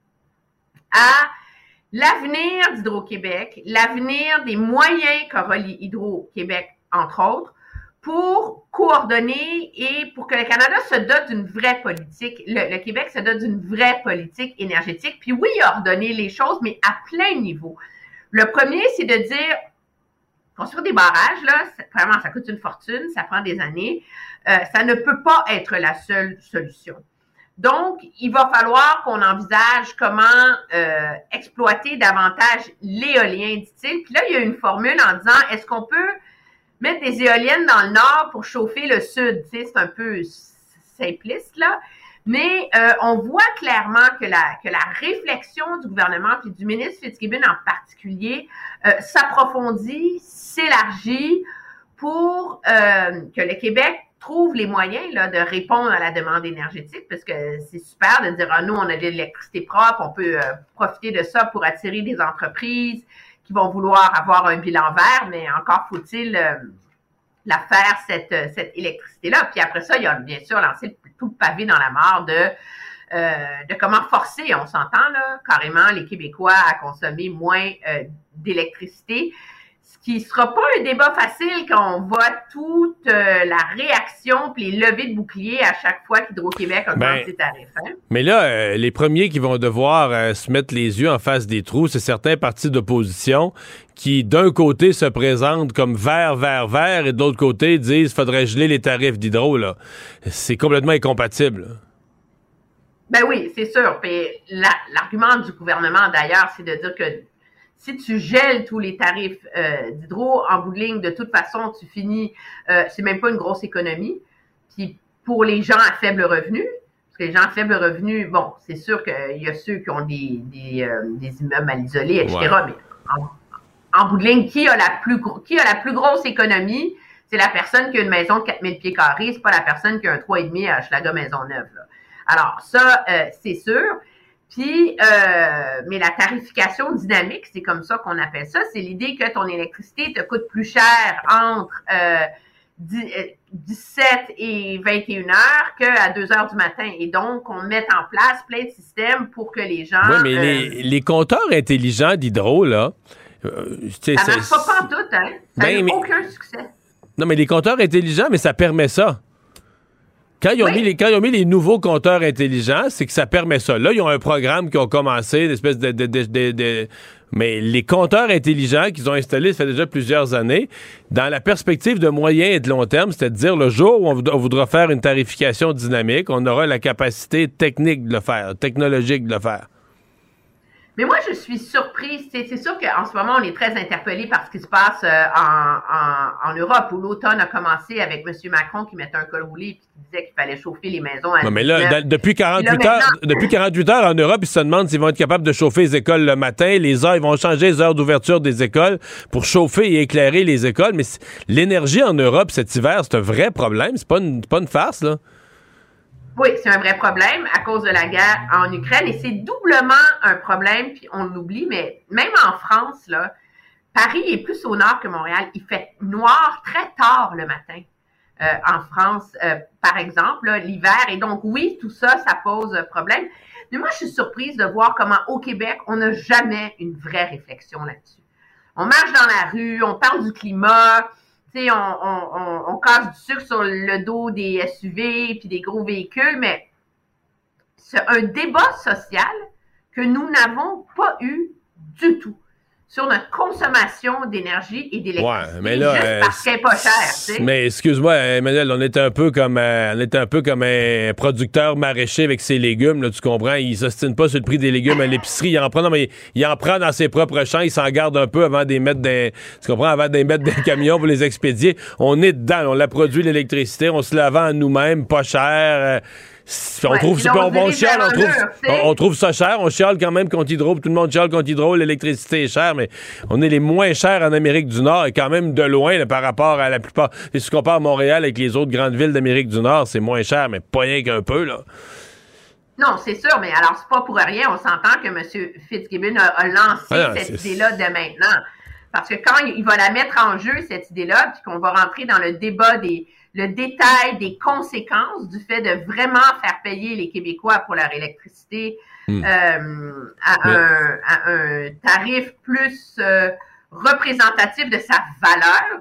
à l'avenir d'Hydro-Québec, l'avenir des moyens qu'aura Hydro-Québec, entre autres, pour coordonner et pour que le Canada se dote d'une vraie politique, le, le Québec se dote d'une vraie politique énergétique. Puis oui, ordonner les choses, mais à plein niveau. Le premier, c'est de dire, construire des barrages, là, vraiment, ça coûte une fortune, ça prend des années. Euh, ça ne peut pas être la seule solution. Donc, il va falloir qu'on envisage comment euh, exploiter davantage l'éolien, dit-il. Puis là, il y a une formule en disant, est-ce qu'on peut mettre des éoliennes dans le nord pour chauffer le sud? Tu sais, c'est un peu simpliste, là. Mais euh, on voit clairement que la, que la réflexion du gouvernement puis du ministre Fitzgibbon en particulier euh, s'approfondit, s'élargit pour euh, que le Québec trouve les moyens là, de répondre à la demande énergétique, parce que c'est super de dire, ah, nous, on a de l'électricité propre, on peut euh, profiter de ça pour attirer des entreprises qui vont vouloir avoir un bilan vert, mais encore faut-il euh, la faire, cette, cette électricité-là. Puis après ça, il y a bien sûr lancé le, tout le pavé dans la mare de, euh, de comment forcer, on s'entend là, carrément, les Québécois à consommer moins euh, d'électricité. Ce qui sera pas un débat facile quand on voit toute euh, la réaction puis les levées de boucliers à chaque fois qu'Hydro-Québec augmente ben, ses tarifs. Hein? Mais là, euh, les premiers qui vont devoir euh, se mettre les yeux en face des trous, c'est certains partis d'opposition qui, d'un côté, se présentent comme vert, vert, vert, et de l'autre côté, disent qu'il faudrait geler les tarifs d'hydro. Là. C'est complètement incompatible. Là. Ben oui, c'est sûr. Puis la, l'argument du gouvernement, d'ailleurs, c'est de dire que si tu gèles tous les tarifs euh, d'hydro, en bout de ligne, de toute façon, tu finis, euh, c'est même pas une grosse économie. Puis pour les gens à faible revenu, parce que les gens à faible revenu, bon, c'est sûr qu'il y a ceux qui ont des, des, euh, des immeubles mal isolés, et cetera. Ouais. Mais en, en bout de ligne, qui a la plus gros, qui a la plus grosse économie? C'est la personne qui a une maison de quatre mille pieds carrés, c'est pas la personne qui a un trois virgule cinq à Hochelaga Maisonneuve. Là. Alors ça, euh, c'est sûr. Puis, euh, mais la tarification dynamique, c'est comme ça qu'on appelle ça. C'est l'idée que ton électricité te coûte plus cher entre euh, dix-sept et vingt et une heures qu'à deux heures du matin. Et donc, on met en place plein de systèmes pour que les gens... Oui, mais euh, les, les compteurs intelligents d'hydro, là... Euh, ça marche pas pas en tout, hein? Ça n'a ben, aucun succès. Non, mais les compteurs intelligents, mais ça permet ça. Quand ils, ont oui. mis les, quand ils ont mis les nouveaux compteurs intelligents, c'est que ça permet ça. Là, ils ont un programme qui ont commencé, une espèce de, de, de, de, de... Mais les compteurs intelligents qu'ils ont installés, ça fait déjà plusieurs années, dans la perspective de moyen et de long terme, c'est-à-dire le jour où on, on voudra faire une tarification dynamique, on aura la capacité technique de le faire, technologique de le faire. Mais moi, je suis surprise. C'est, c'est sûr qu'en ce moment, on est très interpellé par ce qui se passe euh, en, en, en Europe, où l'automne a commencé avec M. Macron qui mettait un col roulé et qui disait qu'il fallait chauffer les maisons à non, mais là, dix-neuf. depuis quarante-huit là, heures, depuis quarante-huit heures en Europe, ils se demandent s'ils vont être capables de chauffer les écoles le matin. Les heures, ils vont changer les heures d'ouverture des écoles pour chauffer et éclairer les écoles. Mais l'énergie en Europe cet hiver, c'est un vrai problème. C'est pas une, pas une farce, là. Oui, c'est un vrai problème à cause de la guerre en Ukraine et c'est doublement un problème, puis on l'oublie, mais même en France, là, Paris est plus au nord que Montréal. Il fait noir très tard le matin euh, en France, euh, par exemple, là, l'hiver. Et donc, oui, tout ça, ça pose problème. Mais moi, je suis surprise de voir comment au Québec, on n'a jamais une vraie réflexion là-dessus. On marche dans la rue, on parle du climat, On, on, on, on casse du sucre sur le dos des S U V puis des gros véhicules, mais c'est un débat social que nous n'avons pas eu du tout sur notre consommation d'énergie et d'électricité, ouais, mais là, juste euh, parce qu'elle n'est pas chère. T'sais. Mais excuse-moi, Emmanuel, on est un peu comme euh, on est un peu comme un producteur maraîcher avec ses légumes, là, tu comprends? Il s'ostine pas sur le prix des légumes à l'épicerie. Il en prend, non, mais il en prend dans ses propres champs, il s'en garde un peu avant de les mettre dans, tu comprends, avant de les mettre dans les camions pour les expédier. On est dedans, on la produit l'électricité, on se la vend à nous-mêmes, pas cher. Euh, On, ouais, trouve, on, on, chiale, on, trouve, on, on trouve ça cher, on chiale quand même contre Hydro, tout le monde chiale contre Hydro, l'électricité est chère, mais on est les moins chers en Amérique du Nord et quand même de loin là, par rapport à la plupart. Et si tu compares Montréal avec les autres grandes villes d'Amérique du Nord, c'est moins cher, mais pas rien qu'un peu, là. Non, c'est sûr, mais alors c'est pas pour rien, on s'entend que M. Fitzgibbon a, a lancé ah non, cette c'est... idée-là dès maintenant. Parce que quand il va la mettre en jeu, cette idée-là, puis qu'on va rentrer dans le débat des le détail des conséquences du fait de vraiment faire payer les Québécois pour leur électricité mmh. euh, à, ouais. un, à un tarif plus euh, représentatif de sa valeur,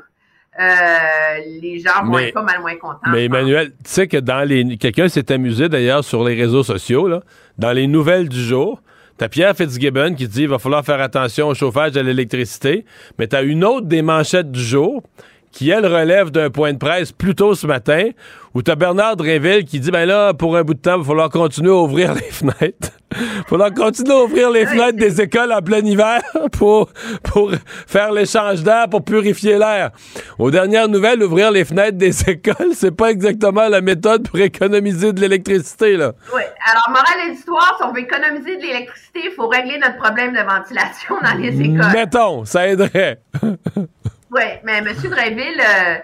euh, les gens vont mais, être pas mal moins contents. Mais Emmanuel, tu sais que dans les... Quelqu'un s'est amusé d'ailleurs sur les réseaux sociaux, là, dans les nouvelles du jour, t'as Pierre Fitzgibbon qui dit il va falloir faire attention au chauffage de l'électricité, mais t'as une autre des manchettes du jour qui, elle, relève d'un point de presse plus tôt ce matin, où t'as Bernard Drinville qui dit, ben là, pour un bout de temps, il va falloir continuer à ouvrir les fenêtres. Il va falloir continuer à ouvrir les fenêtres des écoles en plein hiver pour, pour faire l'échange d'air, pour purifier l'air. Aux dernières nouvelles, ouvrir les fenêtres des écoles, c'est pas exactement la méthode pour économiser de l'électricité, là. Oui. Alors, morale de l'histoire, si on veut économiser de l'électricité, il faut régler notre problème de ventilation dans les écoles. Mettons, ça aiderait. Oui, mais M. Drainville, euh,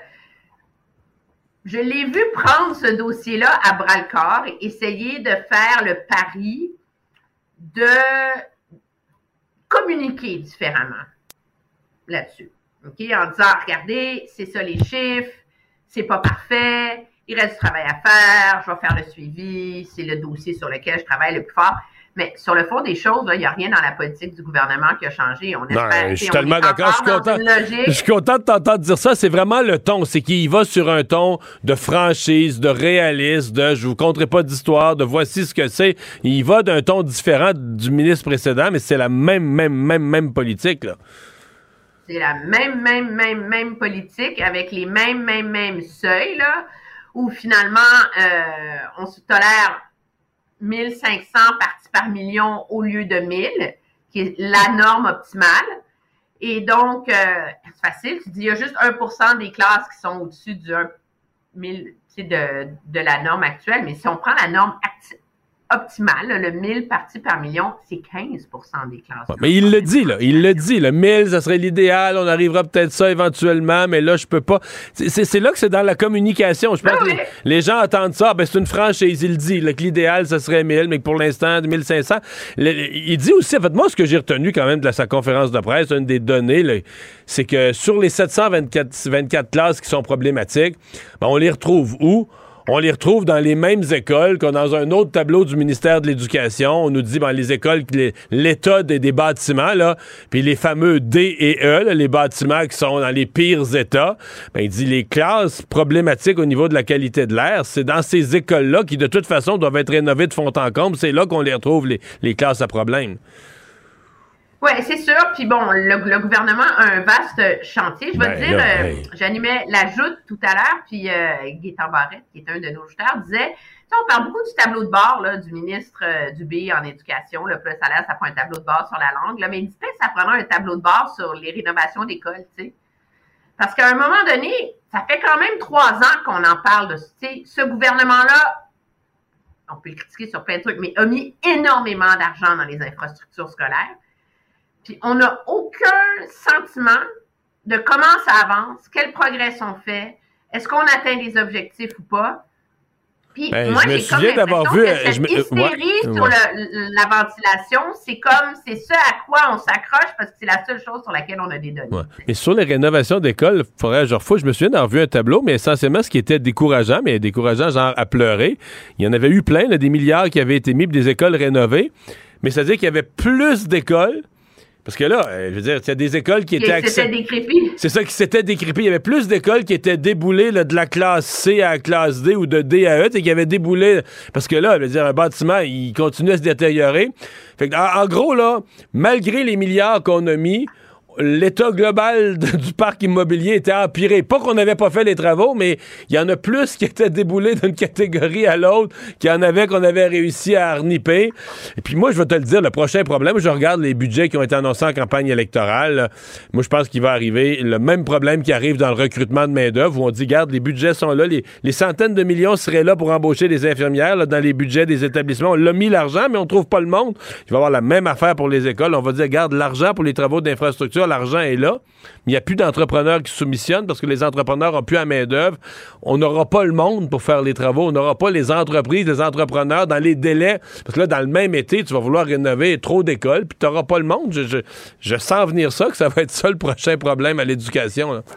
je l'ai vu prendre ce dossier-là à bras-le-corps et essayer de faire le pari de communiquer différemment là-dessus. OK? En disant, regardez, c'est ça les chiffres, c'est pas parfait, il reste du travail à faire, je vais faire le suivi, c'est le dossier sur lequel je travaille le plus fort. Mais sur le fond des choses, il n'y a rien dans la politique du gouvernement qui a changé. On espère, non, je suis tellement d'accord. Je suis content. Je suis content de t'entendre dire ça. C'est vraiment le ton. C'est qu'il va sur un ton de franchise, de réalisme, de je vous conterai pas d'histoire, de voici ce que c'est. Il va d'un ton différent du ministre précédent, mais c'est la même, même, même, même politique, là. C'est la même, même, même, même politique avec les mêmes, mêmes, mêmes seuils, là, où finalement, euh, on se tolère mille cinq cents parties par million au lieu de mille, qui est la norme optimale. Et donc, euh, c'est facile, tu dis, il y a juste un pour cent des classes qui sont au-dessus du un mille, de, de la norme actuelle, mais si on prend la norme acti- optimale, là, le mille parties par million, c'est quinze pour cent des classes. Ouais, mais il le dit, là, il le dit, le mille, ça serait l'idéal, on arrivera peut-être ça éventuellement, mais là, je peux pas. C'est, c'est, c'est là que c'est dans la communication. Je pense ah, que oui. les, les gens entendent ça, ben c'est une franchise, il le dit, là, que l'idéal, ça serait mille, mais que pour l'instant, mille cinq cents. Le, il dit aussi, en fait, moi, ce que j'ai retenu quand même de la, sa conférence de presse, une des données, là, c'est que sur les sept cent vingt-quatre, vingt-quatre classes qui sont problématiques, ben, on les retrouve où? On les retrouve dans les mêmes écoles que dans un autre tableau du ministère de l'Éducation. On nous dit, ben, les écoles, les, l'état des, des bâtiments, là, puis les fameux D et E, là, les bâtiments qui sont dans les pires états, ben, il dit, les classes problématiques au niveau de la qualité de l'air, c'est dans ces écoles-là qui, de toute façon, doivent être rénovées de fond en comble. C'est là qu'on les retrouve, les, les classes à problème. Oui, c'est sûr. Puis bon, le, le gouvernement a un vaste chantier. Je vais ben, te dire, là, euh, hey. j'animais la joute tout à l'heure, puis euh, Gaétan Barrette, qui est un de nos jouteurs, disait, sais, on parle beaucoup du tableau de bord là, du ministre euh, Dubé en éducation. Là, plus ça a l'air, ça prend un tableau de bord sur la langue. Là, mais il dit peut-être que ça prendra un tableau de bord sur les rénovations d'écoles, tu sais. Parce qu'à un moment donné, ça fait quand même trois ans qu'on en parle de, tu sais, ce gouvernement-là, on peut le critiquer sur plein de trucs, mais a mis énormément d'argent dans les infrastructures scolaires. Puis on n'a aucun sentiment de comment ça avance, quels progrès sont faits, est-ce qu'on atteint des objectifs ou pas. Puis ben, moi, je me j'ai comme souviens d'avoir vu, que cette je me, hystérie ouais, sur ouais. Le, la ventilation, c'est comme, c'est ce à quoi on s'accroche parce que c'est la seule chose sur laquelle on a des données. Ouais. Mais sur les rénovations d'écoles, faudrait je refouille, je me souviens d'avoir vu un tableau, mais essentiellement, ce qui était décourageant, mais décourageant genre à pleurer, il y en avait eu plein, là, des milliards qui avaient été mis pour des écoles rénovées, mais ça veut dire qu'il y avait plus d'écoles. Parce que là, je veux dire, il y a des écoles qui étaient... C'était décrépit. C'est ça, qui s'était décrépit. Il y avait plus d'écoles qui étaient déboulées là, de la classe C à la classe D ou de D à E, et qui avaient déboulé... Parce que là, je veux dire, un bâtiment, il continue à se détériorer. Fait que, en, en gros, là, malgré les milliards qu'on a mis, l'état global de, du parc immobilier était empiré. Pas qu'on n'avait pas fait les travaux, mais il y en a plus qui étaient déboulés d'une catégorie à l'autre qu'il y en avait qu'on avait réussi à harniper. Et puis moi, je vais te le dire, le prochain problème, je regarde les budgets qui ont été annoncés en campagne électorale. Là. Moi, je pense qu'il va arriver le même problème qui arrive dans le recrutement de main-d'œuvre, où on dit, regarde, les budgets sont là, les, les centaines de millions seraient là pour embaucher des infirmières là, dans les budgets des établissements. On l'a mis l'argent, mais on trouve pas le monde. Il va y avoir la même affaire pour les écoles. On va dire, regarde, l'argent pour les travaux d'infrastructure, l'argent est là, mais il n'y a plus d'entrepreneurs qui soumissionnent parce que les entrepreneurs n'ont plus la main-d'œuvre. On n'aura pas le monde pour faire les travaux. On n'aura pas les entreprises, les entrepreneurs dans les délais. Parce que là, dans le même été, tu vas vouloir rénover trop d'écoles, puis tu n'auras pas le monde. Je, je, je sens venir ça, que ça va être ça le prochain problème à l'éducation. Là.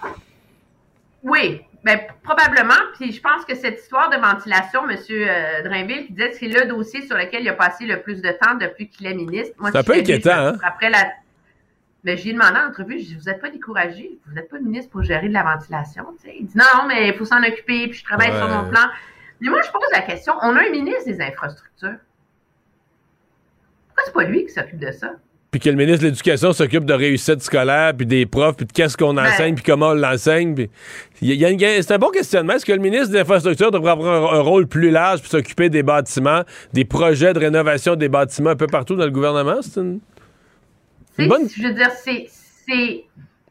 Oui, bien, probablement. Puis je pense que cette histoire de ventilation, M. Euh, Drainville, qui disait que c'est le dossier sur lequel il a passé le plus de temps depuis qu'il est ministre. Moi, c'est un peu inquiétant, hein? Après la... Mais j'ai demandé en entrevue, je dis, vous n'êtes pas découragé, vous n'êtes pas ministre pour gérer de la ventilation. T'sais. Il dit non, mais il faut s'en occuper, puis je travaille ouais. sur mon plan. Mais moi, je pose la question, on a un ministre des infrastructures. Pourquoi c'est pas lui qui s'occupe de ça? Puis que le ministre de l'Éducation s'occupe de réussite scolaire, puis des profs, puis de qu'est-ce qu'on enseigne, ben, puis comment on l'enseigne. Puis y a, y a une, c'est un bon questionnement. Est-ce que le ministre des Infrastructures devrait avoir un, un rôle plus large pour s'occuper des bâtiments, des projets de rénovation des bâtiments un peu partout dans le gouvernement? C'est une... Bonne... Je veux dire, c'est, c'est...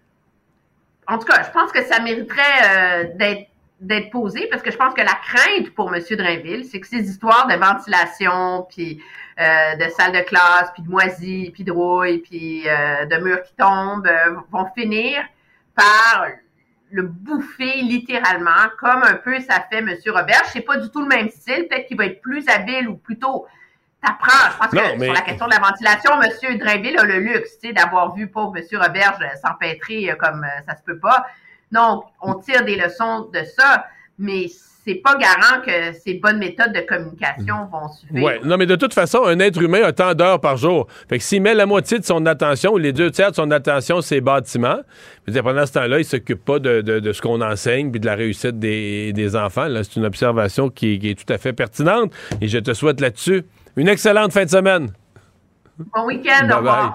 En tout cas, je pense que ça mériterait euh, d'être, d'être posé parce que je pense que la crainte pour M. Drainville, c'est que ces histoires de ventilation, puis euh, de salles de classe, puis de moisies, puis de rouille, puis euh, de murs qui tombent, euh, vont finir par le bouffer littéralement, comme un peu ça fait M. Roberge. C'est pas du tout le même style. Peut-être qu'il va être plus habile ou plutôt... T'apprends. Je pense non, que mais... sur la question de la ventilation, M. Drainville a le luxe, tu sais, d'avoir vu pauvre M. Roberge s'empêtrer comme ça se peut pas. Donc, on tire des leçons de ça, mais c'est pas garant que ces bonnes méthodes de communication vont suffire. Oui, non, mais de toute façon, un être humain a tant d'heures par jour. Fait que s'il met la moitié de son attention, ou les deux tiers de son attention, c'est bâtiments, je veux dire, pendant ce temps-là, il s'occupe pas de, de, de ce qu'on enseigne puis de la réussite des, des enfants. Là, c'est une observation qui, qui est tout à fait pertinente et je te souhaite là-dessus une excellente fin de semaine. Bon week-end, au revoir.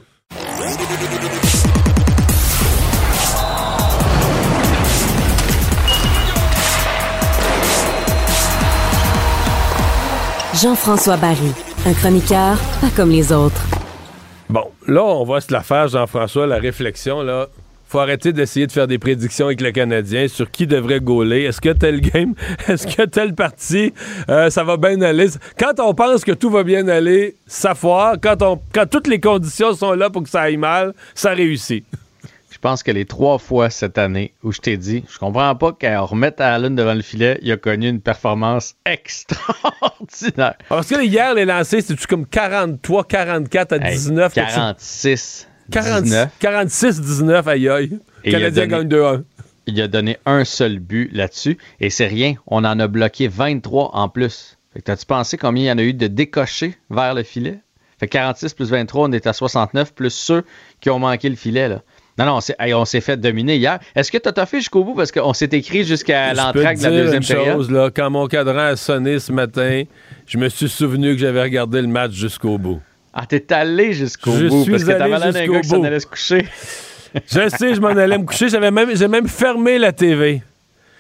Jean-François Barry, un chroniqueur pas comme les autres. Bon, là, on va se la faire, Jean-François, la réflexion, là. Faut arrêter d'essayer de faire des prédictions avec le Canadien sur qui devrait gauler. Est-ce que tel game, est-ce que tel parti, euh, ça va bien aller? Quand on pense que tout va bien aller, ça foire. Quand, on, quand toutes les conditions sont là pour que ça aille mal, ça réussit. Je pense que les trois fois cette année où je t'ai dit, je comprends pas qu'on remette à la lune devant le filet, il a connu une performance extraordinaire. Parce que hier, les lancers, c'était comme quarante-trois quarante-quatre à dix-neuf. Hey, quarante-six quarante-six dix-neuf, aïe aïe. Le Canadien gagne deux un. Il a donné un seul but là-dessus, et c'est rien. On en a bloqué vingt-trois en plus. Fait que t'as-tu pensé combien il y en a eu de décochés vers le filet? Fait que quarante-six plus vingt-trois, on est à soixante-neuf, plus ceux qui ont manqué le filet, là. Non, non, on s'est, hey, on s'est fait dominer hier. Est-ce que t'as fait jusqu'au bout? Parce qu'on s'est écrit jusqu'à l'entraque de la deuxième période. Chose, là, quand mon cadran a sonné ce matin, je me suis souvenu que j'avais regardé le match jusqu'au bout. Ah, t'es allé jusqu'au je bout. Suis parce que allé t'avais l'air d'un gars qui s'en allait se coucher. Je sais, je m'en allais me coucher. J'avais même, j'ai même fermé la T V.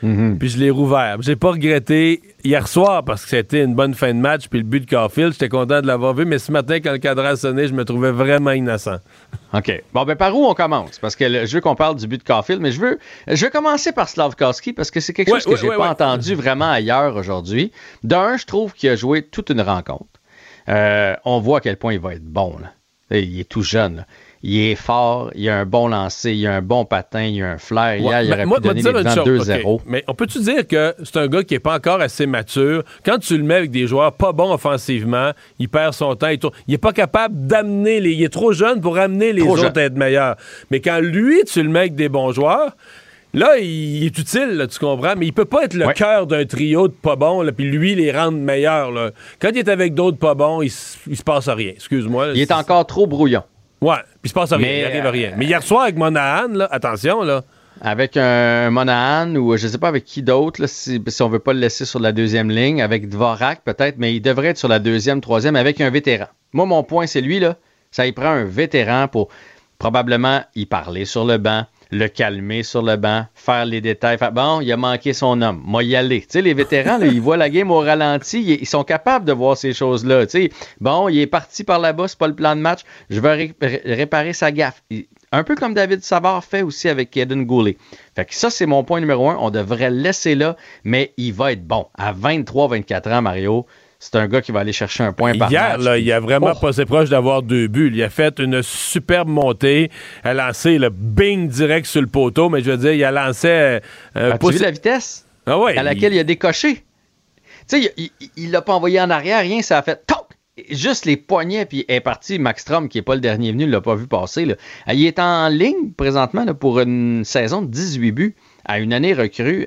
Mm-hmm. Puis je l'ai rouvert. J'ai pas regretté hier soir parce que c'était une bonne fin de match. Puis le but de Caulfield, j'étais content de l'avoir vu. Mais ce matin, quand le cadran a sonné, je me trouvais vraiment innocent. OK. Bon, ben par où on commence? Parce que le, je veux qu'on parle du but de Caulfield, mais je veux, je veux commencer par Slafkovský parce que c'est quelque ouais, chose que ouais, j'ai ouais, pas ouais. entendu vraiment ailleurs aujourd'hui. D'un, je trouve qu'il a joué toute une rencontre. Euh, on voit à quel point il va être bon. Là. Il est tout jeune. Là. Il est fort, il a un bon lancer, il a un bon patin, il a un flair. Hier, ouais, il aurait moi, pu donner les devants deux zéro. Okay. Mais on peut-tu dire que c'est un gars qui n'est pas encore assez mature? Quand tu le mets avec des joueurs pas bons offensivement, il perd son temps. Il n'est pas capable d'amener les... Il est trop jeune pour amener les trop autres jeune. à être meilleurs. Mais quand lui, tu le mets avec des bons joueurs... Là, il est utile, là, tu comprends, mais il peut pas être le ouais. cœur d'un trio de pas bons, là, puis lui les rendre meilleurs. Là. Quand il est avec d'autres pas bons, il, il se passe rien. Excuse-moi. Là, il est encore trop brouillon. Ouais, puis il se passe rien, mais, il arrive à rien. Euh, mais hier soir, avec Monahan, là, attention, là. Avec un Monahan ou je sais pas avec qui d'autre, là, si, si on veut pas le laisser sur la deuxième ligne, avec Dvorak peut-être, mais il devrait être sur la deuxième, troisième, avec un vétéran. Moi, mon point, c'est lui, là, ça y prend un vétéran pour probablement y parler sur le banc, le calmer sur le banc, faire les détails, faire bon, il a manqué son homme, moi y aller. Tu sais, les vétérans, là, ils voient la game au ralenti, ils sont capables de voir ces choses-là. Tu sais, bon, il est parti par là-bas, c'est pas le plan de match, je vais ré- ré- réparer sa gaffe. Un peu comme David Savard fait aussi avec Eden Goulet. Fait que ça, c'est mon point numéro un. On devrait le laisser là, mais il va être bon. À vingt-trois vingt-quatre ans, Mario, c'est un gars qui va aller chercher un point par Hier, match. Là, il a vraiment oh. passé proche d'avoir deux buts. Il a fait une superbe montée. Il a lancé le bing direct sur le poteau, mais je veux dire, il a lancé un As-tu pouce... vu la vitesse ah ouais, à laquelle il... il a décoché? Tu sais, il l'a pas envoyé en arrière, rien, ça a fait toc! Juste les poignets, puis est parti. Max Strom, qui n'est pas le dernier venu, ne l'a pas vu passer. Là. Il est en ligne présentement là, pour une saison de dix-huit buts à une année recrue.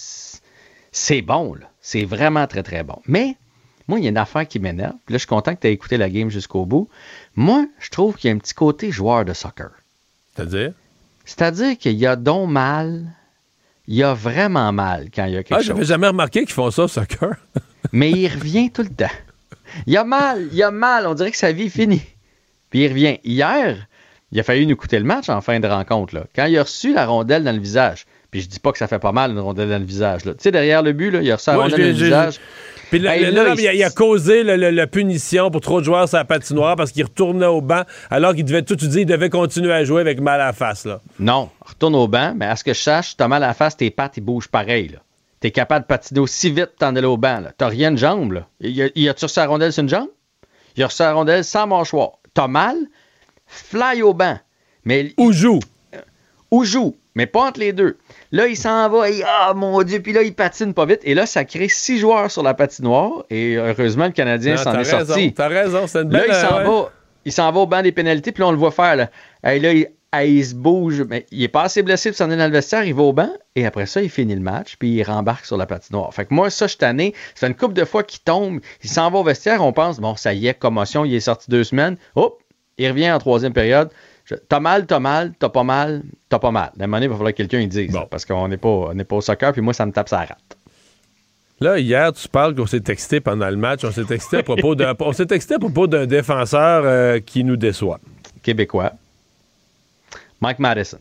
C'est bon, là. C'est vraiment très, très bon. Mais moi, il y a une affaire qui m'énerve. Puis là, je suis content que tu aies écouté la game jusqu'au bout. Moi, je trouve qu'il y a un petit côté joueur de soccer. C'est-à-dire? C'est-à-dire qu'il y a donc mal. Il y a vraiment mal quand il y a quelque ah, chose. J'avais jamais remarqué qu'ils font ça au soccer. Mais il revient tout le temps. Il a mal, il a mal. On dirait que sa vie est finie. Puis il revient. Hier, il a failli nous coûter le match en fin de rencontre. Là. Quand il a reçu la rondelle dans le visage, puis je dis pas que ça fait pas mal une rondelle dans le visage. Tu sais, derrière le but, là, il a reçu la ouais, rondelle dans le visage. Puis là, hey, là, là, il, il a causé le, le, la punition pour trop de joueurs sur la patinoire parce qu'il retournait au banc alors qu'il devait tout dire, il devait continuer à jouer avec mal à la face. Là. Non, retourne au banc, mais à ce que je sache, t'as mal à la face, tes pattes, ils bougent pareil. Là. T'es capable de patiner aussi vite que t'en allais au banc. Là. T'as rien de jambe. Là. Il, a, il a-tu reçu la rondelle sur une jambe? Il a reçu la rondelle sans mâchoire. T'as mal? Fly au banc. Mais, ou joue. Euh, ou joue, mais pas entre les deux. Là, il s'en va, et ah, mon Dieu, puis là, il patine pas vite. Et là, ça crée six joueurs sur la patinoire. Et heureusement, le Canadien non, s'en est raison, sorti. T'as raison, c'est une belle... Là, il s'en, ouais. va, il s'en va au banc des pénalités, puis là, on le voit faire. Là, et là il, il se bouge. Mais il est pas assez blessé pour s'en aller dans le vestiaire, il va au banc. Et après ça, il finit le match, puis il rembarque sur la patinoire. Fait que moi, ça, je suis tanné. C'est une couple de fois qu'il tombe. Il s'en va au vestiaire, on pense, bon, ça y est, commotion, il est sorti deux semaines. Hop, il revient en troisième période. Je, t'as mal, t'as mal, t'as pas mal, t'as pas mal. D'un moment donné, il va falloir que quelqu'un il dise. Bon. Parce qu'on n'est pas, on n'est pas au soccer, puis moi, ça me tape sa rate. Là, hier, tu parles qu'on s'est texté pendant le match. On s'est texté à propos d'un, on s'est texté à propos d'un défenseur euh, qui nous déçoit. Québécois. Mike Madison.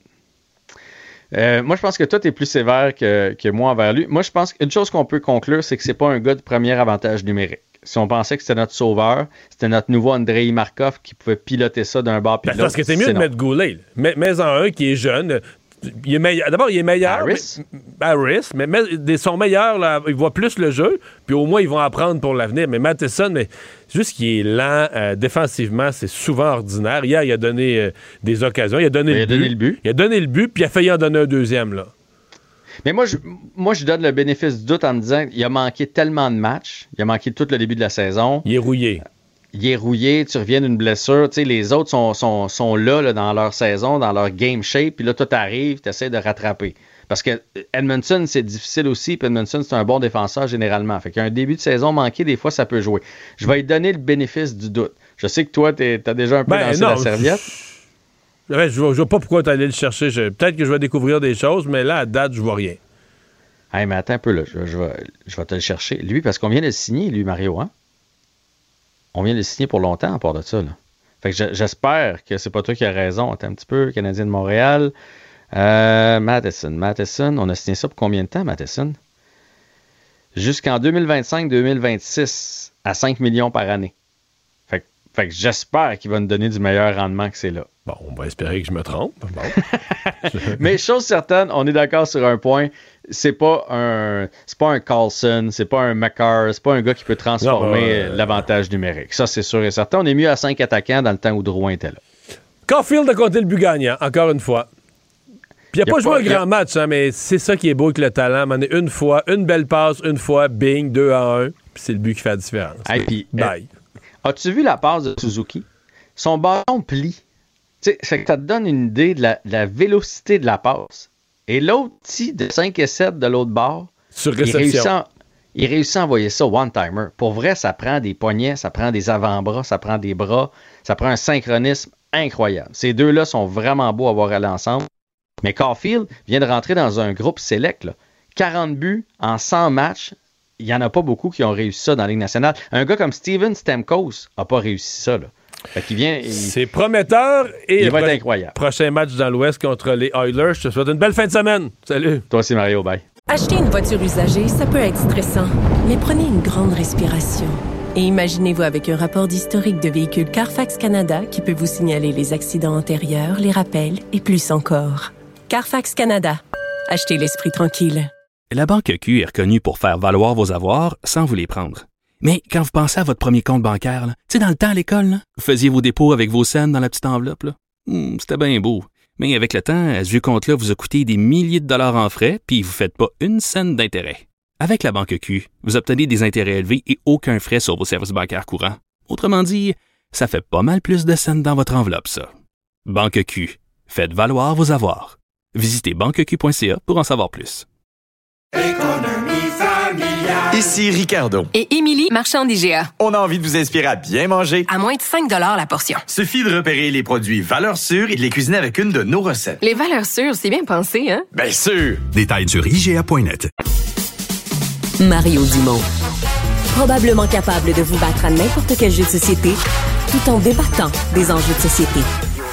Euh, moi, je pense que toi, t'es plus sévère que, que moi envers lui. Moi, je pense qu'une chose qu'on peut conclure, c'est que c'est pas un gars de premier avantage numérique. Si on pensait que c'était notre sauveur, c'était notre nouveau Andrei Markov qui pouvait piloter ça d'un bord puis de l'autre. Parce que c'est mieux c'est de non. mettre Goulet. Mais, mais en un qui est jeune. Il est meilleur. D'abord, il est meilleur. Harris. Mais, Harris, mais, mais des sont meilleurs, là, ils voient plus le jeu, puis au moins, ils vont apprendre pour l'avenir. Mais Matheson, mais juste qu'il est lent euh, défensivement, c'est souvent ordinaire. Hier, il a donné euh, des occasions. Il a donné, il le, a but. donné le but. Il a donné le but, puis il a failli en donner un deuxième, là. Mais moi je, moi, je donne le bénéfice du doute en me disant qu'il a manqué tellement de matchs. Il a manqué tout le début de la saison. Il est rouillé. Il est rouillé, tu reviens d'une blessure. Tu sais, les autres sont, sont, sont là, là dans leur saison, dans leur game shape. Puis là, toi, t'arrives, t'essaies de rattraper. Parce que Edmondson, c'est difficile aussi. Puis Edmondson, c'est un bon défenseur généralement. Fait qu'un début de saison manqué, des fois, ça peut jouer. Je vais lui donner le bénéfice du doute. Je sais que toi, t'es, t'as déjà un peu ben, lancé non, la serviette. Je ne vois pas pourquoi tu allais le chercher. Je, peut-être que je vais découvrir des choses, mais là, à date, je vois rien. Hey, mais attends un peu, là. Je, je, vais, je vais te le chercher. Lui, parce qu'on vient de le signer, lui, Mario, hein? On vient de le signer pour longtemps, à part de ça, là. Fait que je, j'espère que c'est pas toi qui as raison. Attends un petit peu, Canadien de Montréal. Euh, Matheson, Matheson, on a signé ça pour combien de temps, Matheson? Jusqu'en deux mille vingt-cinq deux mille vingt-six, à cinq millions par année. Fait, fait que j'espère qu'il va nous donner du meilleur rendement que c'est là. Bon, on va espérer que je me trompe. Bon. Mais chose certaine, on est d'accord sur un point, c'est pas un c'est pas un Carlson, c'est pas un McCarr, c'est pas un gars qui peut transformer non, euh, l'avantage numérique. Ça, c'est sûr et certain. On est mieux à cinq attaquants dans le temps où Drouin était là. Caulfield a compté le but gagnant, encore une fois. Puis il n'a pas joué un grand a... match, hein, mais c'est ça qui est beau avec le talent. Man, une fois, une belle passe, une fois, bing, deux à un, puis c'est le but qui fait la différence. Hey, puis, bye. Euh, as-tu vu la passe de Suzuki? Son ballon plie. Tu sais, ça te donne une idée de la, de la vélocité de la passe. Et l'autre petit de cinq et sept de l'autre bord, sur réception. Il réussit, à, il réussit à envoyer ça one-timer. Pour vrai, ça prend des poignets, ça prend des avant-bras, ça prend des bras, ça prend un synchronisme incroyable. Ces deux-là sont vraiment beaux à voir aller ensemble. Mais Caulfield vient de rentrer dans un groupe select. Là. quarante buts en cent matchs. Il n'y en a pas beaucoup qui ont réussi ça dans la Ligue nationale. Un gars comme Steven Stamkos n'a pas réussi ça. Là. Fait qu'il vient, il... C'est prometteur. Et il va pro- être incroyable. Prochain match dans l'Ouest contre les Oilers. Je te souhaite une belle fin de semaine. Salut. Toi aussi, Mario. Bye. Acheter une voiture usagée, ça peut être stressant. Mais prenez une grande respiration. Et imaginez-vous avec un rapport d'historique de véhicule Carfax Canada qui peut vous signaler les accidents antérieurs, les rappels et plus encore. Carfax Canada. Achetez l'esprit tranquille. La Banque Q est reconnue pour faire valoir vos avoirs sans vous les prendre. Mais quand vous pensez à votre premier compte bancaire, tu sais, dans le temps à l'école, là, vous faisiez vos dépôts avec vos scènes dans la petite enveloppe. Là. Hmm, c'était bien beau. Mais avec le temps, ce vieux compte-là vous a coûté des milliers de dollars en frais, puis vous ne faites pas une scène d'intérêt. Avec la Banque Q, vous obtenez des intérêts élevés et aucun frais sur vos services bancaires courants. Autrement dit, ça fait pas mal plus de scènes dans votre enveloppe, ça. Banque Q. Faites valoir vos avoirs. Visitez banque q point c a pour en savoir plus. Économie familiale. Ici Ricardo. Et Émilie, marchand d'I G A. On a envie de vous inspirer à bien manger. À moins de cinq dollars la portion. Suffit de repérer les produits valeurs sûres et de les cuisiner avec une de nos recettes. Les valeurs sûres, c'est bien pensé, hein? Bien sûr! Détails sur I G A point net. Mario Dumont. Probablement capable de vous battre à n'importe quel jeu de société, tout en débattant des enjeux de société.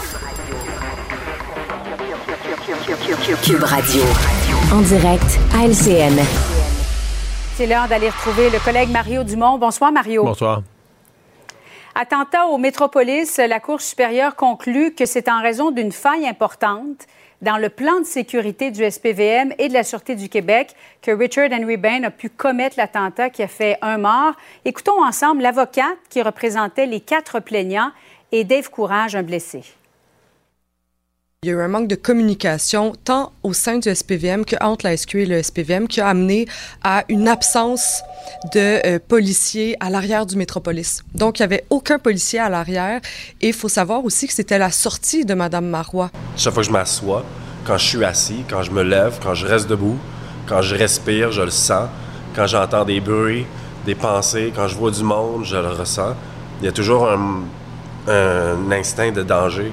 Cube Radio. En direct à L C N. C'est l'heure d'aller retrouver le collègue Mario Dumont. Bonsoir, Mario. Bonsoir. Attentat au Métropolis, la Cour supérieure conclut que c'est en raison d'une faille importante dans le plan de sécurité du S P V M et de la Sûreté du Québec que Richard Henry Bain a pu commettre l'attentat qui a fait un mort. Écoutons ensemble l'avocate qui représentait les quatre plaignants et Dave Courage, un blessé. Il y a eu un manque de communication tant au sein du S P V M qu'entre la S Q et le S P V M qui a amené à une absence de euh, policiers à l'arrière du Métropolis. Donc, il n'y avait aucun policier à l'arrière et il faut savoir aussi que c'était la sortie de Mme Marois. Chaque fois que je m'assois, quand je suis assis, quand je me lève, quand je reste debout, quand je respire, je le sens. Quand j'entends des bruits, des pensées, quand je vois du monde, je le ressens. Il y a toujours un, un instinct de danger.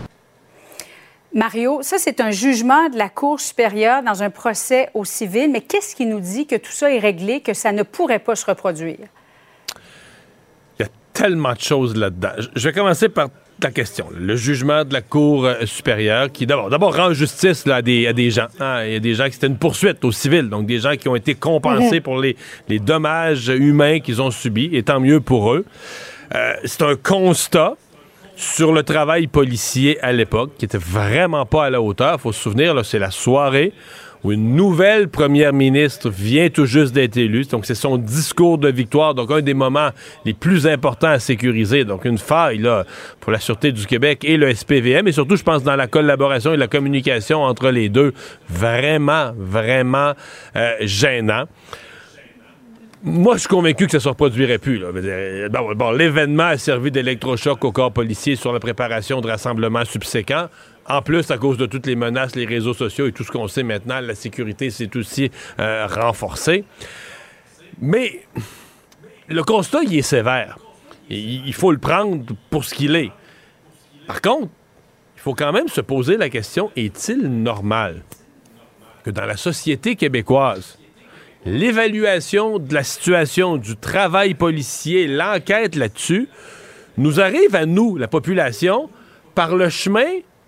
Mario, ça, c'est un jugement de la Cour supérieure dans un procès au civil, mais qu'est-ce qui nous dit que tout ça est réglé, que ça ne pourrait pas se reproduire? Il y a tellement de choses là-dedans. Je vais commencer par ta question. Le jugement de la Cour supérieure qui, d'abord, d'abord rend justice là, à, des, à des gens. Hein? Il y a des gens qui c'était une poursuite au civil, donc des gens qui ont été compensés mmh. pour les, les dommages humains qu'ils ont subis, et tant mieux pour eux. Euh, c'est un constat sur le travail policier à l'époque, qui était vraiment pas à la hauteur. Il faut se souvenir, là, c'est la soirée où une nouvelle première ministre vient tout juste d'être élue. Donc, c'est son discours de victoire. Donc, un des moments les plus importants à sécuriser. Donc, une faille, là, pour la Sûreté du Québec et le S P V M. Et surtout, je pense, dans la collaboration et la communication entre les deux. Vraiment, vraiment euh, gênant. Moi, je suis convaincu que ça ne se reproduirait plus. Là. Bon, bon, l'événement a servi d'électrochoc au corps policier sur la préparation de rassemblements subséquents. En plus, à cause de toutes les menaces, les réseaux sociaux et tout ce qu'on sait maintenant, la sécurité s'est aussi euh, renforcée. Mais le constat, il est sévère. Il, il faut le prendre pour ce qu'il est. Par contre, il faut quand même se poser la question, est-il normal que dans la société québécoise, l'évaluation de la situation, du travail policier, l'enquête là-dessus, nous arrive à nous, la population, par le chemin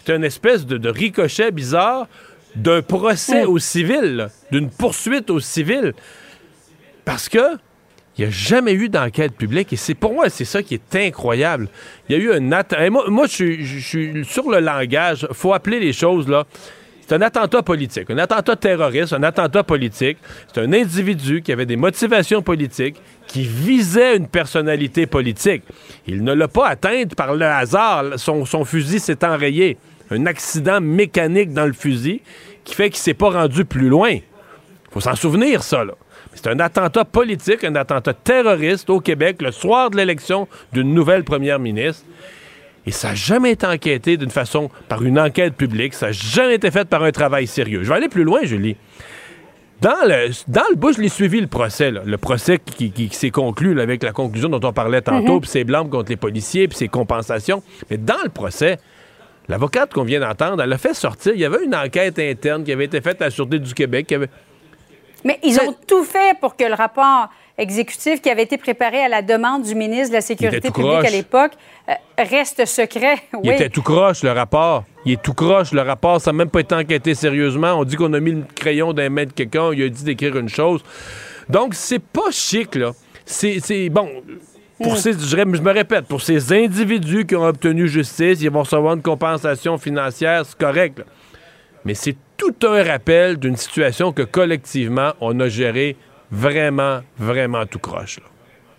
c'est une espèce de, de ricochet bizarre d'un procès mmh. au civil, là, d'une poursuite au civil. Parce que il n'y a jamais eu d'enquête publique. Et c'est pour moi, c'est ça qui est incroyable. Il y a eu un attentat. Moi, moi je suis sur le langage. Il faut appeler les choses, là. C'est un attentat politique, un attentat terroriste, un attentat politique. C'est un individu qui avait des motivations politiques, qui visait une personnalité politique. Il ne l'a pas atteinte par le hasard. Son, son fusil s'est enrayé. Un accident mécanique dans le fusil qui fait qu'il ne s'est pas rendu plus loin. Il faut s'en souvenir, ça, là. C'est un attentat politique, un attentat terroriste au Québec le soir de l'élection d'une nouvelle première ministre. Et ça n'a jamais été enquêté d'une façon, par une enquête publique. Ça n'a jamais été fait par un travail sérieux. Je vais aller plus loin, Julie. Dans le, dans le bout, je l'ai suivi, le procès. Là. Le procès qui, qui, qui s'est conclu là, avec la conclusion dont on parlait tantôt, mm-hmm. puis ses blâmes contre les policiers, puis ses compensations. Mais dans le procès, l'avocate qu'on vient d'entendre, elle a fait sortir, il y avait une enquête interne qui avait été faite à la Sûreté du Québec. Qui avait... Mais ils ont tout fait pour que le rapport exécutif qui avait été préparé à la demande du ministre de la Sécurité publique croche. à l'époque euh, reste secret. Oui. Il était tout croche, le rapport. Il est tout croche, le rapport. Ça n'a même pas été enquêté sérieusement. On dit qu'on a mis le crayon dans les mains de quelqu'un. Il a dit d'écrire une chose. Donc, c'est pas chic, là. C'est, c'est bon... Pour mm. ces, je, je me répète, pour ces individus qui ont obtenu justice, ils vont recevoir une compensation financière, c'est correct, là. Mais c'est tout un rappel d'une situation que, collectivement, on a gérée vraiment, vraiment tout croche, là.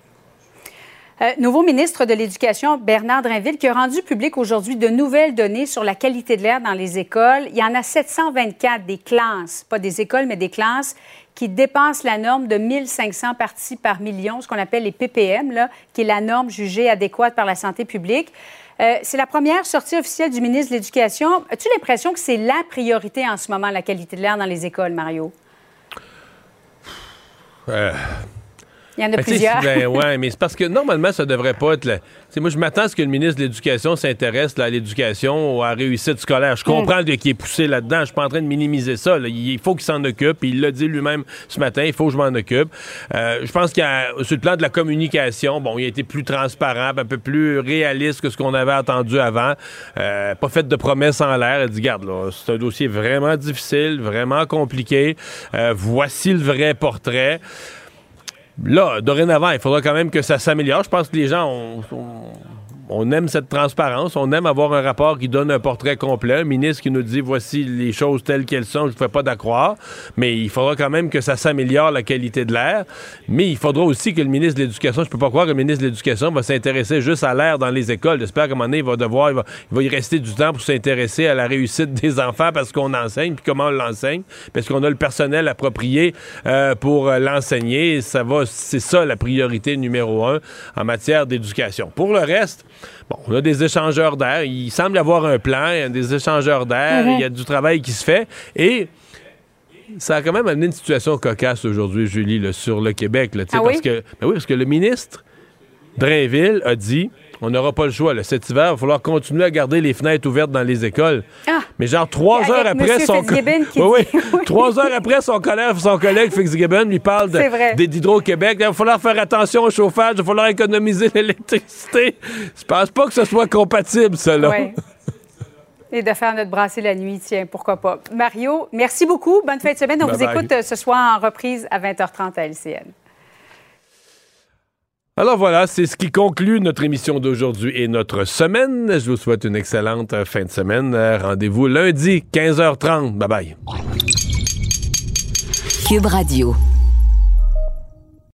Euh, nouveau ministre de l'Éducation, Bernard Drinville, qui a rendu public aujourd'hui de nouvelles données sur la qualité de l'air dans les écoles. Il y en a sept cent vingt-quatre des classes, pas des écoles, mais des classes, qui dépassent la norme de mille cinq cents parties par million, ce qu'on appelle les P P M, là, qui est la norme jugée adéquate par la santé publique. Euh, c'est la première sortie officielle du ministre de l'Éducation. As-tu l'impression que c'est la priorité en ce moment, la qualité de l'air dans les écoles, Mario? Euh... Il y en a ben, plusieurs. Ben, ouais, mais c'est parce que normalement, ça devrait pas être... La... Moi, je m'attends à ce que le ministre de l'Éducation s'intéresse là, à l'éducation ou à la réussite scolaire. Je comprends mm. qu'il est poussé là-dedans. Je suis pas en train de minimiser ça. Là. Il faut qu'il s'en occupe. Il l'a dit lui-même ce matin. Il faut que je m'en occupe. Euh, je pense qu'il y a, sur le plan de la communication, bon, il a été plus transparent, un peu plus réaliste que ce qu'on avait entendu avant. Euh, pas fait de promesses en l'air. Il dit, regarde, là, c'est un dossier vraiment difficile, vraiment compliqué. Euh, voici le vrai portrait. Là, dorénavant, il faudra quand même que ça s'améliore. Je pense que les gens, on, on, on aime cette transparence. On aime avoir un rapport qui donne un portrait complet. Un ministre qui nous dit, voici les choses telles qu'elles sont, je ne fais pas d'accroire. Mais il faudra quand même que ça s'améliore, la qualité de l'air. Mais il faudra aussi que le ministre de l'Éducation, je ne peux pas croire que le ministre de l'Éducation va s'intéresser juste à l'air dans les écoles. J'espère qu'à un moment donné, il va devoir, il va, il va y rester du temps pour s'intéresser à la réussite des enfants parce qu'on enseigne, puis comment on l'enseigne, parce qu'on a le personnel approprié euh, pour euh, l'enseigner. Ça va, c'est ça la priorité numéro un en matière d'éducation. Pour le reste, bon, on a des échangeurs d'air. Il semble y avoir un plan, il y a des échangeurs d'air, mm-hmm. il y a du travail qui se fait. Et ça a quand même amené une situation cocasse aujourd'hui, Julie, là, sur le Québec. Là, ah parce oui? Que, ben oui, parce que le ministre Drainville a dit... On n'aura pas le choix. Là. Cet hiver, il va falloir continuer à garder les fenêtres ouvertes dans les écoles. Ah, mais genre, trois heures après, son... Co- oui, oui. trois heures après, son collègue, son collègue Fitzgibbon lui parle de, d'Hydro-Québec. Il va falloir faire attention au chauffage, il va falloir économiser l'électricité. Je pense pas que ce soit compatible, ça, là. Oui. Et de faire notre brassée la nuit, tiens, pourquoi pas. Mario, merci beaucoup. Bonne fin de semaine. On bye vous bye. écoute ce soir en reprise à vingt heures trente à L C N. Alors voilà, c'est ce qui conclut notre émission d'aujourd'hui et notre semaine. Je vous souhaite une excellente fin de semaine. Rendez-vous lundi, quinze heures trente. Bye bye. Cube Radio.